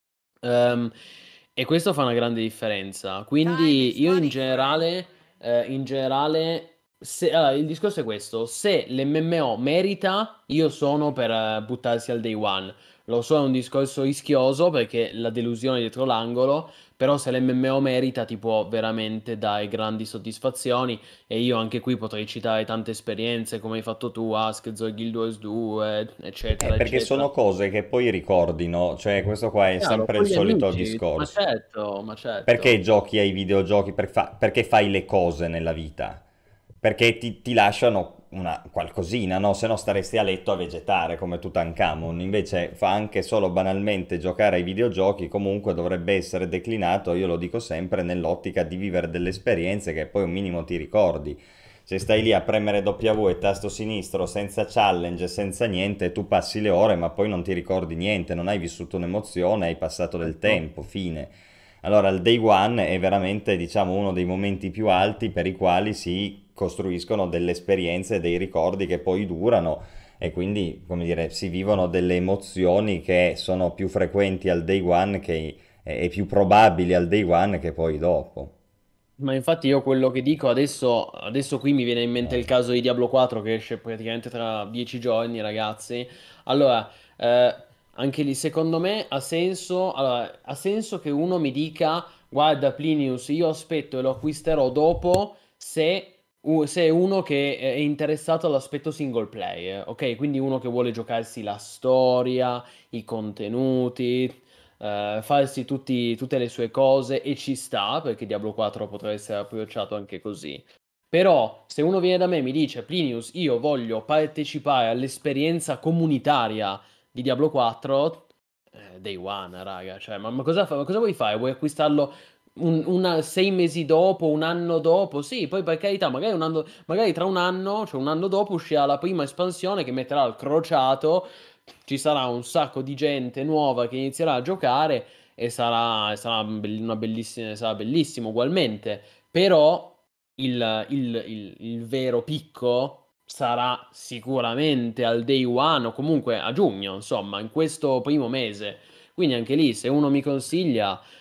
Ehm, e questo fa una grande differenza. Time Quindi is io in money, friend. generale, eh, in generale, se, allora, il discorso è questo: se l'M M O merita, io sono per eh, buttarsi al day one. Lo so, è un discorso rischioso perché la delusione è dietro l'angolo, però se l'M M O merita ti può veramente dare grandi soddisfazioni. E io anche qui potrei citare tante esperienze come hai fatto tu, Ask, Zoe Guild Wars due, Eh, eccetera, perché eccetera. sono cose che poi ricordi, no? Cioè, questo qua è Chiaro, sempre con il gli solito amici, ma discorso. certo, ma Perché certo. giochi ai videogiochi? Per fa- perché fai le cose nella vita? Perché ti, ti lasciano una qualcosina, no? Se no staresti a letto a vegetare come Tutankhamon. Invece fa anche solo banalmente giocare ai videogiochi, comunque dovrebbe essere declinato, io lo dico sempre, nell'ottica di vivere delle esperienze che poi un minimo ti ricordi. Se stai lì a premere W e tasto sinistro senza challenge, senza niente, tu passi le ore ma poi non ti ricordi niente, non hai vissuto un'emozione, hai passato del Certo. tempo, fine. Allora il day one è veramente, diciamo, uno dei momenti più alti per i quali si costruiscono delle esperienze, dei ricordi che poi durano e quindi, come dire, si vivono delle emozioni che sono più frequenti al day one che, e più probabili al day one che poi dopo. Ma infatti io quello che dico adesso, adesso qui mi viene in mente il caso di Diablo quattro che esce praticamente tra dieci giorni, ragazzi. Allora, eh, anche lì secondo me ha senso, allora, ha senso che uno mi dica, guarda Plinius, io aspetto e lo acquisterò dopo se, u- se è uno che è interessato all'aspetto single player, ok? Quindi uno che vuole giocarsi la storia, i contenuti, eh, farsi tutti- tutte le sue cose, e ci sta perché Diablo quattro potrebbe essere approcciato anche così. Però se uno viene da me e mi dice Plinius, io voglio partecipare all'esperienza comunitaria di Diablo quattro, eh, day one, raga, cioè, ma, ma cosa, fa- ma cosa vuoi fare? Vuoi acquistarlo un, una- sei mesi dopo, un anno dopo? Sì, poi per carità, magari, un anno, magari tra un anno, cioè un anno dopo, uscirà la prima espansione che metterà il crociato, ci sarà un sacco di gente nuova che inizierà a giocare e sarà, sarà bell- una bellissima, sarà bellissimo ugualmente. Però il, il- il- il vero picco sarà sicuramente al day one o comunque a giugno, insomma, in questo primo mese. Quindi anche lì, se uno mi consiglia,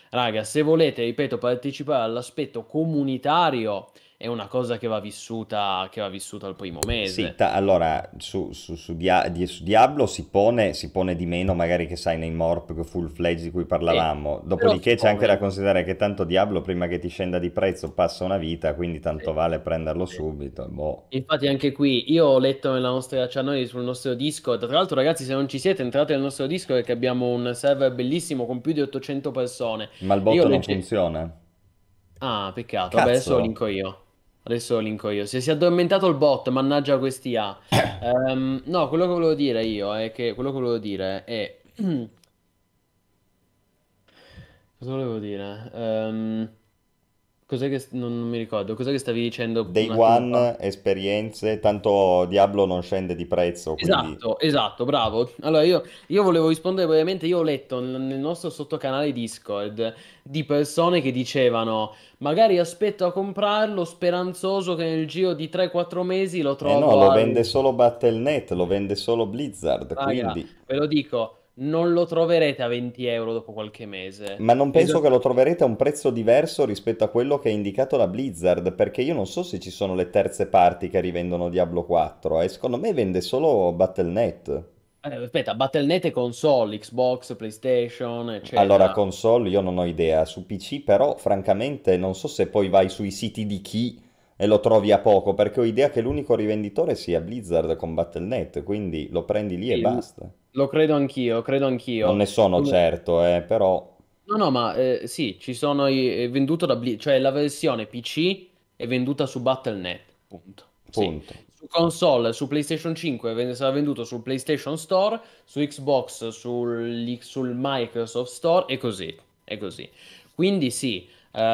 raga, se volete, ripeto, partecipare all'aspetto comunitario è una cosa che va vissuta, che va vissuta al primo Sì, mese. ta- allora su, su- su Dia- di- su Diablo si pone, si pone di meno magari che sai nei Morp full fledged di cui Sì, parlavamo, però si dopodiché c'è anche da pone. considerare che tanto Diablo prima che ti scenda di prezzo passa una vita, quindi Sì, tanto vale prenderlo sì. subito. Boh. Infatti anche qui io ho letto nella nostra channel sul nostro Discord, tra l'altro ragazzi se non ci siete entrate nel nostro Discord perché abbiamo un server bellissimo con più di ottocento persone. Ma il Io bot non legge... funziona? Ah, peccato, vabbè adesso lo Cazzo! linko io. Adesso lo linko io. Se si è addormentato il bot, mannaggia questi A. Ehm, no, quello che volevo dire io è che quello che volevo dire è... Cosa volevo dire? Ehm, cos'è che... Non, non mi ricordo. Cos'è che stavi dicendo Day un attimo fa? one, esperienze, tanto Diablo non scende di prezzo, quindi... Esatto, esatto, bravo. Allora io, io volevo rispondere brevemente, io ho letto nel nel nostro sottocanale Discord di persone che dicevano magari aspetto a comprarlo speranzoso che nel giro di tre quattro mesi lo Eh no, trovo lo a... vende solo battle punto net, lo vende solo Blizzard, Raga, quindi... ve lo dico, non lo troverete a venti euro dopo qualche mese. Ma non penso che lo Esattamente. troverete a un prezzo diverso rispetto a quello che è indicato da Blizzard, perché io non so se ci sono le terze parti che rivendono Diablo quattro, e secondo me vende solo battle punto net. Eh, aspetta, battle punto net e console, Xbox, PlayStation, Allora, eccetera. console io non ho idea, su P C però francamente non so se poi vai sui siti di chi e lo trovi a poco, perché ho idea che l'unico rivenditore sia Blizzard con battle punto net, quindi lo prendi lì e Sì, basta. lo credo anch'io, credo Non anch'io. ne sono certo, eh, però No, no, ma eh, sì, ci sono i, è venduto da Blizz, cioè la versione P C è venduta su battle punto net, punto. Sì. punto. Su console, su PlayStation cinque ven- sarà venduto sul PlayStation Store, su Xbox, sul, sul Microsoft Store e così, e così. Quindi sì,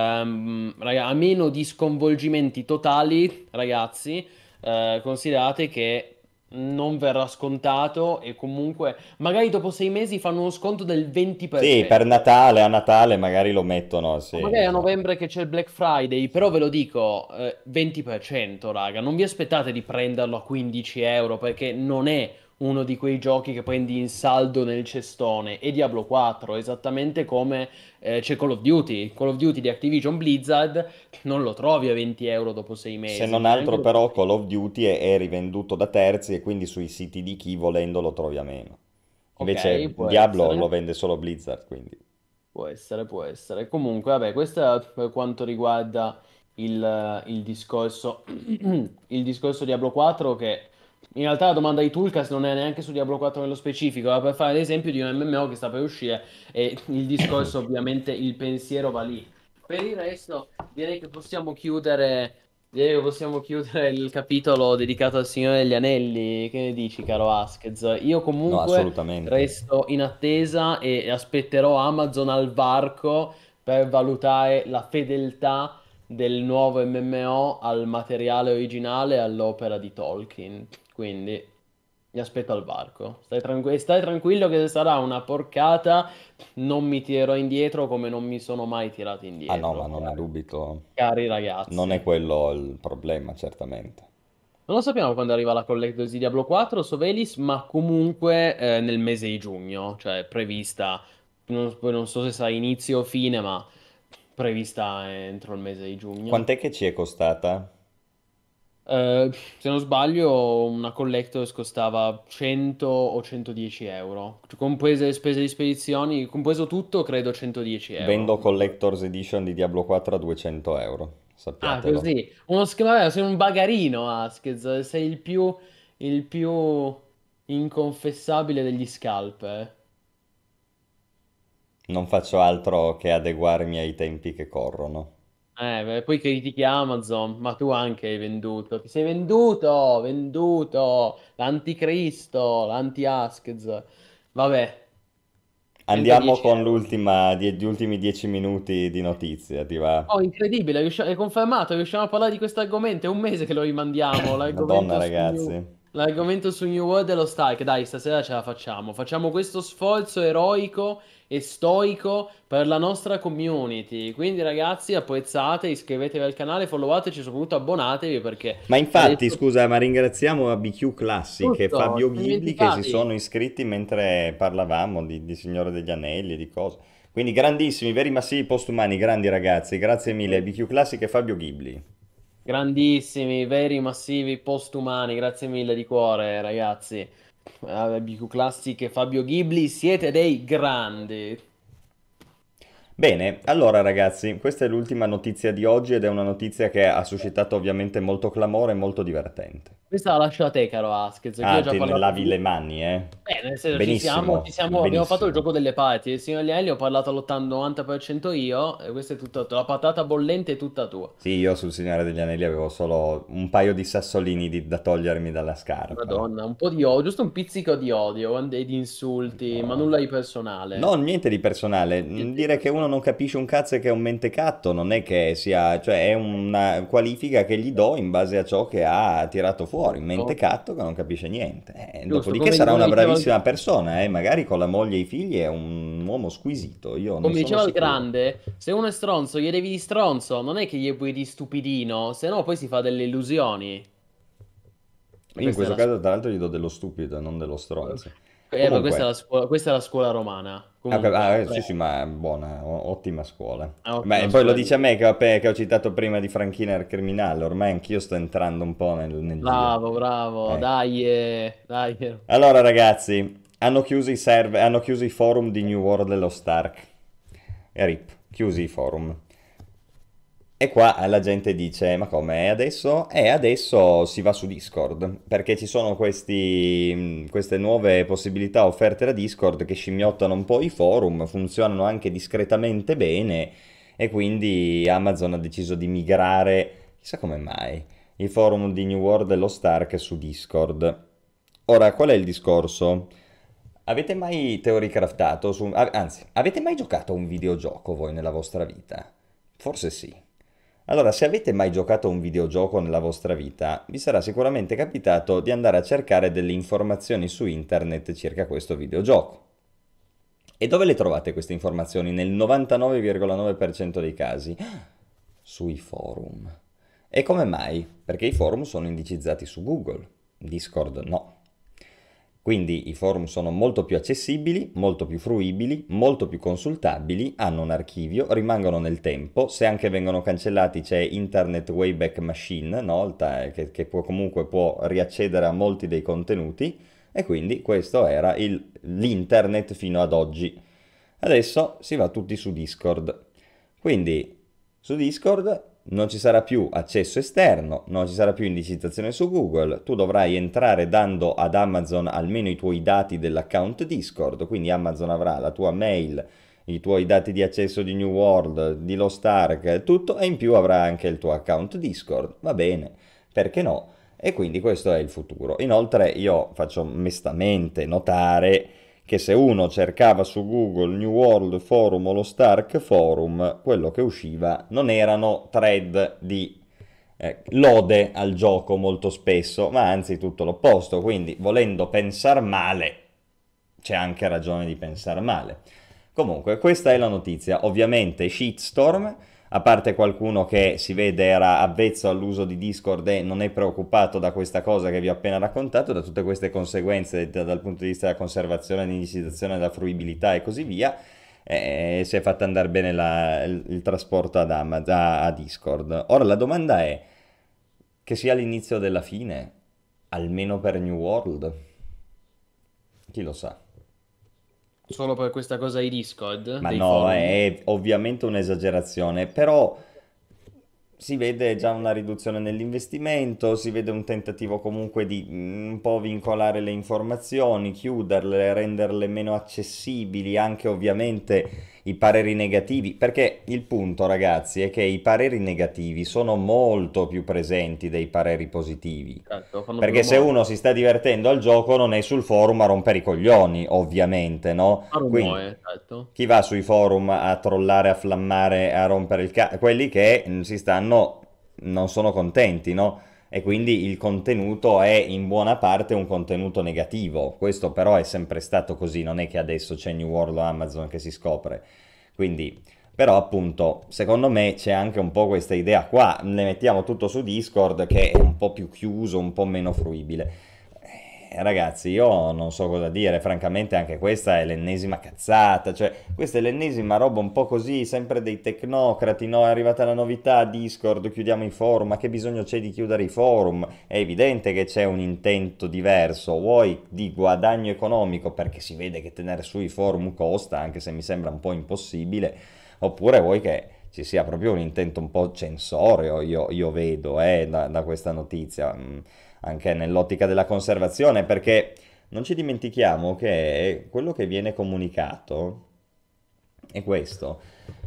ehm, raga, a meno di sconvolgimenti totali, ragazzi, eh, considerate che non verrà scontato e comunque magari dopo sei mesi fanno uno sconto del Sì, per venti per cento. Natale, a Natale magari lo mettono, sì, O magari a esatto. novembre che c'è il Black Friday, però ve lo dico, eh, venti per cento, raga. Non vi aspettate di prenderlo a quindici euro perché non è uno di quei giochi che prendi in saldo nel cestone. È Diablo quattro, esattamente come eh, c'è Call of Duty. Call of Duty di Activision Blizzard non lo trovi a venti euro dopo sei Se mesi, non ma neanche altro dopo però sei. Call of Duty è, è rivenduto da terzi e quindi sui siti di chi volendo lo trovi a meno. Ok, Invece può Diablo lo essere. vende solo Blizzard, quindi... Può essere, può essere. Comunque, vabbè, questo è per quanto riguarda il, il discorso, il discorso Diablo quattro, che in realtà la domanda di Tulkas non è neanche su Diablo quattro nello specifico, ma per fare l'esempio di un M M O che sta per uscire e il discorso, ovviamente, il pensiero va lì. Per il resto, direi che possiamo chiudere, direi che possiamo chiudere il capitolo dedicato al Signore degli Anelli. Che ne dici, caro Askez? Io No, comunque assolutamente. resto in attesa e aspetterò Amazon al varco per valutare la fedeltà del nuovo M M O al materiale originale e all'opera di Tolkien. Quindi mi aspetto al varco. Stai tranqu- stai tranquillo che se sarà una porcata, non mi tirerò indietro come non mi sono mai tirato Ah no, ma indietro, non ne cari, dubito. cari Non è ragazzi. quello il problema, certamente. Non lo sappiamo quando arriva la Collector's di Diablo quattro, Sovelis, ma comunque eh, nel mese di giugno, cioè prevista, non, poi non so se sarà inizio o fine, ma prevista entro il mese di giugno. Quant'è che ci è costata? Eh, se non sbaglio, una Collector's costava cento o centodieci euro, comprese le spese di spedizioni, compreso tutto, credo centodieci Vendo euro. Collector's Edition di Diablo quattro a duecento euro, Ah, sappiatelo. così, uno schema, sei un bagarino, Askez, sei il più, il più inconfessabile degli scalp, eh. Non faccio altro che adeguarmi ai tempi che corrono. Eh, beh, poi critichi Amazon, ma tu anche hai venduto. Ti sei venduto, venduto, l'anticristo, l'anti-Askez. Vabbè, Andiamo centodieci con euro. l'ultima, die- gli ultimi dieci minuti di notizie, ti va? Oh, incredibile, riusci- è confermato, riusciamo a parlare di questo argomento. È un mese che lo rimandiamo. Madonna L'argomento su New... ragazzi. l'argomento su New World e lo Stark. Dai, stasera ce la facciamo. Facciamo questo sforzo eroico e stoico per la nostra community. Quindi, ragazzi, apprezzate, iscrivetevi al canale, followateci, soprattutto abbonatevi perché Ma infatti, adesso scusa, ma ringraziamo a B Q Classic e tutto, Fabio ci siamo Ghibli che si dimenticati. sono iscritti mentre parlavamo di, di Signore degli Anelli e di cose. Quindi grandissimi, veri massivi postumani, grandi ragazzi, grazie mille, B Q Classic e Fabio Ghibli. Grandissimi, veri, massivi, postumani, grazie mille di cuore, ragazzi. Eh, B Q Classic e Fabio Ghibli, siete dei grandi. Bene, allora ragazzi, questa è l'ultima notizia di oggi ed è una notizia che ha suscitato ovviamente molto clamore e molto divertente. Questa la lascio a te, caro Askez, che io ho Ah, già te ne parlato lavi di... le mani, eh? Beh, nel senso, ci siamo, ci Benissimo, siamo, abbiamo fatto il benissimo. gioco delle parti. Il signor Lielli ho parlato all'ottanta novanta per cento io, e questa è tutta tua. La patata bollente è tutta tua. Sì, io sul Signore degli Anelli avevo solo un paio di sassolini di- da togliermi dalla scarpa. Madonna, un po' di odio, giusto un pizzico di odio e di insulti, ma No. nulla di personale. No, niente di personale. Mm, Niente di Dire che uno non capisce un cazzo e che è un mentecatto non è che sia, cioè è una qualifica che gli do in base a ciò che ha tirato fuori. Un giusto, mentecatto che non capisce niente. Eh, giusto, dopodiché come, sarà come una diceva il, bravissima persona, eh, magari con la moglie e i figli è un uomo squisito. Io non come sono diceva il sicuro. grande, se uno è stronzo gli devi di stronzo, non è che gli puoi di stupidino, se no poi si fa delle illusioni. E Io in questa è questo la, caso, tra l'altro, gli do dello stupido e non dello stronzo. eh, ma questa è Comunque. la scuola, questa è la scuola romana. Ah, ok, ah, Comunque, eh, sì, sì, prego. ma è buona, o- ottima scuola. È Ma e ottima poi lo scuola dice a di... me che ho, che ho citato prima di Franchina il criminale, ormai anch'io sto entrando un po' nel, nel giro. Bravo, bravo, Ecco. dai, eh, dai. eh. Allora ragazzi, hanno chiuso i server, hanno chiuso i forum di New World dello Stark. E rip, chiusi i forum. E qua la gente dice, ma come, adesso? E adesso si va su Discord, perché ci sono questi, mh, queste nuove possibilità offerte da Discord che scimmiottano un po' i forum, funzionano anche discretamente bene, e quindi Amazon ha deciso di migrare, chissà come mai, i forum di New World dello Stark su Discord. Ora, qual è il discorso? Avete mai teorycraftato su... ah, Anzi, avete mai giocato a un videogioco voi nella vostra vita? Forse sì. Allora, se avete mai giocato a un videogioco nella vostra vita, vi sarà sicuramente capitato di andare a cercare delle informazioni su internet circa questo videogioco. E dove le trovate queste informazioni? Nel novantanove virgola nove per cento dei casi? Sui forum. E come mai? Perché i forum sono indicizzati su Google, Discord no. Quindi i forum sono molto più accessibili, molto più fruibili, molto più consultabili, hanno un archivio, rimangono nel tempo, se anche vengono cancellati c'è Internet Wayback Machine, no? che, che può, comunque può riaccedere a molti dei contenuti, e quindi questo era il- l'internet fino ad oggi. Adesso si va tutti su Discord. Quindi su Discord non ci sarà più accesso esterno, non ci sarà più indicizzazione su Google, tu dovrai entrare dando ad Amazon almeno i tuoi dati dell'account Discord, quindi Amazon avrà la tua mail, i tuoi dati di accesso di New World, di Lost Ark, tutto, e in più avrà anche il tuo account Discord. Va bene, perché no? E quindi questo è il futuro. Inoltre io faccio mestamente notare che se uno cercava su Google New World Forum o lo Stark Forum, quello che usciva non erano thread di eh, lode al gioco molto spesso, ma anzi tutto l'opposto. Quindi, volendo pensare male, c'è anche ragione di pensare male. Comunque, questa è la notizia. Ovviamente shitstorm, a parte qualcuno che si vede era avvezzo all'uso di Discord e non è preoccupato da questa cosa che vi ho appena raccontato, da tutte queste conseguenze da- dal punto di vista della conservazione, dell'indicizzazione, della fruibilità e così via, eh, si è fatta andare bene la- il, il trasporto ad Ama- a, a Discord. Ora la domanda è, che sia l'inizio della fine, almeno per New World? Chi lo sa? Solo per questa cosa di Discord, Ma dei no, forum. è ovviamente un'esagerazione, però si vede già una riduzione nell'investimento, si vede un tentativo comunque di mm, un po' vincolare le informazioni, chiuderle, renderle meno accessibili, anche ovviamente i pareri negativi, perché il punto, ragazzi, è che i pareri negativi sono molto più presenti dei pareri positivi. Certo, fanno più Perché se rumore. uno si sta divertendo al gioco non è sul forum a rompere i coglioni, ovviamente, no? Fa Quindi rumore, certo. chi va sui forum a trollare, a flammare, a rompere il cazzo? Quelli che mm, si stanno, non sono contenti, no? E quindi il contenuto è in buona parte un contenuto negativo. Questo però è sempre stato così, non è che adesso c'è New World o Amazon che si scopre. Quindi, però appunto, secondo me c'è anche un po' questa idea qua, ne mettiamo tutto su Discord che è un po' più chiuso, un po' meno fruibile. Eh, ragazzi, io non so cosa dire, francamente anche questa è l'ennesima cazzata, cioè questa è l'ennesima roba un po' così, sempre dei tecnocrati, no? È arrivata la novità, Discord, chiudiamo i forum, ma che bisogno c'è di chiudere i forum? È evidente che c'è un intento diverso, vuoi di guadagno economico perché si vede che tenere su i forum costa, anche se mi sembra un po' impossibile, oppure vuoi che ci sia proprio un intento un po' censorio, io, io vedo, eh, da, da questa notizia. Mm, anche nell'ottica della conservazione, perché non ci dimentichiamo che quello che viene comunicato è questo.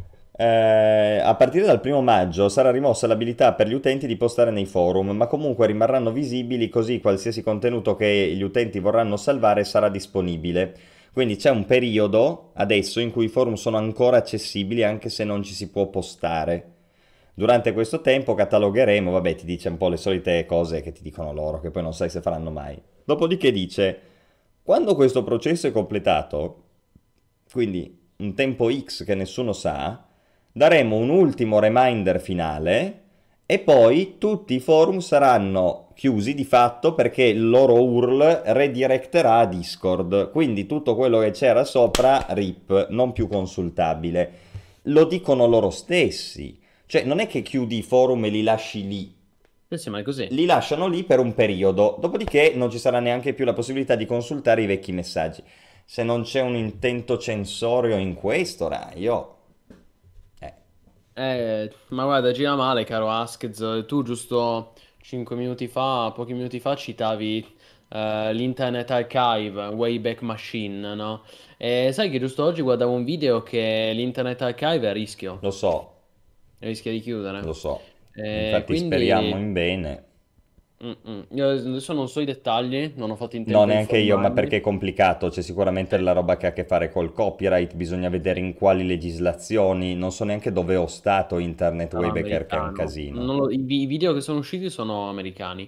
Eh, a partire dal primo maggio sarà rimossa l'abilità per gli utenti di postare nei forum, ma comunque rimarranno visibili, così qualsiasi contenuto che gli utenti vorranno salvare sarà disponibile. Quindi c'è un periodo adesso in cui i forum sono ancora accessibili anche se non ci si può postare. Durante questo tempo catalogheremo, vabbè, ti dice un po' le solite cose che ti dicono loro, che poi non sai se faranno mai. Dopodiché dice, quando questo processo è completato, quindi un tempo X che nessuno sa, daremo un ultimo reminder finale e poi tutti i forum saranno chiusi di fatto perché il loro U R L redirecterà a Discord. Quindi tutto quello che c'era sopra, R I P, non più consultabile. Lo dicono loro stessi. Cioè, non è che chiudi i forum e li lasci lì. Sì, sì, ma è così. Li lasciano lì per un periodo, dopodiché non ci sarà neanche più la possibilità di consultare i vecchi messaggi. Se non c'è un intento censorio in questo, dai, io... Eh. Eh, ma guarda, gira male, caro Askez. Tu giusto cinque minuti fa, pochi minuti fa, citavi eh, l'Internet Archive, Wayback Machine, no? E sai che giusto oggi guardavo un video che l'Internet Archive è a rischio, Lo so, rischia di chiudere. lo so. E Infatti speriamo quindi... in bene. Mm-mm. Io adesso non so i dettagli, non ho fatto in No, tempo a neanche io, ma perché è informarmi. complicato, c'è sicuramente la roba che ha a che fare col copyright, bisogna vedere in quali legislazioni, non so neanche dove ho stato Internet Sarà Waybacker, che è un americano. casino. Non lo- i, vi- i video che sono usciti sono americani.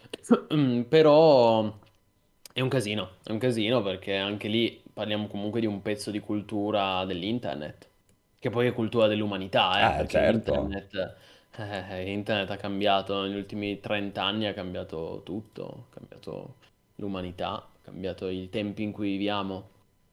Però è un casino, è un casino perché anche lì parliamo comunque di un pezzo di cultura dell'internet, che poi è cultura dell'umanità, eh, Ah, perché certo. internet, eh, internet ha cambiato negli ultimi trenta anni, ha cambiato tutto, ha cambiato l'umanità, ha cambiato i tempi in cui viviamo.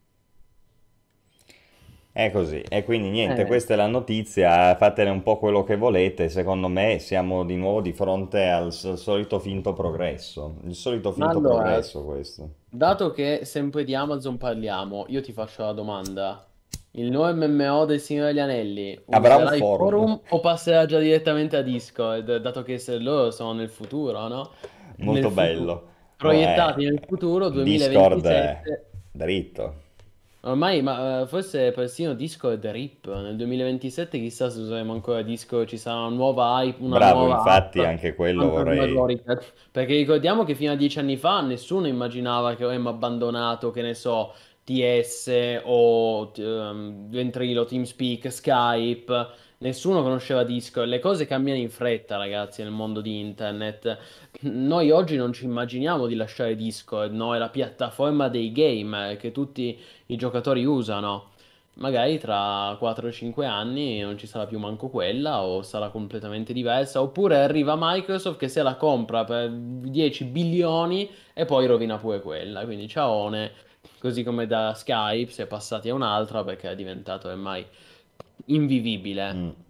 È così, e quindi niente, Eh, questa è la notizia, fatene un po' quello che volete, secondo me siamo di nuovo di fronte al s- solito finto progresso, il solito ma finto allora, progresso questo. dato che sempre di Amazon parliamo, io ti faccio la domanda. Il nuovo M M O del Signore degli Anelli Avrà un userà i forum, forum o passerà già direttamente a Discord, dato che se loro sono nel futuro, no? Nel molto futuro, bello. Mo- proiettati eh, nel futuro Discord eh, duemilaventisette. dritto. Ormai, ma eh, forse persino Discord è R I P. Nel duemilaventisette chissà se useremo ancora Discord, ci sarà una nuova hype, una Bravo, nuova infatti app anche quello vorrei... fantasmagorica. Perché ricordiamo che fino a dieci anni fa nessuno immaginava che avremmo abbandonato, che ne so, T S o ehm, Ventrilo, TeamSpeak, Skype. Nessuno conosceva Discord. Le cose cambiano in fretta, ragazzi, nel mondo di internet. Noi oggi non ci immaginiamo di lasciare Discord, no? È la piattaforma dei game eh, che tutti i giocatori usano. Magari tra quattro o cinque anni non ci sarà più manco quella o sarà completamente diversa. Oppure arriva Microsoft che se la compra per dieci bilioni e poi rovina pure quella. Quindi ciaone, così come da Skype si è passati a un'altra perché è diventato ormai invivibile. Mm.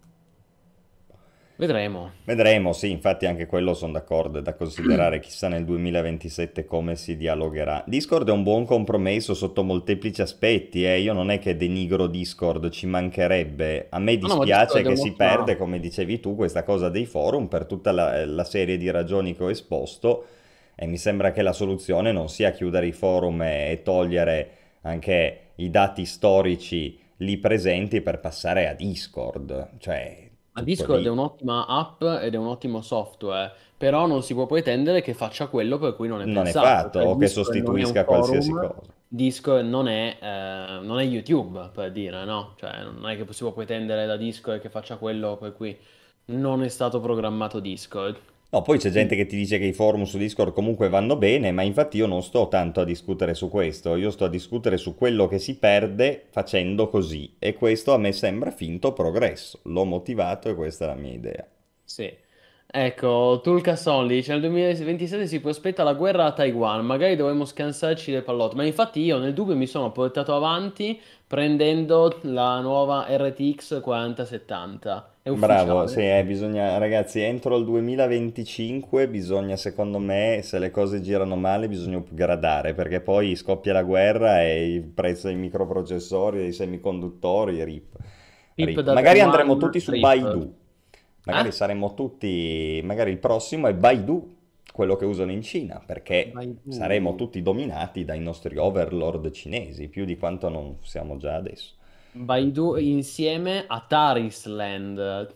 Vedremo. Vedremo, sì, infatti anche quello sono d'accordo, è da considerare chissà nel duemilaventisette come si dialogherà. Discord è un buon compromesso sotto molteplici aspetti, eh. Io non è che denigro Discord, ci mancherebbe. A me No, no, ma dispiace Discord è che si un'ottima perde, app. come dicevi tu, questa cosa dei forum per tutta la, la serie di ragioni che ho esposto e mi sembra che la soluzione non sia chiudere i forum e, e togliere anche i dati storici lì presenti per passare a Discord, cioè Ma tutto Discord è lì. un'ottima app ed è un ottimo software, però non si può pretendere che faccia quello per cui non è Non è pensato. fatto, Cioè, o che Discord non è un sostituisca qualsiasi forum, cosa. Discord non è, eh, non è YouTube, per dire, no? Cioè, non è che si può pretendere da Discord che faccia quello per cui non è stato programmato Discord. No, poi c'è gente Quindi, che ti dice che i forum su Discord comunque vanno bene, ma infatti io non sto tanto a discutere su questo, io sto a discutere su quello che si perde facendo così, e questo a me sembra finto progresso. L'ho motivato e questa è la mia idea. sì. Ecco, Tulcasson dice nel duemilaventisette si prospetta la guerra a Taiwan, magari dovremmo scansarci le pallotte, ma infatti io nel dubbio mi sono portato avanti prendendo la nuova R T X quaranta settanta, è Bravo, sì, ufficiale. eh, bisogna, ragazzi, entro il duemilaventicinque bisogna, secondo me, se le cose girano male, bisogna upgradare, perché poi scoppia la guerra e il prezzo dei microprocessori, dei semiconduttori, rip, Pip rip. da Magari andremo Taiwan, tutti su rip. Baidu, magari Eh? saremo tutti, magari il prossimo è Baidu, quello che usano in Cina, perché saremo Baidu. tutti dominati dai nostri overlord cinesi, più di quanto non siamo già adesso. Baidu insieme a Tarisland.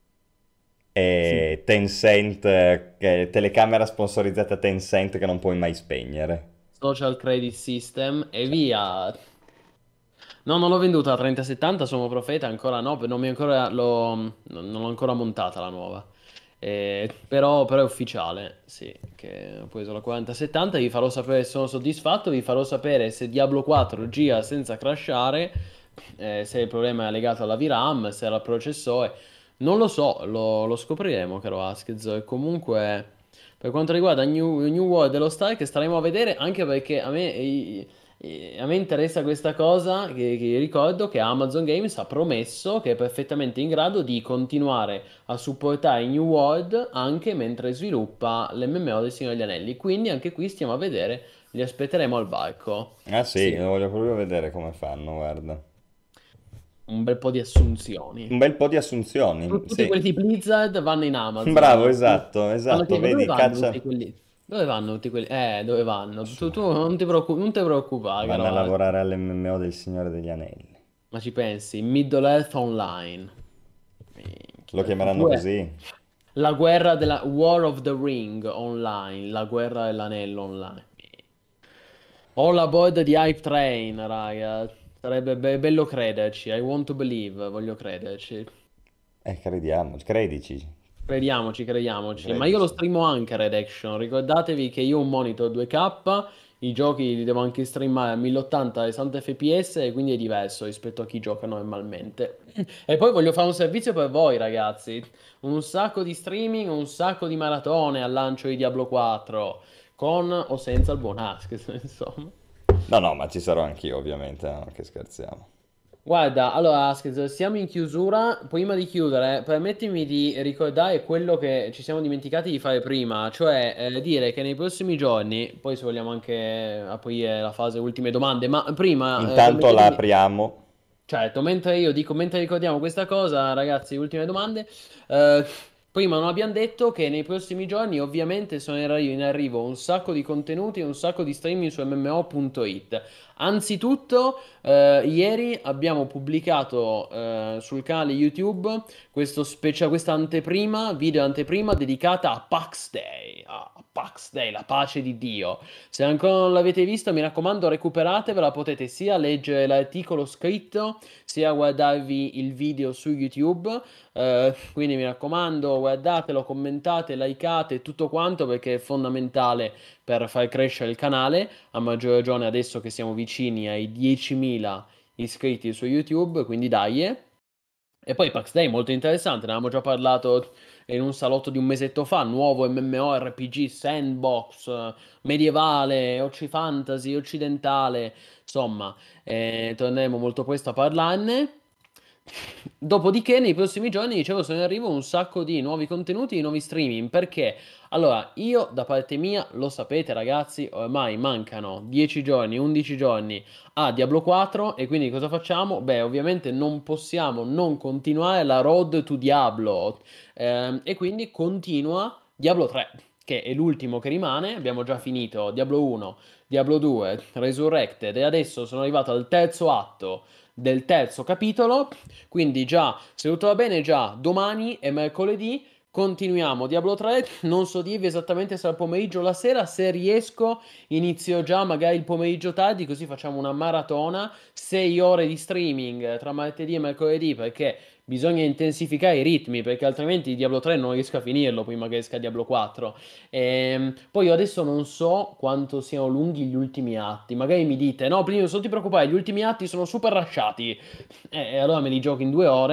Sì, E Tencent, eh, che telecamera sponsorizzata Tencent che non puoi mai spegnere. Social Credit System e Cioè, via. No, non l'ho venduta a trenta settanta, sono profeta, ancora no, non mi ancora, l'ho- non non l'ho ancora montata la nuova. Eh, però, però è ufficiale, sì, che ho preso la quaranta settanta, vi farò sapere se sono soddisfatto, vi farò sapere se Diablo quattro gira senza crashare, eh, se il problema è legato alla V RAM, se era il processore. Non lo so, lo, lo scopriremo, caro Askez. E comunque, per quanto riguarda New, New World dello Strike, staremo a vedere, anche perché a me, i- i- a me interessa questa cosa, che, che ricordo che Amazon Games ha promesso che è perfettamente in grado di continuare a supportare New World anche mentre sviluppa l'M M O del Signore degli Anelli. Quindi anche qui stiamo a vedere, li aspetteremo al varco. ah sì, Sì, lo voglio proprio vedere come fanno, guarda. un bel po' di assunzioni. Un bel po' di assunzioni, Tu- Tutti sì. quelli di Blizzard vanno in Bravo, Amazon. esatto, Vanno esatto, che- Ma dove vedi, vanno tutti caccia... quelli? Dove vanno tutti quelli? Eh, dove vanno? Su. Tu, tu non ti preoccu- non ti preoccupare, Vanno a caro Alex. lavorare all'M M O del Signore degli Anelli. Ma ci pensi? Middle Earth Online. Lo Minchia. chiameranno Oppure così? la guerra della War of the Ring online. La guerra dell'anello online. Ho la board di Hype Train, raga. Sarebbe be- bello crederci. I want to believe. Voglio crederci. Eh, crediamo, credici, Crediamoci, crediamoci. Ma io lo credici. streamo anche Red Action. Ricordatevi che io ho un monitor due K, i giochi li devo anche streamare a mille ottanta e sessanta F P S e quindi è diverso rispetto a chi gioca normalmente. E poi voglio fare un servizio per voi, ragazzi. Un sacco di streaming, un sacco di maratone al lancio di Diablo quattro, con o senza il buon Ask, insomma. No, no, ma ci sarò anch'io, ovviamente, no? Che scherziamo. Guarda, allora, Askez, siamo in chiusura. Prima di chiudere, permettimi di ricordare quello che ci siamo dimenticati di fare prima, cioè eh, dire che nei prossimi giorni, poi se vogliamo anche aprire la fase ultime domande, ma prima eh, Intanto la permettetemi. apriamo. Certo, mentre io dico, mentre ricordiamo questa cosa, ragazzi, ultime domande. Eh, prima non abbiamo detto che nei prossimi giorni, ovviamente, sono in arri- in arrivo un sacco di contenuti e un sacco di streaming su M M O punto it. Anzitutto, eh, ieri abbiamo pubblicato eh, sul canale YouTube questo specia- questa anteprima, video anteprima dedicata a Pax Day, a Pax Day, la pace di Dio. Se ancora non l'avete visto, mi raccomando, recuperatevela, potete sia leggere l'articolo scritto sia guardarvi il video su YouTube. Eh, quindi mi raccomando, guardatelo, commentate, likeate tutto quanto perché è fondamentale per far crescere il canale. A maggior ragione adesso che siamo vicini ai diecimila iscritti su YouTube, quindi dai. eh. E poi Pax Day molto interessante, ne avevamo già parlato in un salotto di un mesetto fa, nuovo MMORPG sandbox, eh, medievale, occi fantasy, occidentale, insomma, eh, torneremo molto presto a parlarne. Dopodiché, nei prossimi giorni, dicevo, sono in arrivo un sacco di nuovi contenuti, di nuovi streaming. Perché? Allora, io da parte mia, lo sapete, ragazzi, ormai mancano dieci giorni, undici giorni a Diablo quattro. E quindi cosa facciamo? Beh, ovviamente non possiamo non continuare la road to Diablo. Ehm, e quindi continua Diablo tre, che è l'ultimo che rimane. Abbiamo già finito Diablo uno, Diablo due, Resurrected. E adesso sono arrivato al terzo atto del terzo capitolo. Quindi già, se tutto va bene, già domani è mercoledì, continuiamo Diablo tre, non so dirvi esattamente se al pomeriggio o la sera, se riesco inizio già magari il pomeriggio tardi, così facciamo una maratona, sei ore di streaming tra martedì e mercoledì, perché bisogna intensificare i ritmi, perché altrimenti Diablo tre non riesco a finirlo prima che esca Diablo quattro. Ehm, poi io adesso non so quanto siano lunghi gli ultimi atti, magari mi dite, no, prima non ti preoccupare, gli ultimi atti sono super rasciati, e, e allora me li gioco in due ore,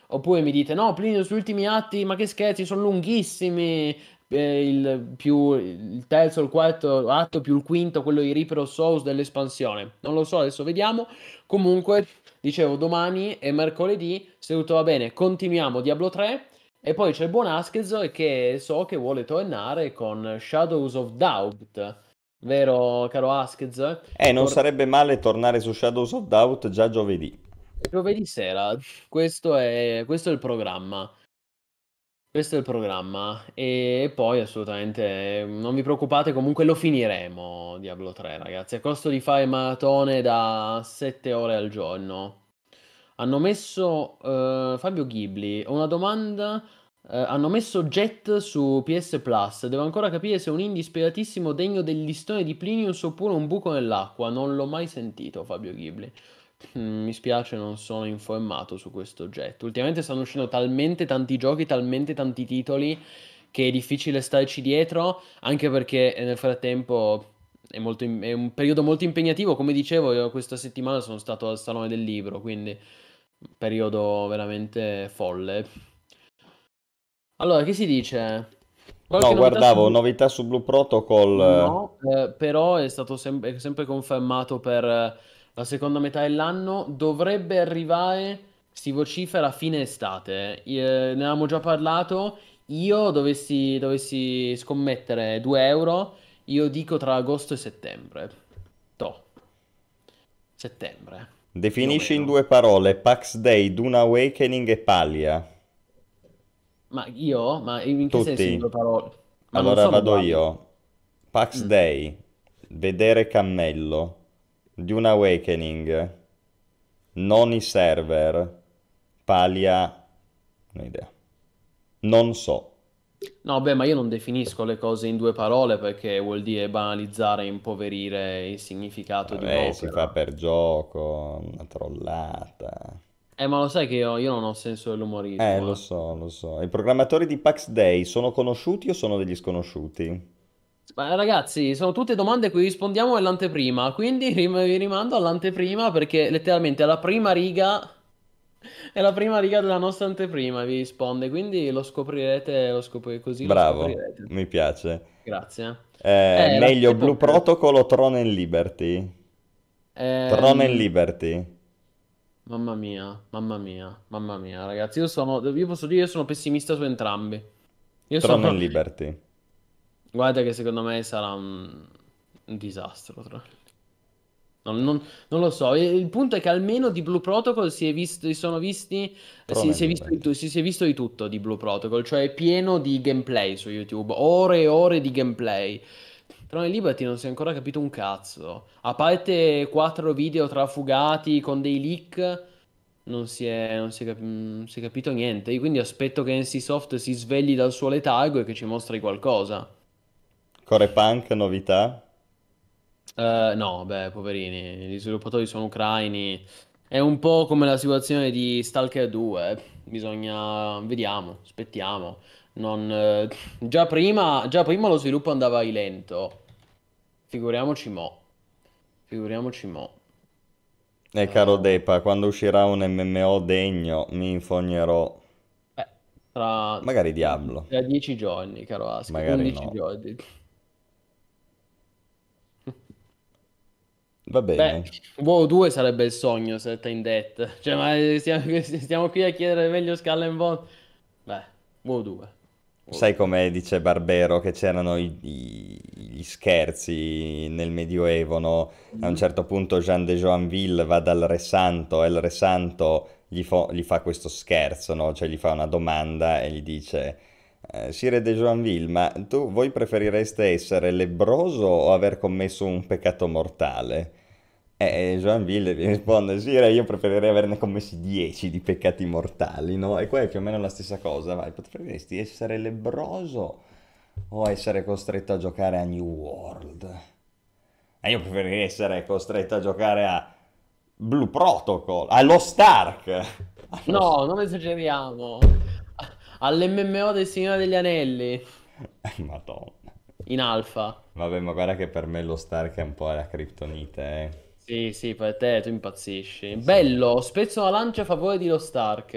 Oppure mi dite, no, Plinio, sugli ultimi atti, ma che scherzi, sono lunghissimi. Eh, il, più, il terzo, il quarto atto più il quinto, quello di Reaper of Souls dell'espansione. Non lo so, adesso vediamo. Comunque, dicevo, domani è mercoledì, se tutto va bene, continuiamo Diablo tre. E poi c'è il buon Askez che so che vuole tornare con Shadows of Doubt. Vero, caro Askez? Eh, non Tor- sarebbe male tornare su Shadows of Doubt già giovedì. Giovedì sera. Questo è, questo è il programma. Questo è il programma. E poi assolutamente non vi preoccupate, comunque lo finiremo Diablo tre, ragazzi. A costo di fare maratone da sette ore al giorno. Hanno messo eh, Fabio Ghibli, ho una domanda. Eh, hanno messo Jet su P S Plus. Devo ancora capire se è un indie ispiratissimo degno del listone di Plinius oppure un buco nell'acqua. Non l'ho mai sentito, Fabio Ghibli. Mm, mi spiace, non sono informato su questo oggetto. Ultimamente stanno uscendo talmente tanti giochi, talmente tanti titoli che è difficile starci dietro, anche perché eh, nel frattempo è, molto im- è un periodo molto impegnativo. Come dicevo, io questa settimana sono stato al Salone del Libro, quindi un periodo veramente folle. Allora, che si dice? Qualche No, novità su guardavo Blue? novità su Blue Protocol. eh, No, eh, però è stato sem- è sempre confermato per eh, la seconda metà dell'anno. Dovrebbe arrivare, si vocifera, a fine estate. Eh, ne avevamo già parlato. Io dovessi, dovessi scommettere due euro, io dico tra agosto e settembre. Toh, settembre, più o Definisci in meno. due parole Pax Day, Dune Awakening e Palia. Ma io? Ma in che senso in due Tutti. parole? Ma non Allora sono vado uguali. io. Pax Mm. Day, vedere cammello. Dune Awakening, non i server. Palia, non idea. Non so. No, beh, ma io non definisco le cose in due parole perché vuol dire banalizzare e impoverire il significato di Vabbè, si fa un'opera. per gioco, una trollata. Eh, ma lo sai che io, io non ho senso Eh, lo dell'umorismo, eh. so, lo so. I programmatori di Pax Day sono conosciuti o sono degli sconosciuti? Ma ragazzi, sono tutte domande a cui rispondiamo nell'anteprima, quindi rim- vi rimando all'anteprima perché letteralmente è la prima riga, è la prima riga della nostra anteprima vi risponde, quindi lo scoprirete, lo scopri- così lo Bravo, scoprirete. mi piace. Grazie. Eh, Eh, la meglio Blue Stepok. Protocol o Throne and Liberty? Throne and Ehm, Liberty. Mamma mia, mamma mia, mamma mia, ragazzi, io sono, io posso dire, io sono pessimista su entrambi. Io Throne and sono, Liberty. guarda che secondo me sarà un, un disastro. tra- Non, non- non lo so, il il punto è che almeno di Blue Protocol si è visto, si sono visti, Throne si, and si è visto di, Liberty. tu- si, si è visto di tutto di Blue Protocol, cioè è pieno di gameplay su YouTube, ore e ore di gameplay. Throne Liberty non si è ancora capito un cazzo. A parte quattro video trafugati con dei leak, non si è, non si è cap- non si è capito niente. Io quindi aspetto che N C Soft si svegli dal suo letargo e che ci mostri qualcosa. Core Punk, novità? Eh, no, beh, poverini, gli sviluppatori sono ucraini. È un po' come la situazione di Stalker due. eh. Bisogna, vediamo, aspettiamo. Non, eh, già prima, già prima lo sviluppo andava a rilento. Figuriamoci mo. Figuriamoci mo. E caro Eh, Depa, quando uscirà un M M O degno, mi infognerò. beh, tra, Magari Diablo, tra dieci giorni, caro Ask, magari undici no. giorni. Va Beh, bene. WoW due sarebbe il sogno se in death. Cioè, ma eh, stiamo, stiamo qui a chiedere meglio Skull and Bones. Beh, WoW due. WoW Sai due. come dice Barbero che c'erano i- i- gli scherzi nel Medioevo, no? A un Mhm. certo punto Jean de Joinville va dal Re Santo e il Re Santo gli, fo- gli fa questo scherzo, no? Cioè gli fa una domanda e gli dice: eh, Sire de Joinville, ma tu, voi preferireste essere lebbroso o aver commesso un peccato mortale? E Joinville gli risponde: Sire, io preferirei averne commessi dieci di peccati mortali, no? E qua è più o meno la stessa cosa, vai, preferiresti essere lebbroso o essere costretto a giocare a New World? E io preferirei essere costretto a giocare a Blue Protocol, allo Stark. Allo No, Stark. non esageriamo. All'M M O del Signore degli Anelli. Madonna. In alfa. Vabbè, ma guarda che per me lo Stark è un po' la criptonite, eh. Sì, sì, per te tu impazzisci. Sì. Bello, spezzo la lancia a favore di Lo Stark.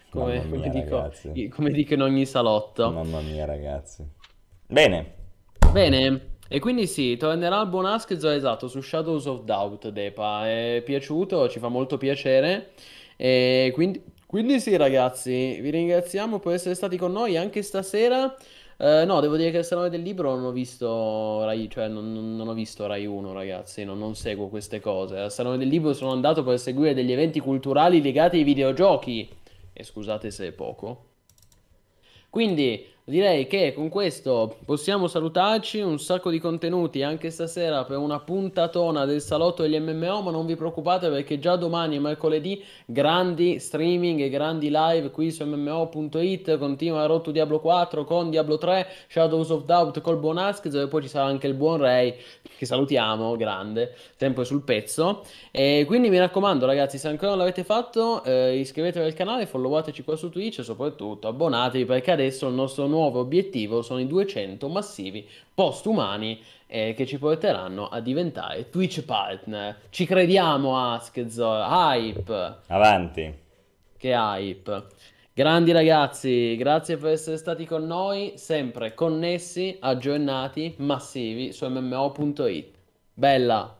Mamma come, come mia, dico, ragazzi. come dico in ogni salotto. Mamma mia, ragazzi. Bene. Bene, e quindi sì, tornerà il buon Askzo, esatto, su Shadows of Doubt, Depa, è piaciuto, ci fa molto piacere, e quindi, quindi sì ragazzi, vi ringraziamo per essere stati con noi anche stasera. Eh, no, devo dire che il Salone del Libro non ho visto Rai, cioè non, non- non ho visto Rai uno ragazzi, non, non seguo queste cose. Al Salone del Libro sono andato per seguire degli eventi culturali legati ai videogiochi, e scusate se è poco. Quindi direi che con questo possiamo salutarci, un sacco di contenuti anche stasera per una puntatona del salotto degli M M O, ma non vi preoccupate perché già domani e mercoledì grandi streaming e grandi live qui su M M O punto it, continua Road to Diablo quattro con Diablo tre, Shadows of Doubt col buon Askz e poi ci sarà anche il buon Ray, che salutiamo, grande, sempre sul pezzo. E quindi mi raccomando, ragazzi, se ancora non l'avete fatto, eh, iscrivetevi al canale, followateci qua su Twitch e soprattutto abbonatevi perché adesso il nostro nuovo obiettivo sono i duecento massivi postumani eh, che ci porteranno a diventare Twitch partner. Ci crediamo, Askzor, hype, Avanti. che hype. Grandi ragazzi, grazie per essere stati con noi, sempre connessi, aggiornati, massivi su M M O punto it. Bella!